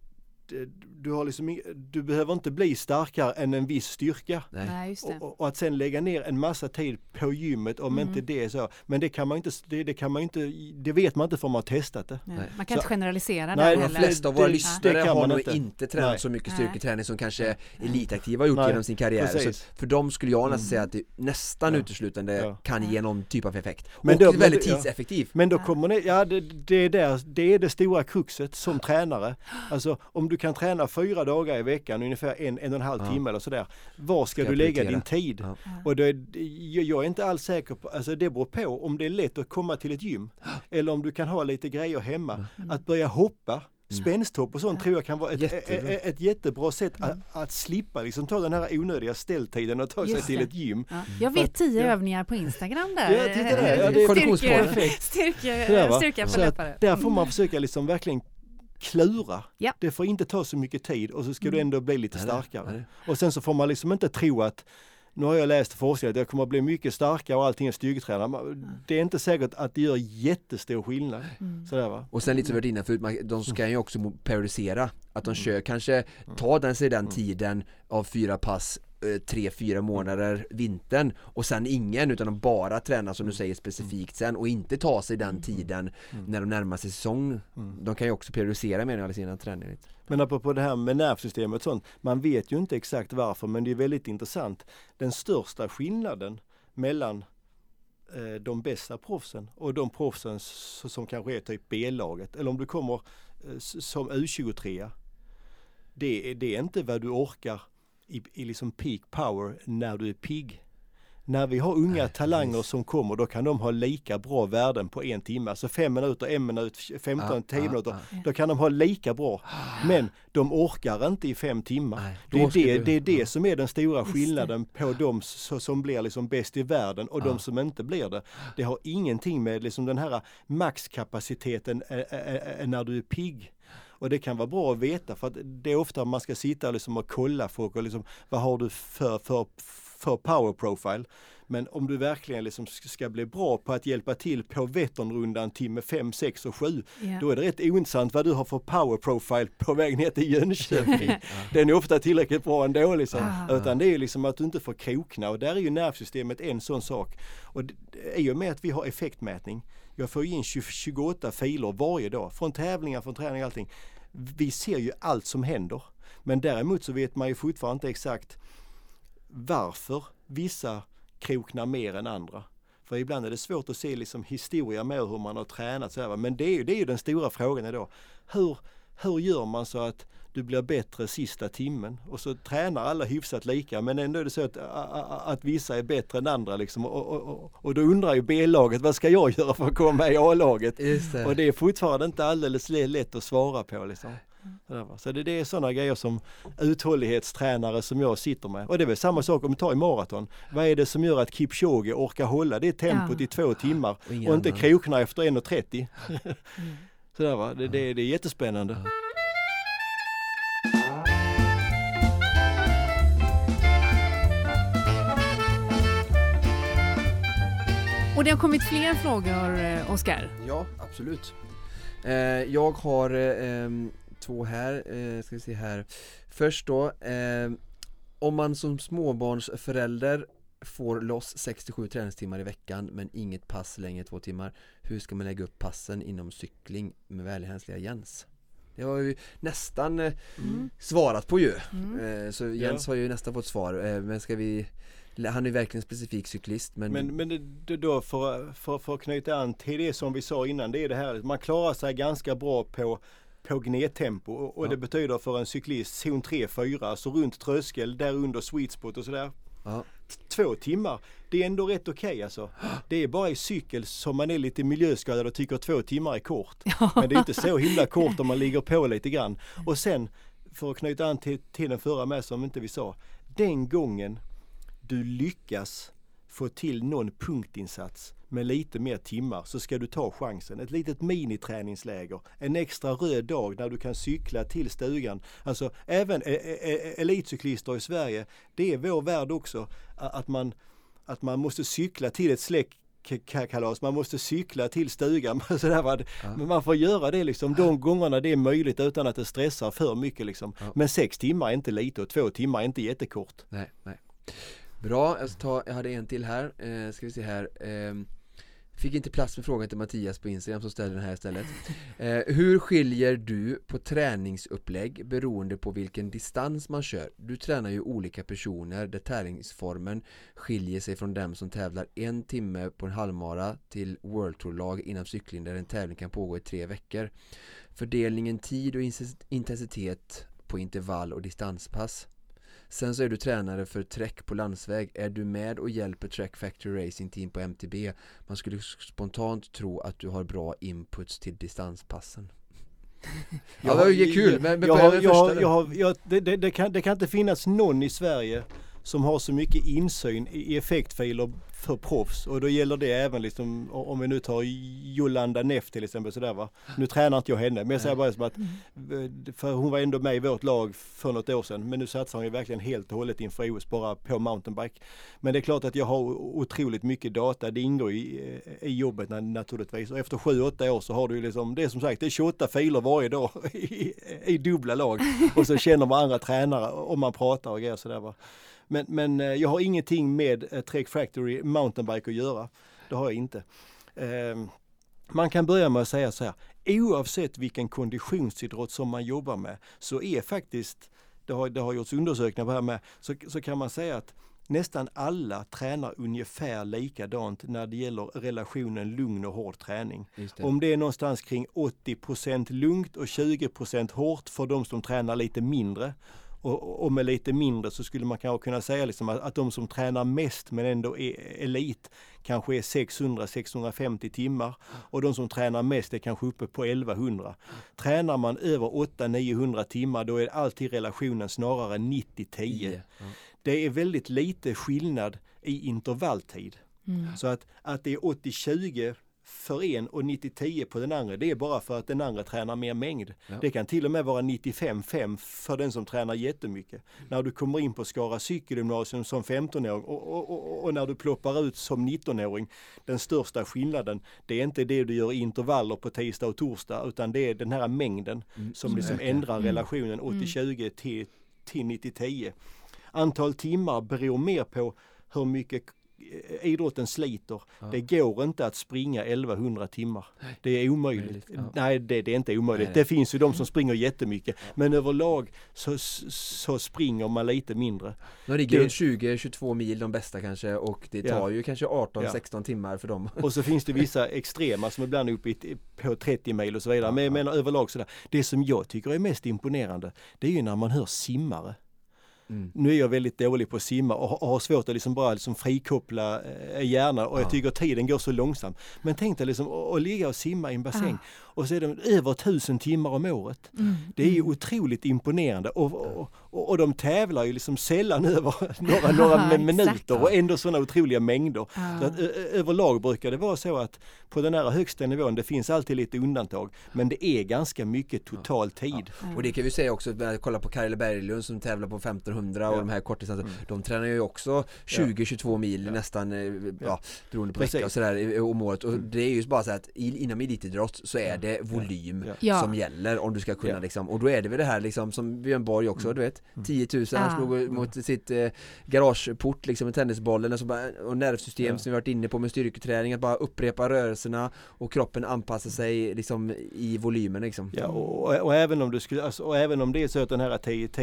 Speaker 3: du, har liksom, du behöver inte bli starkare än en viss styrka.
Speaker 2: Nej.
Speaker 1: Nej, just det.
Speaker 3: Och, och att sen lägga ner en massa tid på gymmet om
Speaker 1: Mm.
Speaker 3: inte det är så. Men det kan man inte, det, det kan man inte, det vet man inte för man har testat det.
Speaker 1: Nej.
Speaker 2: Nej.
Speaker 1: Man kan
Speaker 3: Så-
Speaker 1: inte generalisera
Speaker 3: Nej,
Speaker 1: det
Speaker 2: De
Speaker 1: heller.
Speaker 2: flesta av våra
Speaker 3: det-
Speaker 2: lyssnare
Speaker 3: det kan
Speaker 2: har
Speaker 3: man
Speaker 2: nog
Speaker 3: inte.
Speaker 2: inte tränat
Speaker 3: Nej.
Speaker 2: så mycket
Speaker 1: Nej.
Speaker 2: styrketräning som kanske
Speaker 1: Nej.
Speaker 2: elitaktiva har gjort
Speaker 3: Nej.
Speaker 2: genom sin karriär. Så
Speaker 3: Precis.
Speaker 2: för dem skulle jag nästan
Speaker 3: Mm.
Speaker 2: säga att det nästan
Speaker 3: Ja.
Speaker 2: uteslutande
Speaker 3: Ja.
Speaker 2: kan
Speaker 1: Ja.
Speaker 2: ge någon typ av effekt.
Speaker 3: Men
Speaker 2: och
Speaker 3: då-
Speaker 2: det är väldigt
Speaker 3: men- ja.
Speaker 2: tidseffektivt.
Speaker 3: Men då
Speaker 1: Ja.
Speaker 3: kommer ni, ja det, det, är där, det är det stora kruxet som tränare. Alltså om du kan träna fyra dagar i veckan, ungefär en, en och en halv
Speaker 2: Ja.
Speaker 3: timme eller sådär. Var ska,
Speaker 2: Ska
Speaker 3: du lägga
Speaker 2: prioritera.
Speaker 3: din tid?
Speaker 2: Ja.
Speaker 1: Ja.
Speaker 3: Och det, jag jag är inte alls säker på, alltså det beror på om det är lätt att komma till ett gym. Eller om du kan ha lite grejer hemma.
Speaker 1: Mm.
Speaker 3: Att börja hoppa, spänsthopp och sånt
Speaker 1: Ja.
Speaker 3: tror jag kan vara ett,
Speaker 2: Jättebra.
Speaker 3: ett, ett jättebra sätt
Speaker 1: Mm.
Speaker 3: att, att slippa liksom ta den här onödiga ställtiden och ta sig
Speaker 1: Just
Speaker 3: till
Speaker 1: det.
Speaker 3: ett gym.
Speaker 1: Ja. Jag vet tio
Speaker 3: Ja.
Speaker 1: övningar på Instagram där.
Speaker 3: Ja, titta där. Ja, det är
Speaker 2: konditionsspår.
Speaker 1: Styrke, styrke,
Speaker 3: Sådär, va?
Speaker 1: styrka för
Speaker 3: Så att
Speaker 1: löpare.
Speaker 3: där får man försöka liksom verkligen klura.
Speaker 1: Ja.
Speaker 3: Det får inte ta så mycket tid och så ska
Speaker 1: Mm.
Speaker 3: du ändå bli lite
Speaker 2: Nej,
Speaker 3: starkare.
Speaker 2: nej.
Speaker 3: Och sen så får man liksom inte tro att, nu har jag läst forskning att jag kommer att bli mycket starkare och allting är styrketränare. Det är inte säkert att det gör jättestor skillnad.
Speaker 1: Mm.
Speaker 3: Sådär va?
Speaker 2: Och sen lite som vi var inne förut, man- de ska ju också mo- periodisera. Att de kör kanske, ta den sig den tiden av fyra pass eh, tre, fyra månader vintern och sen ingen utan de bara tränar som du säger specifikt sen och inte ta sig den tiden när de närmar sig säsong. De kan ju också periodisera med alla sina träningar.
Speaker 3: Men apropå det här med nervsystemet och sånt, man vet ju inte exakt varför men det är väldigt intressant. Den största skillnaden mellan eh, de bästa proffsen och de proffsen s- som kanske är typ B-laget eller om du kommer eh, s- som U tjugotre, det är, det är inte vad du orkar i, i liksom peak power när du är pigg. När vi har unga
Speaker 2: Nej,
Speaker 3: talanger
Speaker 2: precis.
Speaker 3: som kommer, då kan de ha lika bra värden på en timme. Alltså fem minuter, en minut, femton, tio minuter. Då kan de ha lika bra. Men de orkar inte i fem timmar.
Speaker 2: Nej,
Speaker 3: Det är
Speaker 2: då ska
Speaker 3: det,
Speaker 2: du-
Speaker 3: det är det
Speaker 2: ja.
Speaker 3: som är den stora
Speaker 1: Just
Speaker 3: skillnaden på de s- som blir liksom bäst i världen och
Speaker 2: Ja.
Speaker 3: de som inte blir det. Det har ingenting med liksom den här maxkapaciteten ä- ä- ä- när du är pigg. Och det kan vara bra att veta för att det är ofta man ska sitta liksom och kolla folk och liksom, vad har du för, för, för power profile. Men om du verkligen liksom ska bli bra på att hjälpa till på Vätternrundan timme fem, sex och sju,
Speaker 1: Ja.
Speaker 3: då är det rätt ointressant vad du har för power profile på väg ner till Jönköping. Den är ofta tillräckligt bra ändå liksom.
Speaker 1: Ah.
Speaker 3: Utan det är liksom att du inte får krokna och där är ju nervsystemet en sån sak. Och det, i och med att vi har effektmätning, jag får ju in tjugo, tjugoåtta filer varje dag, från tävlingar, från träning och allting. Vi ser ju allt som händer. Men däremot så vet man ju fortfarande inte exakt varför vissa kroknar mer än andra. För ibland är det svårt att se liksom historia med hur man har tränat. Så här, va. Men det är, ju, det är ju den stora frågan idag. Hur, hur gör man så att du blir bättre sista timmen? Och så tränar alla hyfsat lika. Men ändå är det så att, att vissa är bättre än andra. Liksom. Och, och, och, och då undrar ju B-laget, vad ska jag göra för att komma med i A-laget?
Speaker 2: Just det.
Speaker 3: Och det är fortfarande inte alldeles lätt att svara på. Liksom. Så det, det är sådana grejer som uthållighetstränare som jag sitter med. Och det är väl samma sak om du tar i maraton. Vad är det som gör att Kipchoge orkar hålla det tempot
Speaker 1: Ja.
Speaker 3: i två timmar
Speaker 2: Och ingen
Speaker 3: och inte
Speaker 2: annan.
Speaker 3: krokna efter en trettio?
Speaker 1: Mm.
Speaker 3: Sådär va, det, det, det är jättespännande.
Speaker 1: Och det har kommit fler frågor, eh, Oskar.
Speaker 2: Ja, absolut. Eh, jag har eh, em, två här, eh, ska vi se här. Först då, eh, om man som småbarnsförälder får loss sextiosju träningstimmar i veckan men inget pass längre än två timmar, hur ska man lägga upp passen inom cykling med välhändsliga Jens? Det har vi nästan eh,
Speaker 1: Mm.
Speaker 2: svarat på ju.
Speaker 1: Mm.
Speaker 2: Eh, så Jens har ju nästan fått svar, eh, men ska vi, han är verkligen specifik cyklist men,
Speaker 3: Men, men det, det då för, för, för att knyta an till det som vi sa innan, det är det här, man klarar sig ganska bra på på gnettempo och, och
Speaker 2: Ja.
Speaker 3: det betyder för en cyklist zon tre fyra, alltså runt tröskel, där under sweet spot och sådär.
Speaker 2: ja.
Speaker 3: Två timmar, det är ändå rätt okej okay, alltså. Det är bara i cykel som man är lite miljöskadad och tycker två timmar är kort. Men det är inte så himla kort om man ligger på lite grann. Och sen, för att knyta an till, till den förra med som inte vi sa, den gången du lyckas få till någon punktinsats med lite mer timmar så ska du ta chansen. Ett litet miniträningsläger, en extra röd dag när du kan cykla till stugan. Alltså även e- e- elitcyklister i Sverige, det är vår värld också att man, att man måste cykla till ett släck k- kalas. Man måste cykla till stugan. Sådär, va?
Speaker 2: Ja.
Speaker 3: Men man får göra det liksom, de gångerna det är möjligt utan att det stressar för mycket. Liksom.
Speaker 2: Ja.
Speaker 3: Men sex timmar är inte lite och två timmar är inte jättekort.
Speaker 2: Nej, nej. Bra, jag, ska ta, jag hade en till här. Eh, ska vi se här. Eh, fick inte plats med frågan till Mattias på Instagram som ställer den här istället. Eh, hur skiljer du på träningsupplägg beroende på vilken distans man kör? Du tränar ju olika personer där tävlingsformen skiljer sig från dem som tävlar en timme på en halvmara till World Tour-lag inom cykling där en tävling kan pågå i tre veckor. Fördelningen tid och intensitet på intervall och distanspass. Sen så är du tränare för Trek på landsväg. Är du med och hjälper Trek Factory Racing Team på M T B? Man skulle spontant tro att du har bra inputs till distanspassen. Ja, det var ju kul. Men, men
Speaker 3: jag har,
Speaker 2: jag,
Speaker 3: jag, jag har, jag, det, det, det, kan, det kan inte finnas någon i Sverige som har så mycket insyn i effektfiler för proffs, och då gäller det även liksom, om vi nu tar Jolanda Neff till exempel sådär, va. Nu tränar inte jag henne, men jag säger bara som att för hon var ändå med i vårt lag för något år sedan, men nu satsar hon ju verkligen helt och hållet inför O S bara på mountainbike. Men det är klart att jag har otroligt mycket data, det ingår i, i jobbet naturligtvis, och efter sju åtta år så har du ju liksom, det är som sagt, det är tjugoåtta filer varje dag i, i dubbla lag, och så känner man andra tränare och man pratar och grejer sådär, va. Men, men jag har ingenting med eh, Trek Factory mountainbike att göra. Det har jag inte. Eh, man kan börja med att säga så här. Oavsett vilken konditionsidrott som man jobbar med så är faktiskt, det har, det har gjorts undersökningar på det här med, så, så kan man säga att nästan alla tränar ungefär likadant när det gäller relationen lugn och hård träning. Det. Om det är någonstans kring åttio procent lugnt och tjugo procent hårt för de som tränar lite mindre. Och, och med lite mindre så skulle man kanske kunna säga liksom att, att de som tränar mest men ändå är elit kanske är sexhundra till sexhundrafemtio timmar, och de som tränar mest är kanske uppe på elvahundra. Tränar man över åtta till niohundra timmar, då är alltid relationen snarare nittio till tio. Yeah. Mm. Det är väldigt lite skillnad i intervalltid. Mm. Så att, att det är åttio till tjugo för en och nittio till tio på den andra, det är bara för att den andra tränar mer mängd. Ja. Det kan till och med vara nittiofem till fem för den som tränar jättemycket. Mm. När du kommer in på Skara cykelgymnasium som femtonåring och, och, och, och när du ploppar ut som nittonåring, den största skillnaden, det är inte det du gör i intervaller på tisdag och torsdag, utan det är den här mängden mm. som liksom mm. ändrar relationen åttio till tjugo till, till nittio till tio. Antal timmar beror mer på hur mycket idrotten sliter. Ja. Det går inte att springa elvahundra timmar. Nej. Det är omöjligt. Ja. Nej, det, det är inte omöjligt. Nej, nej. Det finns ju de som springer jättemycket. Ja. Men överlag så, så springer man lite mindre.
Speaker 2: De ligger runt tjugo till tjugotvå mil de bästa kanske, och det tar ja. ju kanske arton till sexton ja. timmar för dem.
Speaker 3: Och så finns det vissa extrema som ibland är uppe på trettio mil och så vidare. Ja. Men jag menar överlag sådär. Det som jag tycker är mest imponerande, det är ju när man hör simmare. Mm. Nu är jag väldigt dålig på att simma och har svårt att liksom bara liksom frikoppla hjärnan, och jag ja. tycker tiden går så långsamt. Men tänk dig liksom att ligga och simma i en bassäng ja. och så är det över tusen timmar om året. Mm. Det är ju otroligt imponerande, och, och, och, och de tävlar ju liksom sällan över några, några minuter och ändå sådana otroliga mängder. Ja. Så att, ö- överlag brukar det vara så att på den här högsta nivån, det finns alltid lite undantag, men det är ganska mycket total tid. Ja.
Speaker 2: Ja. Och det kan vi säga också, när jag kollar på Karel Berglund som tävlar på femtonhundra och ja. de här kortdistanserna, mm. de tränar ju också tjugo till tjugotvå mil ja. nästan, ja, ja, beroende på vecka och sådär om året, och det är ju bara så att inom elitidrott så är det volym
Speaker 1: ja.
Speaker 2: som gäller om du ska kunna ja. liksom, och då är det väl det här liksom som Björn Borg också, mm. du vet, tio tusen, han slog mm. mot sitt eh, garageport liksom med tennisbollen, alltså bara, och nervsystem ja. som vi varit inne på med styrketräning, att bara upprepa rörelserna och kroppen anpassar sig liksom i volymen liksom.
Speaker 3: Ja, och, och, även om du skulle, alltså, och även om det är så att den här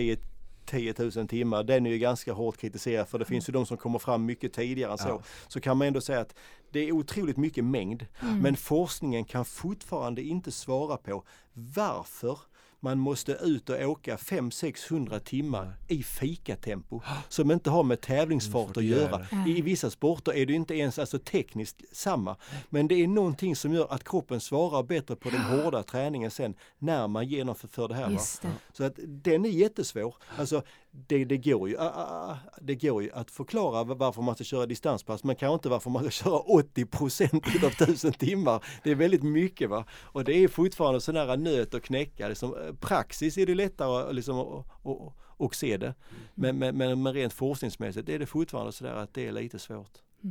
Speaker 3: tio tusen timmar, den är ju ganska hårt kritiserad, för det finns ju de som kommer fram mycket tidigare än så. Ja. Så kan man ändå säga att det är otroligt mycket mängd, mm. men forskningen kan fortfarande inte svara på varför man måste ut och åka fem till sexhundra timmar i fikatempo som inte har med tävlingsfart att göra. I vissa sporter är det inte ens alltså tekniskt samma. Men det är någonting som gör att kroppen svarar bättre på den hårda träningen sen när man genomför det här. Va? Det. Så att den är jättesvår. Alltså det, det, går ju, det går ju att förklara varför man ska köra distanspass, men kanske inte varför man ska köra åttio procent av tusen timmar. Det är väldigt mycket, va? Och det är fortfarande sån här nöt och knäcka. Liksom, praxis är det lättare liksom, att och, och se det. Men, men, men, men rent forskningsmässigt är det fortfarande så där att det är lite svårt.
Speaker 1: Mm.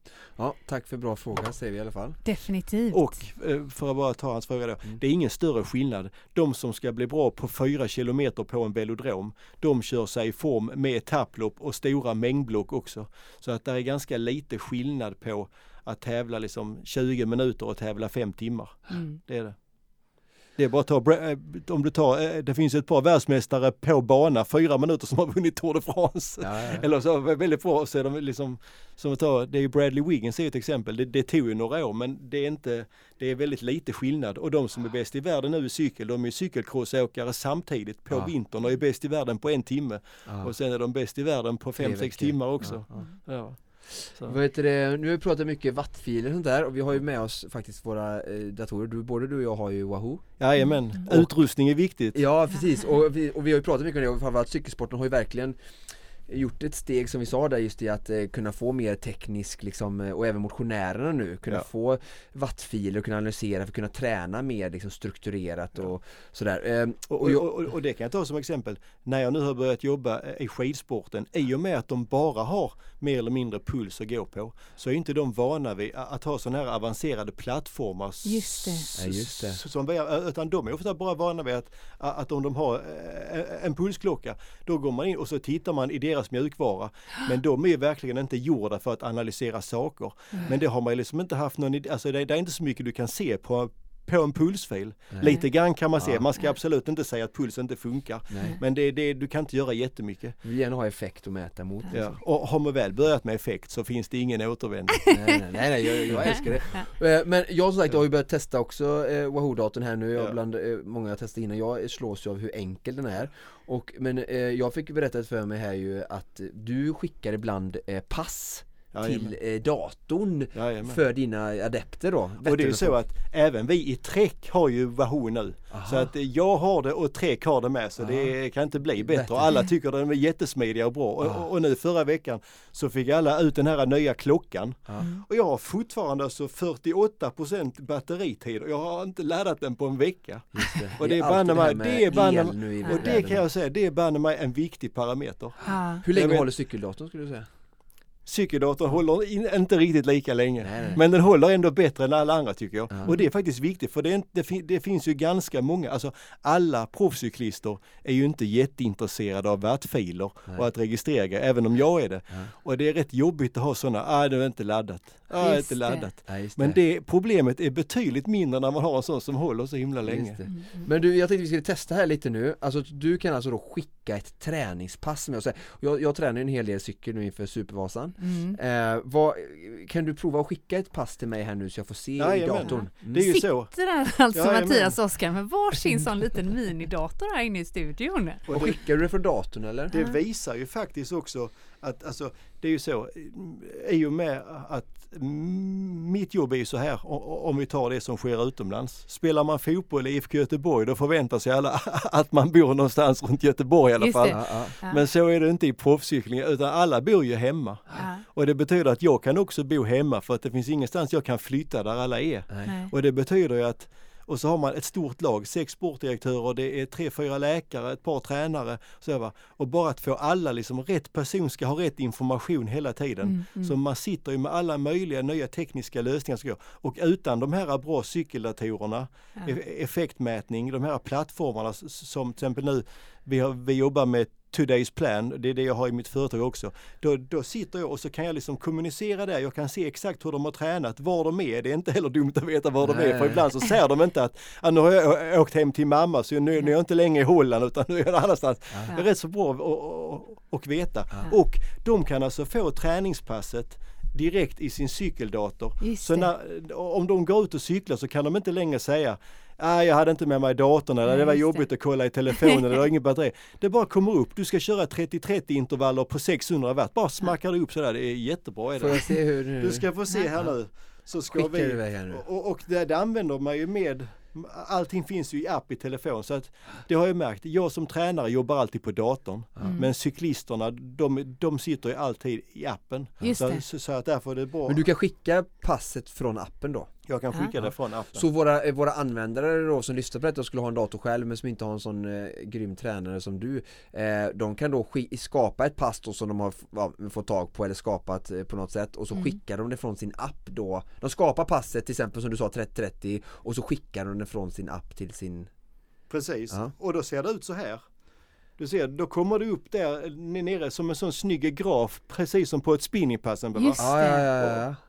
Speaker 2: Ja, tack för bra fråga säger vi i alla fall.
Speaker 1: Definitivt.
Speaker 3: Och för att bara ta hans fråga då, mm. det är ingen större skillnad. De som ska bli bra på fyra kilometer på en velodrom, de kör sig i form med etapplopp och stora mängdblock också. Så att det är ganska lite skillnad på att tävla liksom tjugo minuter och tävla fem timmar. Mm. Det är det. Det är bara att ta, om du tar, det finns ett par världsmästare på bana, fyra minuter som har vunnit Tour de France. Ja, ja. Eller så väldigt bra, så är de liksom, som att ta, det är ju Bradley Wiggins är ett exempel, det, det tog ju några år men det är inte, det är väldigt lite skillnad och de som är bäst i världen nu i cykel, de är cykelcrossåkare samtidigt på ja. vintern och är bäst i världen på en timme ja. och sen är de bäst i världen på fem, sex timmar också. Ja, ja. Ja. Så. Vad heter det? Nu har vi pratat mycket wattfiler och sånt där och vi har ju med oss faktiskt våra eh, datorer. Du, både du och jag har ju Wahoo. Jajamän, mm. utrustning är viktigt. Ja, precis. Och vi, och vi har ju pratat mycket om det och framförallt cykelsporten har ju verkligen gjort ett steg som vi sa där just i att eh, kunna få mer teknisk liksom, och även motionärerna nu kunna ja. få wattfiler och kunna analysera för att kunna träna mer liksom, strukturerat ja. och sådär. Eh, och, och, och, och, och det kan jag ta som exempel. När jag nu har börjat jobba i skidsporten, i och med att de bara har mer eller mindre puls att gå på, så är inte de vana vid att ha sådana här avancerade plattformar.
Speaker 1: Just det.
Speaker 3: Ja, just det. Som vi, utan de är ofta bara vana vid att, att om de har en pulsklocka, då går man in och så tittar man i deras mjukvara. Men de är verkligen inte gjorda för att analysera saker. Mm. Men det har man liksom inte haft någon idé. Alltså det, det är inte så mycket du kan se på på en pulsfil. Nej. Lite grann kan man se. Ja. Man ska absolut inte säga att puls inte funkar. Nej. Men det, det, du kan inte göra jättemycket.
Speaker 2: Vi gärna ha effekt att mäta mot.
Speaker 3: Ja. Och har man väl börjat med effekt så finns det ingen återvändo.
Speaker 2: nej, nej, nej, jag, jag älskar det. Men jag som sagt har ju börjat testa också eh, Wahoo-datorn här nu. Jag ja. bland eh, många jag testat innan. Jag slås ju av hur enkel den är. Och, men eh, jag fick berättat för mig här ju att du skickar ibland eh, pass till eh, datorn Jajamän. för dina adepter då.
Speaker 3: Och det är ju så att även vi i Trek har ju Wahoo nu. Aha. Så att jag har det och Trek har det med, så Aha. det kan inte bli bättre. bättre. Alla tycker den är jättesmidiga och bra. Och, och nu förra veckan så fick alla ut den här nya klockan. Mm. Och jag har fortfarande alltså fyrtioåtta procent batteritid och jag har inte laddat den på en vecka. Just det. Och det, det är banne mig, det är banne och det kan jag säga, det är banne mig en viktig parameter.
Speaker 2: Ah. Hur länge vet, håller cykeldatorn skulle du säga?
Speaker 3: Cykeldatorn håller in, inte riktigt lika länge. Nej, nej. Men den håller ändå bättre än alla andra tycker jag. Mm. Och det är faktiskt viktigt för det, det, det finns ju ganska många, alltså alla proffscyklister är ju inte jätteintresserade av wattfiler nej. och att registrera, även om jag är det. Mm. Och det är rätt jobbigt att ha sådana, ah det är inte laddat. Ah, det är inte laddat. Ja, det. Men det problemet är betydligt mindre när man har en sån som håller så himla länge.
Speaker 2: Mm, mm. Men du, jag tänkte vi skulle testa här lite nu. Alltså du kan alltså då skicka ett träningspass med oss. Jag, jag tränar en hel del cykel nu inför Supervasan. Mm. Eh, vad, kan du prova att skicka ett pass till mig här nu så jag får se ja, i datorn?
Speaker 3: Mm. Det är ju så.
Speaker 1: Sitter där alltså ja, Mattias Oskar med varsin sån liten minidator här inne i studion.
Speaker 2: Och, och skickar du det från datorn eller?
Speaker 3: Det visar ju faktiskt också att alltså, det är ju så, i och med att mitt jobb är ju så här, om vi tar det som sker utomlands. Spelar man fotboll i I F K Göteborg, då förväntar sig alla att man bor någonstans runt Göteborg i alla fall. Ja, ja. Men så är det inte i proffscykling, utan alla bor ju hemma. Ja. Och det betyder att jag kan också bo hemma, för att det finns ingenstans jag kan flytta där alla är. Nej. Och det betyder ju att och så har man ett stort lag, sex sportdirektörer, det är tre, fyra läkare, ett par tränare. Så va? Och bara att få alla, liksom, rätt person ska ha rätt information hela tiden. Mm, mm. Så man sitter ju med alla möjliga nya tekniska lösningar. Ska och utan de här bra cykeldatorerna, ja. effektmätning, de här plattformarna som till exempel nu, vi, har, vi jobbar med Today's Plan, det är det jag har i mitt företag också. Då, då sitter jag och så kan jag liksom kommunicera där. Jag kan se exakt hur de har tränat, var de är. Det är inte heller dumt att veta var de Nej. är. För ibland så ser de inte att ah, nu har jag åkt hem till mamma så nu, nu är jag inte längre i Holland utan nu är jag någon annanstans. Ja. Det är rätt så bra att, att veta. Ja. Och de kan alltså få träningspasset direkt i sin cykeldator. Så när, om de går ut och cyklar så kan de inte längre säga ah, jag hade inte med mig datorn eller det var jobbigt att kolla i telefonen eller ingen batteri. Det bara kommer upp. Du ska köra trettio trettio intervaller på sexhundra watt. Bara smackar du upp sådär. Det är jättebra. Är det?
Speaker 2: Får jag se hur du...
Speaker 3: du ska få se här nu. Så ska
Speaker 2: Skickar
Speaker 3: vi...
Speaker 2: du här nu.
Speaker 3: Och, och det, det använder man ju med... Allting finns ju i app i telefon. Så att det har jag märkt. Jag som tränare jobbar alltid på datorn. Mm. Men cyklisterna, de, de sitter ju alltid i appen.
Speaker 1: Just
Speaker 3: så, så, så att därför är det bra.
Speaker 2: Men du kan skicka passet från appen då?
Speaker 3: Jag kan skicka
Speaker 1: Ja.
Speaker 3: det från appen.
Speaker 2: Så våra, våra användare då som lyssnar på detta och skulle ha en dator själv men som inte har en sån eh, grym tränare som du, eh, de kan då sk- skapa ett pass då som de har f- ja, fått tag på eller skapat eh, på något sätt och så
Speaker 1: Mm.
Speaker 2: skickar de det från sin app då. De skapar passet till exempel som du sa trettio trettio och så skickar de det från sin app till sin...
Speaker 3: Precis,
Speaker 2: Ja.
Speaker 3: och då ser det ut så här. Du ser, då kommer det upp där nere som en sån snygg graf, precis som på ett spinningpassen. Va?
Speaker 1: Just
Speaker 2: Ja, ja, ja, ja, ja.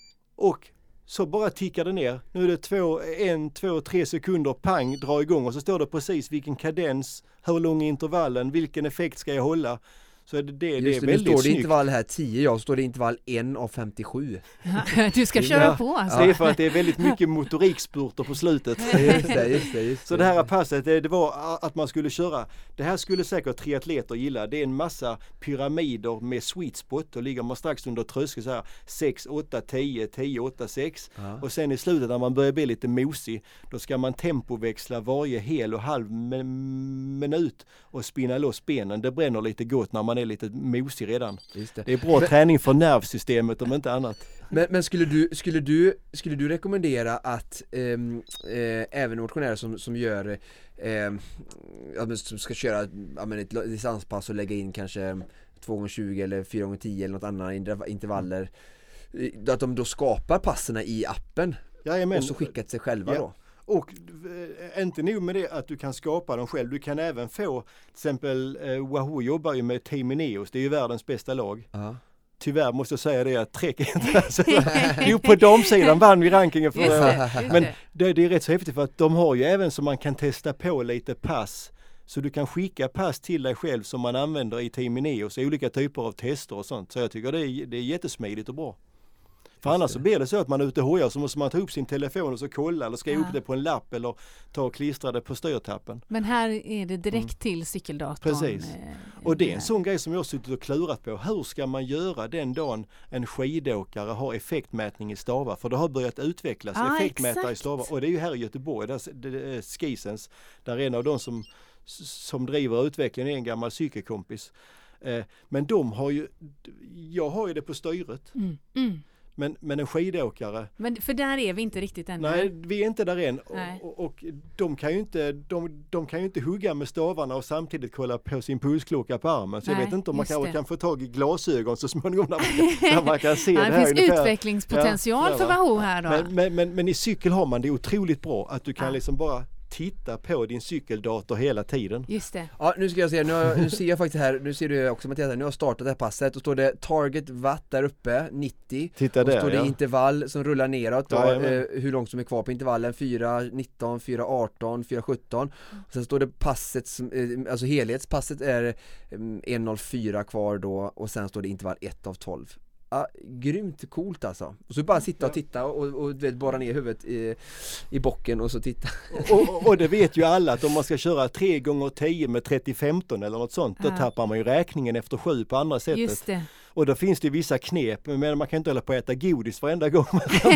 Speaker 3: Och så bara tickar det ner. Nu är det två, en, två, tre sekunder, pang, dra igång och så står det precis vilken kadens, hur lång är intervallen, vilken effekt ska jag hålla. Så är det, det, det
Speaker 2: Just
Speaker 3: är
Speaker 2: det, nu
Speaker 3: väldigt
Speaker 2: står det
Speaker 3: snyggt.
Speaker 2: intervall här tio, ja, så står det intervall en av femtiosju.
Speaker 1: Du ska köra
Speaker 3: Ja.
Speaker 1: på alltså.
Speaker 3: Det är för att det är väldigt mycket motorikspurter på slutet.
Speaker 2: Ja, just det, just det, just
Speaker 3: Så det här passet, det, det var att man skulle köra, det här skulle säkert triatleter gilla, det är en massa pyramider med sweet spot, då ligger man strax under tröskeln så här sex, åtta, tio, tio, åtta, sex
Speaker 2: Ja.
Speaker 3: och sen i slutet när man börjar bli lite mosig, då ska man tempoväxla varje hel och halv min- minut och spinna loss benen, det bränner lite gott när man är lite mosig redan.
Speaker 2: Just det.
Speaker 3: Det är bra
Speaker 2: Men-
Speaker 3: träning för nervsystemet om inte annat.
Speaker 2: Men, men skulle, du, skulle, du, skulle du rekommendera att ehm, eh, även motionärer som, som gör ehm, ja, men som ska köra ja, men ett distanspass och lägga in kanske två gånger tjugo eller fyra gånger tio eller något annat interv- intervaller eh, att de då skapar passerna i appen
Speaker 3: Jajamän.
Speaker 2: och så skickar till sig själva
Speaker 3: Ja.
Speaker 2: då?
Speaker 3: Och eh, inte nog med det att du kan skapa dem själv, du kan även få, till exempel eh, Wahoo jobbar ju med Team Ineos, det är ju världens bästa lag.
Speaker 2: Ja.
Speaker 3: Tyvärr måste jag säga det att Trek inte alltså, jo på damsidan vann vi rankingen
Speaker 1: Just
Speaker 3: för
Speaker 1: det, just
Speaker 3: Men
Speaker 1: det.
Speaker 3: det, det är rätt så häftigt för att de har ju även så man kan testa på lite pass. Så du kan skicka pass till dig själv som man använder i Team Ineos, olika typer av tester och sånt. Så jag tycker det är, det är jättesmidigt och bra. För annars så blir det så att man är ute och hojar så måste man ta upp sin telefon och så kolla eller skriva
Speaker 1: Ja.
Speaker 3: upp det på en lapp eller ta och klistra det på styrtappen.
Speaker 1: Men här är det direkt till cykeldatorn.
Speaker 3: Precis.
Speaker 1: eh,
Speaker 3: Och det är en
Speaker 1: här.
Speaker 3: sån grej som jag har suttit och klurat på. Hur ska man göra den dagen en skidåkare har effektmätning i Strava? För det har börjat utvecklas
Speaker 1: Ah,
Speaker 3: effektmätare i
Speaker 1: exakt.
Speaker 3: Strava. Och det är ju här i Göteborg, där det är Skisens, där en av de som, som driver utvecklingen är en gammal cykelkompis. Eh, men de har ju, jag har ju det på styret.
Speaker 1: Mm, mm.
Speaker 3: Men, men en skidåkare,
Speaker 1: Men för där är vi inte riktigt ännu.
Speaker 3: nej vi är inte där än.
Speaker 1: Nej.
Speaker 3: Och, och, och de, kan ju inte, de, de kan ju inte hugga med stavarna och samtidigt kolla på sin pulsklocka på armen. Så
Speaker 1: Nej,
Speaker 3: jag vet inte om man
Speaker 1: just
Speaker 3: kanske
Speaker 1: det.
Speaker 3: kan få tag i glasögon så småningom när man kan, när man kan se
Speaker 1: Ja,
Speaker 3: det
Speaker 1: det
Speaker 3: här
Speaker 1: finns
Speaker 3: ungefär.
Speaker 1: utvecklingspotential
Speaker 3: Ja,
Speaker 1: för
Speaker 3: va?
Speaker 1: Wahoo här då.
Speaker 3: Men, men, men, men i cykel har man det otroligt bra att du kan
Speaker 1: Ja.
Speaker 3: liksom bara titta på din cykeldator hela tiden.
Speaker 1: Just det.
Speaker 2: Ja, nu ska jag se, nu, har, nu ser jag faktiskt här, nu ser du också Mattias, nu har jag startat det här passet och står det target watt där uppe, nittio.
Speaker 3: Titta
Speaker 2: Och
Speaker 3: där,
Speaker 2: står det
Speaker 3: ja.
Speaker 2: intervall som rullar neråt då,
Speaker 3: Jajamän.
Speaker 2: eh, hur långt som är kvar på intervallen, fyra nitton, fyra arton, fyra sjutton. Sen står det passet, som, eh, alltså helhetspasset är eh, ett noll fyra kvar då och sen står det intervall ett av tolv. Ja, grymt coolt alltså. Och så bara sitta och titta och, och, och vet, borra ner huvudet i, i bocken och så titta.
Speaker 3: Och, och, och det vet ju alla att om man ska köra tre gånger tio med trettio femton eller något sånt, då
Speaker 1: Ja.
Speaker 3: tappar man ju räkningen efter sju på andra sättet.
Speaker 1: Just det.
Speaker 3: Och då finns det vissa knep, men man kan inte hålla på att äta godis varenda gång.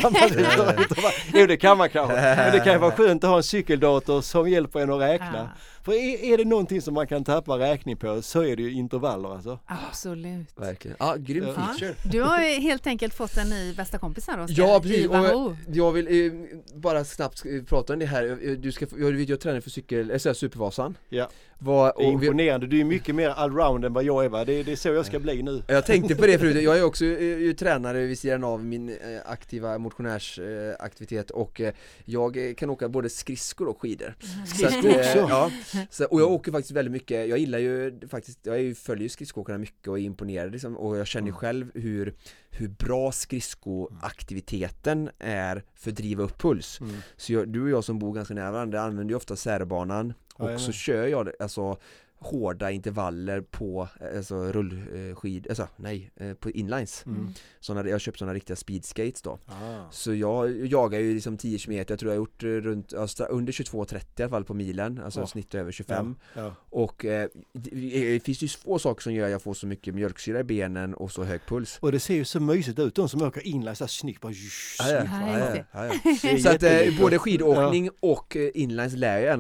Speaker 3: Jo, det kan man kanske. Men det kan ju vara skönt att ha en cykeldator som hjälper en att räkna.
Speaker 1: Ja,
Speaker 3: För är, är det någonting som man kan tappa räkning på så är det ju intervaller alltså.
Speaker 1: absolut.
Speaker 2: Verkligen. Ja, grym
Speaker 3: Ja.
Speaker 2: feature.
Speaker 1: Du har ju helt enkelt fått en ny bästa kompis här, Oskar.
Speaker 2: Ja, precis.
Speaker 1: I Wahoo.
Speaker 2: Och jag vill eh, bara snabbt eh, prata om det här. Du ska, jag vet, jag tränar för cykel, äh, Supervasan.
Speaker 3: Ja.
Speaker 2: Vad,
Speaker 3: Det är
Speaker 2: och vi,
Speaker 3: imponerande. Du är mycket mer allround än vad jag är va? Det, det är så jag ska bli nu.
Speaker 2: jag tänkte på det förut, jag är också eh, ju tränare vid sidan av min eh, aktiva motionärsaktivitet eh, och eh, jag eh, kan åka både skridskor och skidor. Så att,
Speaker 3: Skridskor också?
Speaker 2: ja, så, och jag åker faktiskt väldigt mycket, jag gillar ju faktiskt, jag är ju, följer ju skridskoåkarna mycket och är imponerad liksom, och jag känner ju själv hur, hur bra skridskoaktiviteten är för att driva upp puls.
Speaker 3: Mm.
Speaker 2: Så jag, du och jag som bor ganska nära varandra använder ju ofta särbanan och
Speaker 3: Jajamän.
Speaker 2: så kör jag det, alltså hårda intervaller på alltså rullskid, alltså nej, eh, på inlines.
Speaker 3: Mm.
Speaker 2: Såna, jag har köpt sådana riktiga speedskates då.
Speaker 3: Ah.
Speaker 2: Så jag jagar ju liksom tio kilometer, jag tror jag har gjort eh, runt, alltså, under tjugotvå trettio i alla fall på milen, alltså
Speaker 3: Ja.
Speaker 2: snitt över tjugofem.
Speaker 3: Ja. Ja.
Speaker 2: Och eh, det, det finns ju få saker som gör att jag får så mycket mjölksyra i benen och så hög puls.
Speaker 3: Och det ser ju så mysigt ut. De som åker inlines där snyggt bara
Speaker 2: Ja, ja,
Speaker 3: snyggt, va?
Speaker 1: Ja,
Speaker 2: ja,
Speaker 1: just
Speaker 2: ja,
Speaker 1: det.
Speaker 2: ja, ja.
Speaker 3: Det är
Speaker 2: Så att eh,
Speaker 3: jättelikt.
Speaker 2: både skidåkning och eh, inlines lär jag gärna dig.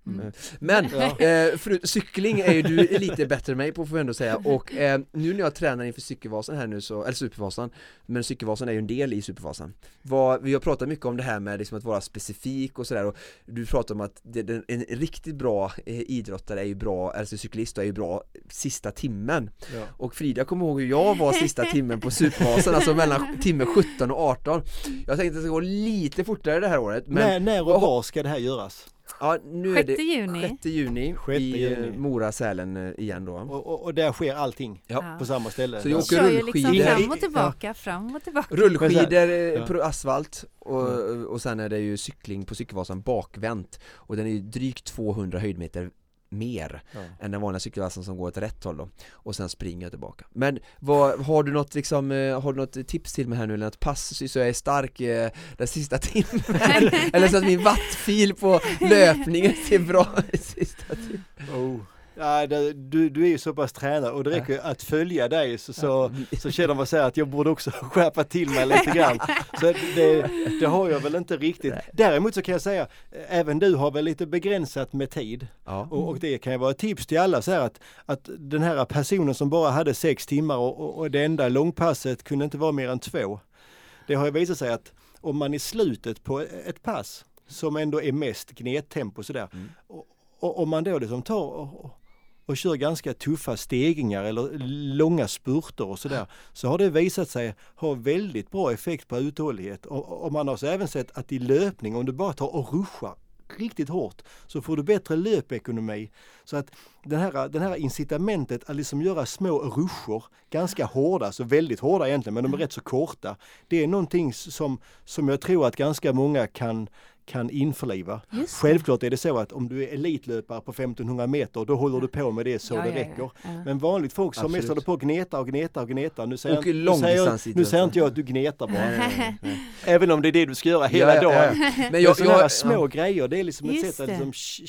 Speaker 1: Mm.
Speaker 2: Men ja. eh, för, cykling är ju du lite bättre än mig på, får jag ändå säga. Och eh, nu när jag tränar inför cykelvasan här nu så, eller Supervasan, men cykelvasan är ju en del i Supervasan. Vad, vi har pratat mycket om det här med liksom att vara specifik och sådär, och du pratar om att det, det, en riktigt bra eh, idrottare är ju bra, alltså cyklist är ju bra sista timmen. Ja. Och Frida kommer ihåg hur jag var sista timmen på Supervasan, alltså mellan timme sjutton och arton. Jag tänkte att det ska gå lite fortare det här året. Men
Speaker 3: när, när och var ska det här göras?
Speaker 2: Ja, nu
Speaker 1: sjätte
Speaker 2: är det
Speaker 1: juni.
Speaker 2: sjätte juni
Speaker 3: sjätte
Speaker 2: i
Speaker 3: juni.
Speaker 2: Mora, Sälen igen då.
Speaker 3: Och, och, och där sker allting
Speaker 2: ja.
Speaker 3: på samma ställe.
Speaker 2: Så jag åker
Speaker 1: kör ju
Speaker 2: rullskidor.
Speaker 1: liksom fram och tillbaka, ja. fram och tillbaka.
Speaker 2: Rullskidor
Speaker 3: ja.
Speaker 2: på asfalt och, och sen är det ju cykling på cykelvasan bakvänt. Och den är ju drygt tvåhundra höjdmeter mer ja. än den vanliga cykelvasan som går åt rätt håll då. Och sen springer jag tillbaka. Men vad, har du något liksom, har du något tips till mig här nu, eller något pass så jag är stark eh, den sista timmen? Eller så att min wattfil på löpningen ser bra sista timmen.
Speaker 3: Oh. Ja, det, du, du är ju så pass tränad och det räcker att följa dig så, så, så känner man sig att jag borde också skärpa till mig lite grann. Så det, det har jag väl inte riktigt. Däremot så kan jag säga, även du har väl lite begränsat med tid. Ja. Och, och det kan ju vara ett tips till alla så här att, att den här personen som bara hade sex timmar och, och, och det enda långpasset kunde inte vara mer än två. Det har ju visat sig att om man i slutet på ett pass som ändå är mest gnettempo sådär, mm. och, och om man då liksom tar och, och kör ganska tuffa stegringar eller långa spurter och sådär, så har det visat sig ha väldigt bra effekt på uthållighet. Och, och man har så även sett att i löpning, om du bara tar och ruschar riktigt hårt, så får du bättre löpekonomi. Så att den här, den här incitamentet att liksom göra små ruscher, ganska hårda, så väldigt hårda egentligen, men de är rätt så korta. Det är någonting som, som jag tror att ganska många kan kan införliva. Självklart är det så att om du är elitlöpare på femtonhundra meter, då håller du på med det så ja, det ja, räcker. Ja, ja. Men vanligt folk som mest håller på att gneta och gneta och gneta. Nu säger,
Speaker 2: och
Speaker 3: jag, nu säger, nu säger inte jag att du gnetar bara. Nej, nej, nej. Även om det är det du ska göra hela ja, ja, ja. dagen. Men jag, sådana här små ja. grejer, det är liksom ett sätt att liksom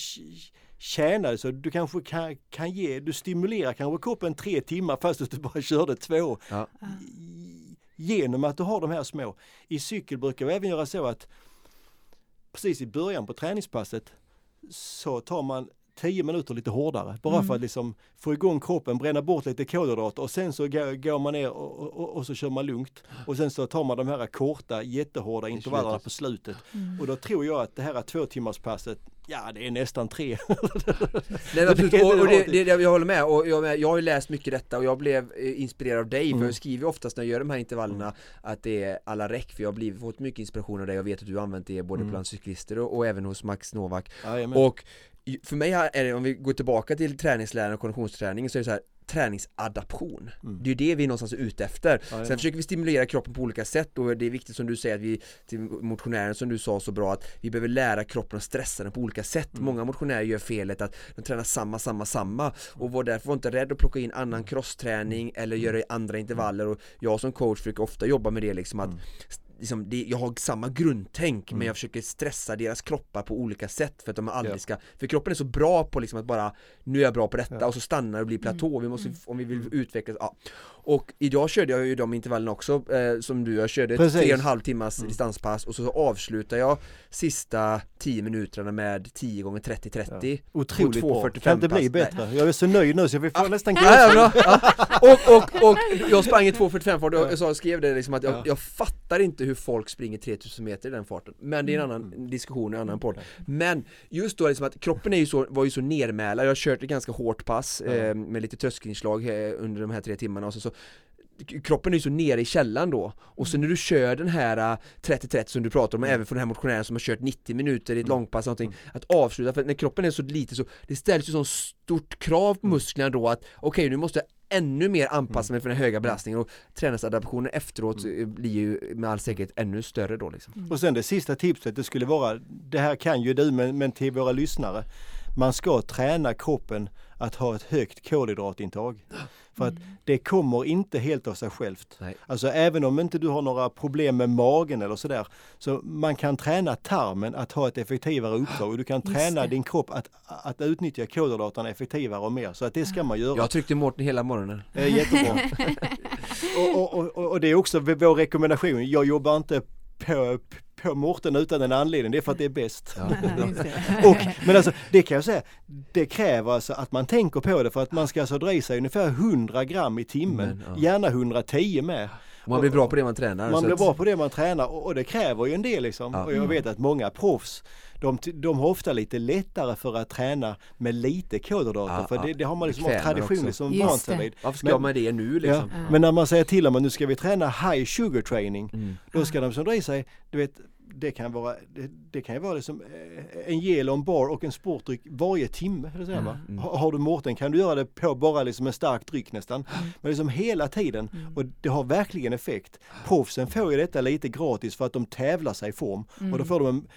Speaker 3: tjäna. Så du kanske kan, kan ge, du stimulerar kanske kroppen tre timmar fast att du bara körde två. Ja. Genom att du har de här små. I cykel brukar vi även göra så att precis i början på träningspasset så tar man tio minuter lite hårdare. Bara mm. för att liksom få igång kroppen, bränna bort lite kolhydrater och sen så går, går man ner och, och, och så kör man lugnt. Och sen så tar man de här korta, jättehårda intervallerna på slutet. Mm. Och då tror jag att det här två timmars passet, ja det är nästan tre.
Speaker 2: Nej, absolut. Och, och det, det, det, jag håller med. Och jag, jag har ju läst mycket detta och jag blev inspirerad av dig. Mm. För jag skriver oftast när jag gör de här intervallerna att det är alla räck. För jag har blivit, fått mycket inspiration av dig. Jag vet att du har använt det både mm. bland cyklister och, och även hos Max Novak. Ja, och för mig är det, om vi går tillbaka till träningsläran och konditionsträning, så är det så här, träningsadaption. Mm. Det är ju det vi är någonstans ute efter. Ja, Sen försöker vi stimulera kroppen på olika sätt, och det är viktigt som du säger att vi, till motionären som du sa så bra, att vi behöver lära kroppen att stressa den på olika sätt. Mm. Många motionärer gör felet att de tränar samma, samma, samma och var därför var inte rädd att plocka in annan crossträning eller göra andra intervaller, och jag som coach försöker ofta jobba med det liksom att mm. Liksom det, jag har samma grundtänk mm. men jag försöker stressa deras kroppar på olika sätt för att de aldrig ja. ska, för kroppen är så bra på liksom att bara, nu är jag bra på detta ja. och så stannar och blir platå, mm. vi måste, om vi vill utvecklas ja. Och idag körde jag ju de intervallerna också eh, som du, jag körde Precis. tre och en halv timmars mm. distanspass och så, så avslutar jag sista tio minuterna med tio gånger trettio trettio
Speaker 3: ja. Otroligt bra, kan inte bli bättre.
Speaker 2: Nej.
Speaker 3: Jag är så nöjd nu så vi får ja. nästan
Speaker 2: ja, ja, ja. och, och, och jag sprang i två fyrtiofem fart och jag, jag skrev det liksom att jag, ja. jag fattar inte hur folk springer tre tusen meter i den farten. Men det är en annan mm. diskussion, en annan podd. Men just då liksom att kroppen är ju så, var ju så nermälad. Jag har kört ett ganska hårt pass mm. eh, med lite tröskelinslag eh, under de här tre timmarna och så, så kroppen är ju så nere i källan då. Och så när du kör den här trettio trettio som du pratar om, mm. även för den här motionären som har kört nittio minuter i ett långpass någonting, mm. att avsluta, för när kroppen är så lite så det ställs ju så stort krav på musklerna då att okej, okay, nu måste jag ännu mer anpassa mig för den höga belastningen, och träningsadaptionen efteråt mm. blir ju med all säkerhet ännu större då liksom.
Speaker 3: Mm. Och sen det sista tipset, det skulle vara, det här kan ju du men, men till våra lyssnare, man ska träna kroppen att ha ett högt kolhydratintag. För att det kommer inte helt av sig självt. Nej. Alltså även om inte du har några problem med magen eller sådär, så man kan träna tarmen att ha ett effektivare uppdrag, och du kan träna din kropp att, att utnyttja kolhydraterna effektivare och mer. Så att det ska man göra.
Speaker 2: Jag tryckte Mårten hela morgonen.
Speaker 3: Det är jättebra. och, och, och, och det är också vår rekommendation. Jag jobbar inte på, på Mårten utan en anledning. Det är för att det är bäst.
Speaker 2: Ja.
Speaker 3: och, men alltså, det kan jag säga, det kräver alltså att man tänker på det för att man ska alltså dra i sig ungefär hundra gram i timmen. Men, ja. Gärna hundratio med.
Speaker 2: Man blir bra på det man tränar.
Speaker 3: Man blir
Speaker 2: att...
Speaker 3: bra på det man tränar och, och det kräver ju en del liksom. Ja. Och jag vet att många proffs, de, de har ofta lite lättare för att träna med lite kolhydrater. Ja, för det, det har man liksom av tradition liksom vant sig vid.
Speaker 2: Varför ska men, man det nu liksom?
Speaker 3: Ja, men när man säger till dem att nu ska vi träna high sugar training, mm. då ska de som dra i sig, du vet, det kan vara det, det kan ju vara liksom en gel och en bar och en sportdryck varje timme. Eller så här, va? Mm. Har, har du Mårten kan du göra det på bara liksom en stark dryck nästan. Mm. Men liksom hela tiden. Mm. Och det har verkligen effekt. Proffsen får ju detta lite gratis för att de tävlar sig i form. Mm. Och då får de en,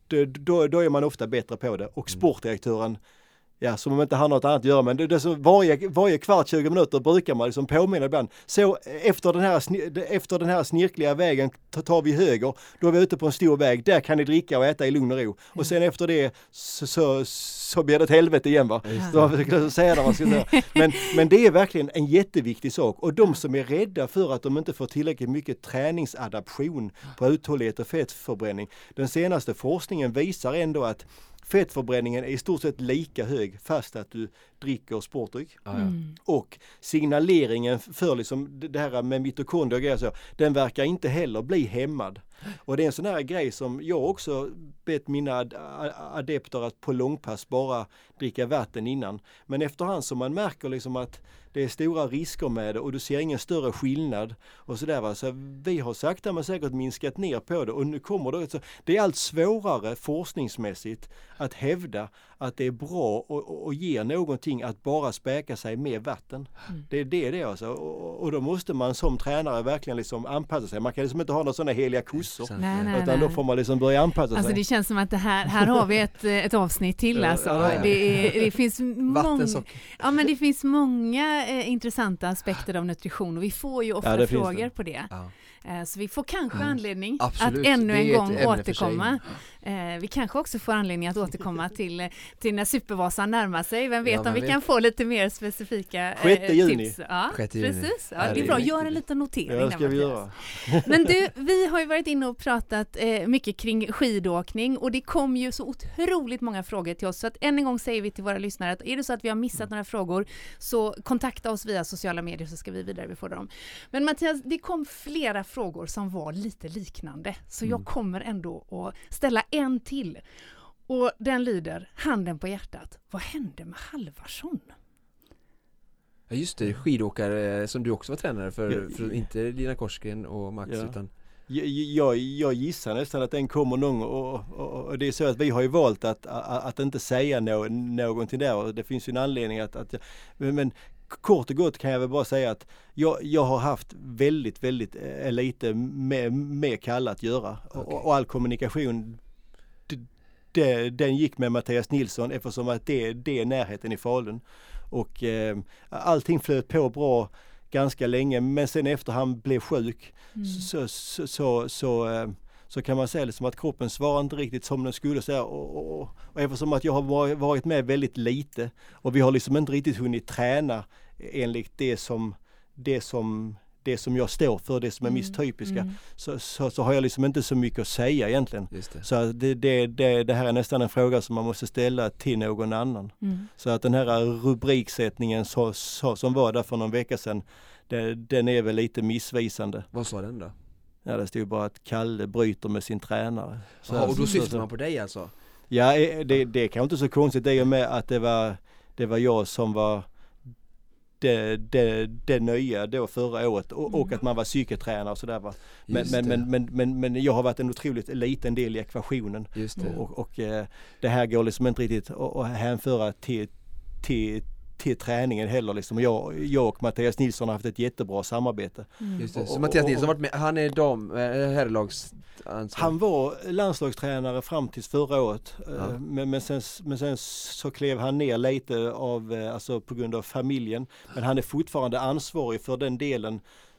Speaker 3: då, då är man ofta bättre på det. Och sportdirektören, ja, som om inte har något annat att göra, men det, det så varje, varje kvart tjugo minuter brukar man liksom påminna ibland. Så efter den här, efter den här snirkliga vägen tar vi höger, då är vi ute på en stor väg, där kan ni dricka och äta i lugn och ro. Och sen efter det så, så, så blir det ett helvete igen, va? Så säga det, man ska säga. Men, men det är verkligen en jätteviktig sak. Och de som är rädda för att de inte får tillräckligt mycket träningsadaption på uthållighet och fettförbränning. Den senaste forskningen visar ändå att fettförbränningen är i stort sett lika hög fast att du dricker sportdryck. Mm. Och signaleringen för liksom det här med mitokondrier och grejer så, den verkar inte heller bli hämmad. Och det är en sån här grej som jag också bett mina ad- adepter att på långpass bara dricka vatten innan. Men efterhand som man märker liksom att det är stora risker med det och du ser ingen större skillnad och sådär, va? Så vi har sakta men säkert minskat ner på det och nu kommer det, så det är allt svårare forskningsmässigt att hävda att det är bra och, och, och ger någonting att bara späka sig med vatten. Mm. Det är det det alltså. Och, och då måste man som tränare verkligen liksom anpassa sig. Man kan liksom inte ha några sådana heliga kossor.
Speaker 1: Nej, nej,
Speaker 3: utan
Speaker 1: nej.
Speaker 3: Då får man liksom börja anpassa
Speaker 1: alltså,
Speaker 3: sig.
Speaker 1: Det känns som att det här, här har vi ett, ett avsnitt till alltså.
Speaker 2: Ja, ja.
Speaker 1: Det, är, det finns många, ja, men det finns många eh, intressanta aspekter av nutrition och vi får ju ofta
Speaker 3: ja,
Speaker 1: frågor
Speaker 3: det.
Speaker 1: på det.
Speaker 2: Ja.
Speaker 1: Så vi får kanske mm. anledning
Speaker 2: Absolut.
Speaker 1: att ännu en gång återkomma.
Speaker 2: Eh,
Speaker 1: vi kanske också får anledning att återkomma till, till när Supervasan närmar sig. Vem vet ja, om vi vet. kan få lite mer specifika
Speaker 3: sjätte juni.
Speaker 1: tips. Ja,
Speaker 2: sjätte juni.
Speaker 1: Precis. Ja, det är bra, gör en liten notering.
Speaker 3: Ja, ska vi göra.
Speaker 1: Men du, vi har ju varit inne och pratat eh, mycket kring skidåkning och det kom ju så otroligt många frågor till oss. Så att än en gång säger vi till våra lyssnare att är det så att vi har missat mm. några frågor så kontakta oss via sociala medier så ska vi vidarebefordra dem. Men Mattias, det kom flera frågor som var lite liknande. Så mm. jag kommer ändå att ställa en till. Och den lyder, handen på hjärtat. Vad hände med Halvarsson?
Speaker 2: Ja just det, skidåkare som du också var tränare för, för inte Lina Korsgren och Max ja. utan...
Speaker 3: Jag, jag, jag gissar nästan att den kommer någon och, och, och det är så att vi har ju valt att, att, att inte säga no, någonting där och det finns ju en anledning att, att men, men kort och gott kan jag väl bara säga att jag, jag har haft väldigt, väldigt eh, lite med, med Kalle att göra. Okay. Och, och all kommunikation d, d, den gick med Mattias Nilsson eftersom att det, det är närheten i Falun. Och eh, allting flöt på bra ganska länge men sen efter han blev sjuk mm. så, så, så, så, eh, så kan man säga liksom att kroppen svarar inte riktigt som den skulle säga och, och, och eftersom att jag har varit med väldigt lite och vi har liksom inte riktigt hunnit träna enligt det som det som, det som jag står för, det som är mitt typiska mm. så, så, så har jag liksom inte så mycket att säga egentligen. Så det, det, det, det här är nästan en fråga som man måste ställa till någon annan. Mm. Så att den här rubriksättningen så, så, som var där för någon vecka sedan det, den är väl lite missvisande.
Speaker 2: Vad sa den då?
Speaker 3: Ja, det stod bara att Kalle bryter med sin tränare. Så,
Speaker 2: Aha, och då syftar man på dig alltså?
Speaker 3: Ja, det, det är kanske inte så konstigt i och med att det var, det var jag som var det, det, det nya då förra året och, och att man var psyketränare och sådär va. Men, men, men, men, men, men jag har varit en otroligt liten del i ekvationen.
Speaker 2: Just det.
Speaker 3: Och, och, och det här går liksom inte riktigt att, att hänföra till, till till träningen heller liksom. Jag, jag och Mattias Nilsson har haft ett jättebra samarbete.
Speaker 2: Mm. Just det. Så och, Mattias Nilsson har varit med, han är dam, herrlags ansvar.
Speaker 3: Han var landslagstränare fram till förra året. Ja. Men, men, sen, men sen så klev han ner lite av, alltså på grund av familjen. Men han är fortfarande ansvarig för den delen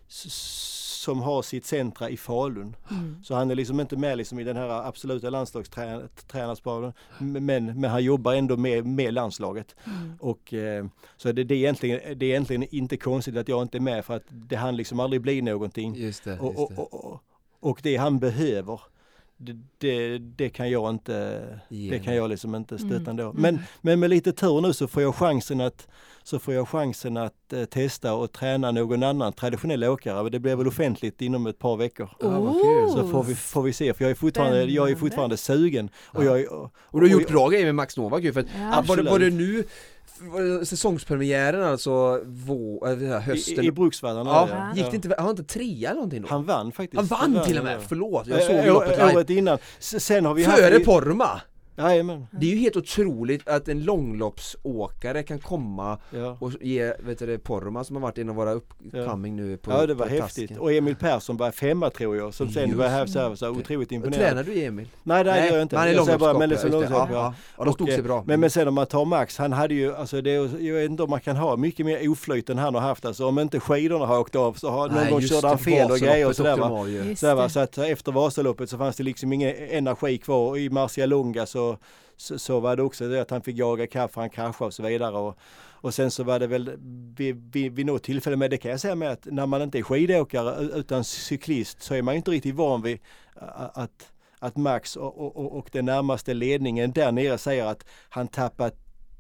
Speaker 3: som har sitt centra i Falun. Mm. Så han är liksom inte med liksom i den här absoluta landslagstränarsparen men, men han jobbar ändå med, med landslaget. Mm. Och eh, så det, det, är egentligen, det är egentligen inte konstigt att jag inte är med för att det han liksom aldrig blir någonting.
Speaker 2: Just det, just
Speaker 3: och, och, och, och, och det han behöver det, det, det kan jag inte
Speaker 2: yeah.
Speaker 3: det kan jag liksom inte stötta
Speaker 1: Mm.
Speaker 3: ändå.
Speaker 1: Mm.
Speaker 3: Men, men med lite tur nu så får jag chansen att så får jag chansen att eh, testa och träna någon annan traditionell åkare. Det blir väl offentligt inom ett par veckor.
Speaker 2: Ja, vad kul.
Speaker 3: Så får vi, får vi se, för jag är fortfarande, jag är fortfarande sugen. Och,
Speaker 2: Ja.
Speaker 3: jag, och,
Speaker 2: Och du har
Speaker 3: och-
Speaker 2: gjort bra grejer med Max Novak ju, för att,
Speaker 1: Ja.
Speaker 2: var, det, var det
Speaker 3: Absolut.
Speaker 2: nu var det säsongspremiären alltså vå, äh, hösten?
Speaker 3: I, i Bruksvallarna.
Speaker 2: ja,
Speaker 3: ja.
Speaker 2: gick det inte, han var inte trea eller någonting då?
Speaker 3: Han vann faktiskt.
Speaker 2: Han vann till och med,
Speaker 3: ja.
Speaker 2: förlåt, jag såg
Speaker 3: Ä-
Speaker 2: ju loppet
Speaker 3: å-
Speaker 2: live.
Speaker 3: Året innan. S- Sen har vi
Speaker 2: Före
Speaker 3: haft...
Speaker 2: Porma!
Speaker 3: Jajamän.
Speaker 2: Det är ju helt otroligt att en långloppsåkare kan komma
Speaker 3: Ja.
Speaker 2: och ge, vet du det, Porma som har varit en av våra uppcoming nu på
Speaker 3: Ja, det var
Speaker 2: på
Speaker 3: häftigt.
Speaker 2: tasken.
Speaker 3: Och Emil Persson var femma tror jag, som sen
Speaker 2: Just
Speaker 3: var här så här, så här otroligt
Speaker 2: Och
Speaker 3: imponerande.
Speaker 2: tränar du Emil?
Speaker 3: Nej, det
Speaker 2: Nej,
Speaker 3: gör jag inte.
Speaker 2: men han är
Speaker 3: Jag säger bara, men
Speaker 2: långloppsskap,
Speaker 3: liksom
Speaker 2: ja, just det.
Speaker 3: långloppsskap,
Speaker 2: Ja, ja. Ja, de stod sig
Speaker 3: Och,
Speaker 2: bra.
Speaker 3: Men, men sen om man tar Max, han hade ju, alltså det, är- jag vet inte om man kan ha mycket mer oflyt än han har haft. Alltså om inte skidorna har åkt av så har någon
Speaker 2: Nej,
Speaker 3: gång
Speaker 2: just
Speaker 3: körde han
Speaker 2: det,
Speaker 3: fel och grejer och
Speaker 2: Vasaloppet
Speaker 3: sådär
Speaker 2: åkte
Speaker 3: va.
Speaker 2: de av ju.
Speaker 1: Just
Speaker 3: Så, här, va?
Speaker 1: det.
Speaker 3: Så att efter Vasaloppet så fanns det liksom ingen energi kvar, och i Marcialonga så, så, så var det också det att han fick jaga kapp för han kraschade och så vidare. Och, och sen så var det väl vid, vid, vid något tillfälle, men det kan jag säga med att när man inte är skidåkare utan cyklist så är man inte riktigt van vid att, att Max och, och, och den närmaste ledningen där nere säger att han tappat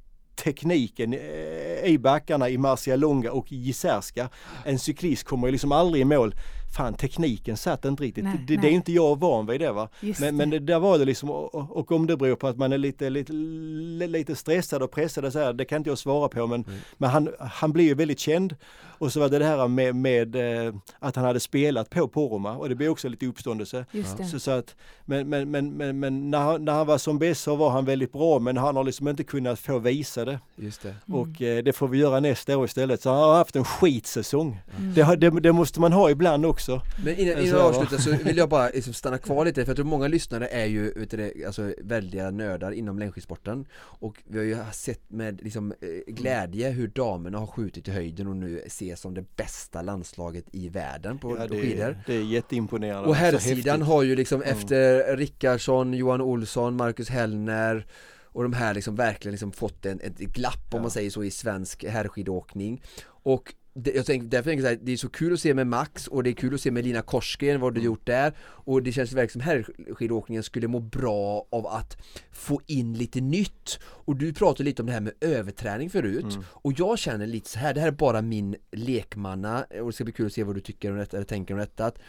Speaker 3: tekniken i backarna i Marcialonga och i Jizerska. En cyklist kommer ju liksom aldrig i mål. Fan, tekniken satt inte riktigt.
Speaker 1: Nej,
Speaker 3: det, det
Speaker 1: nej.
Speaker 3: är inte jag van vid det va.
Speaker 1: Just
Speaker 3: Men, men det, där var det liksom, och, och om det beror på att man är lite, lite, lite stressad och pressad så här, det kan inte jag svara på, men,
Speaker 2: Mm.
Speaker 3: men han, han blir ju väldigt känd. Och så var det det här med, med eh, att han hade spelat på Poromaa, och det blev också lite uppståndelse.
Speaker 1: Just det.
Speaker 3: Så, så att, men men, men, men, men när, han, när han var som bäst så var han väldigt bra, men han har liksom inte kunnat få visa det.
Speaker 2: Just det.
Speaker 1: Mm.
Speaker 3: Och eh, det får vi göra nästa år istället. Så han har haft en skitsäsong.
Speaker 1: Mm.
Speaker 3: Det, har- det, det måste man ha ibland också.
Speaker 2: Men innan,
Speaker 3: Jag
Speaker 2: innan
Speaker 3: ser,
Speaker 2: jag
Speaker 3: va?
Speaker 2: avslutar så vill jag bara liksom stanna kvar lite, för jag tror många lyssnare är ju vet du, det, alltså, väldiga nördar inom längdskidsporten, och vi har ju sett med liksom, eh, glädje hur damerna har skjutit i höjden och nu ses som det bästa landslaget i världen på,
Speaker 3: Ja,
Speaker 2: på
Speaker 3: det,
Speaker 2: skidor.
Speaker 3: det är jätteimponerande.
Speaker 2: Och
Speaker 3: Så
Speaker 2: herrsidan
Speaker 3: häftigt.
Speaker 2: har ju liksom
Speaker 3: Mm.
Speaker 2: efter Rickardsson, Johan Olsson, Marcus Hellner och de här liksom verkligen liksom fått en, ett glapp om
Speaker 3: Ja.
Speaker 2: man säger så i svensk herrskidåkning. Och det, jag tänker, därför tänker jag så här, det är så kul att se med Max, och det är kul att se med Lina Korsgren vad du gjort där, och det känns verkligen som herrskidåkningen skulle må bra av att få in lite nytt. Och du pratade lite om det här med överträning förut,
Speaker 3: Mm.
Speaker 2: och jag känner lite så här, det här är bara min lekmanna, och det ska bli kul att se vad du tycker om detta eller tänker om detta, att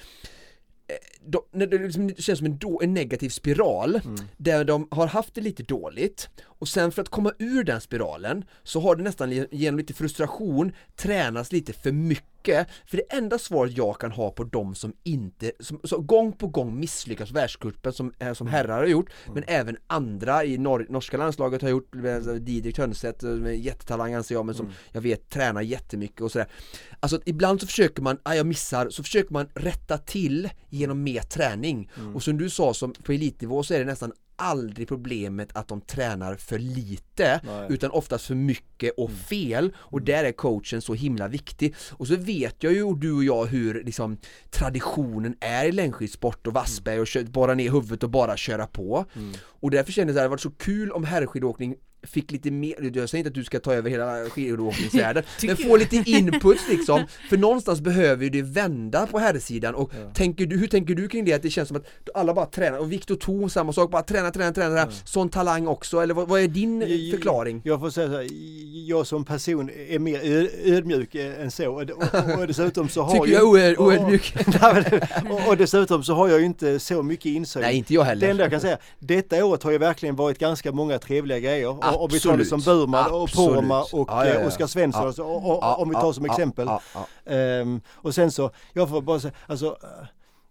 Speaker 2: då, när det liksom känns som en, då, en negativ spiral
Speaker 3: Mm.
Speaker 2: där de har haft det lite dåligt, och sen för att komma ur den spiralen så har det nästan genom lite frustration tränats lite för mycket, för det enda svaret jag kan ha på de som inte som, så gång på gång misslyckas världscupen som, eh, som herrar har gjort,
Speaker 3: Mm.
Speaker 2: men även andra i nor- norska landslaget har gjort, Didrik Tönstedt, jättetalang anser jag, men som
Speaker 3: Mm.
Speaker 2: jag vet tränar jättemycket och sådär. Alltså att ibland så försöker man, ah, jag missar, så försöker man rätta till genom mer träning.
Speaker 3: Mm.
Speaker 2: Och som du sa, som på elitnivå så är det nästan aldrig problemet att de tränar för lite,
Speaker 3: Nej.
Speaker 2: utan oftast för mycket och fel, och där är coachen så himla viktig. Och så vet jag ju, och du och jag, hur liksom traditionen är i längdskidsport och Wassberg och kö- bara ner huvudet och bara köra på.
Speaker 3: Mm.
Speaker 2: Och därför kände jag att det hade varit så kul om herrskidåkning fick lite mer, jag säger inte att du ska ta över hela skidåkningsvärlden, men få lite input liksom, för någonstans behöver ju det vända på herrsidan. Och
Speaker 3: Ja.
Speaker 2: tänker du, hur tänker du kring det, att det känns som att alla bara tränar, och Viktor Thorn samma sak, bara träna, träna, träna, träna.
Speaker 3: Ja.
Speaker 2: Sån talang också, eller vad, vad är din
Speaker 3: Jag-
Speaker 2: förklaring?
Speaker 3: Jag får säga så här, jag som person är mer ö- ödmjuk än så, och, och, och dessutom så har
Speaker 2: Tycker
Speaker 3: ju,
Speaker 2: jag är
Speaker 3: och-
Speaker 2: oödmjuk?
Speaker 3: och, och dessutom så har jag ju inte så mycket insyn.
Speaker 2: Nej, inte jag
Speaker 3: Det
Speaker 2: heller.
Speaker 3: enda jag kan säga, detta året har ju verkligen varit ganska många trevliga grejer. Och, och vi tar det
Speaker 2: Absolut.
Speaker 3: som Burman och
Speaker 2: Absolut.
Speaker 3: Poromaa och
Speaker 2: Ja, ja, ja.
Speaker 3: eh, Oskar Svensson,
Speaker 2: Ja.
Speaker 3: alltså, och, och,
Speaker 2: Ja,
Speaker 3: om vi tar som
Speaker 2: ja,
Speaker 3: exempel.
Speaker 2: ja, ja,
Speaker 3: Ehm, och sen så, jag får bara säga, alltså eh,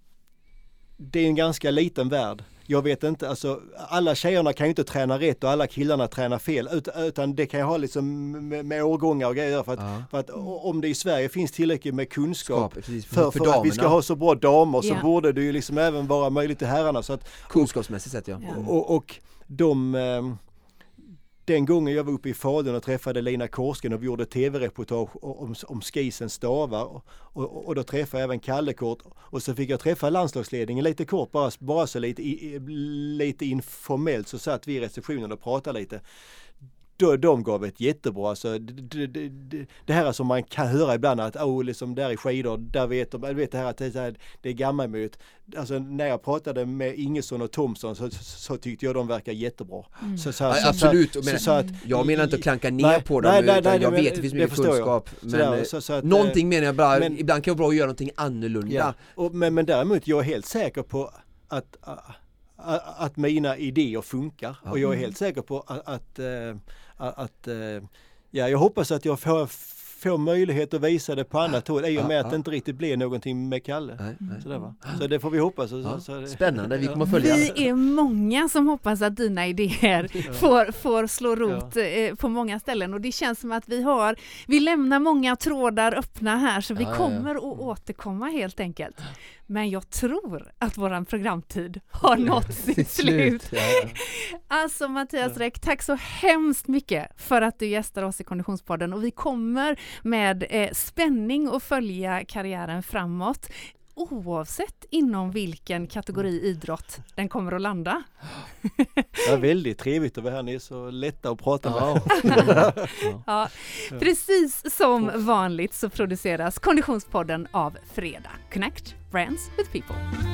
Speaker 3: det är en ganska liten värld. Jag vet inte, alltså alla tjejerna kan ju inte träna rätt och alla killarna tränar fel, utan, utan det kan ju ha liksom med, med årgångar och grejer, för att,
Speaker 2: ja.
Speaker 3: för att o- om det i Sverige finns tillräckligt med kunskap
Speaker 2: Skap, precis,
Speaker 3: för, för, att vi ska ha så bra damer, så
Speaker 1: Ja.
Speaker 3: borde det ju liksom även vara möjligt till herrarna. Så att,
Speaker 2: kunskapsmässigt sett, ja.
Speaker 1: Ja.
Speaker 3: och, och de, ehm, den gången jag var uppe i Falun och träffade Lina Korsgren och vi gjorde tv-reportage om, om skisens stavar, och, och, och då träffade jag även Kalle kort, och så fick jag träffa landslagsledningen lite kort, bara, bara så lite, i, lite informellt, så satt vi i receptionen och pratade lite. de, de gav ett jättebra, alltså, det, det, det, det här som man kan höra ibland att oh, liksom där i skidor, där vet de, jag vet det här att det, här, det är gammalmöt. Alltså när jag pratade med Ingesson och Thomson så, så, så tyckte jag de verkar jättebra.
Speaker 1: Mm.
Speaker 3: Så, så,
Speaker 2: Ja,
Speaker 3: så,
Speaker 2: absolut,
Speaker 3: så,
Speaker 2: men,
Speaker 3: så att,
Speaker 2: jag menar inte att klanka ner
Speaker 3: nej,
Speaker 2: på dem,
Speaker 3: nej, nej,
Speaker 2: utan
Speaker 3: nej,
Speaker 2: jag
Speaker 3: men,
Speaker 2: vet att det finns
Speaker 3: det
Speaker 2: mycket kunskap. Men
Speaker 3: Sådär, så, så att,
Speaker 2: någonting menar jag bara,
Speaker 3: men,
Speaker 2: ibland kan det vara bra att göra någonting annorlunda.
Speaker 3: Ja. Och, men, men däremot, jag är helt säker på att, att, att mina idéer funkar. Ja. Och jag är helt säker på att, att, att, att ja, jag hoppas att jag får, får möjlighet att visa det på annat håll i och med ja, att det inte riktigt blir någonting med Kalle. Nej, nej. Sådär, va? Så det får vi hoppas. Så,
Speaker 2: ja.
Speaker 3: så det,
Speaker 2: Spännande, vi kommer följa.
Speaker 1: Vi är många som hoppas att dina idéer ja. får, får slå rot ja. på många ställen, och det känns som att vi har, vi lämnar många trådar öppna här, så vi ja, kommer ja, ja. att återkomma helt enkelt. Men jag tror att våran programtid har nått sitt slut. Ja, ja. Alltså Mattias Räck, tack så hemskt mycket för att du gästar oss i Konditionspodden, och vi kommer med eh, spänning att följa karriären framåt, oavsett inom vilken kategori idrott den kommer att landa.
Speaker 3: Ja, väldigt trevligt att vara här, ni är så lätta att prata med.
Speaker 1: Ja. Ja, precis som vanligt så produceras Konditionspodden av Fredag. Connect Brands with People.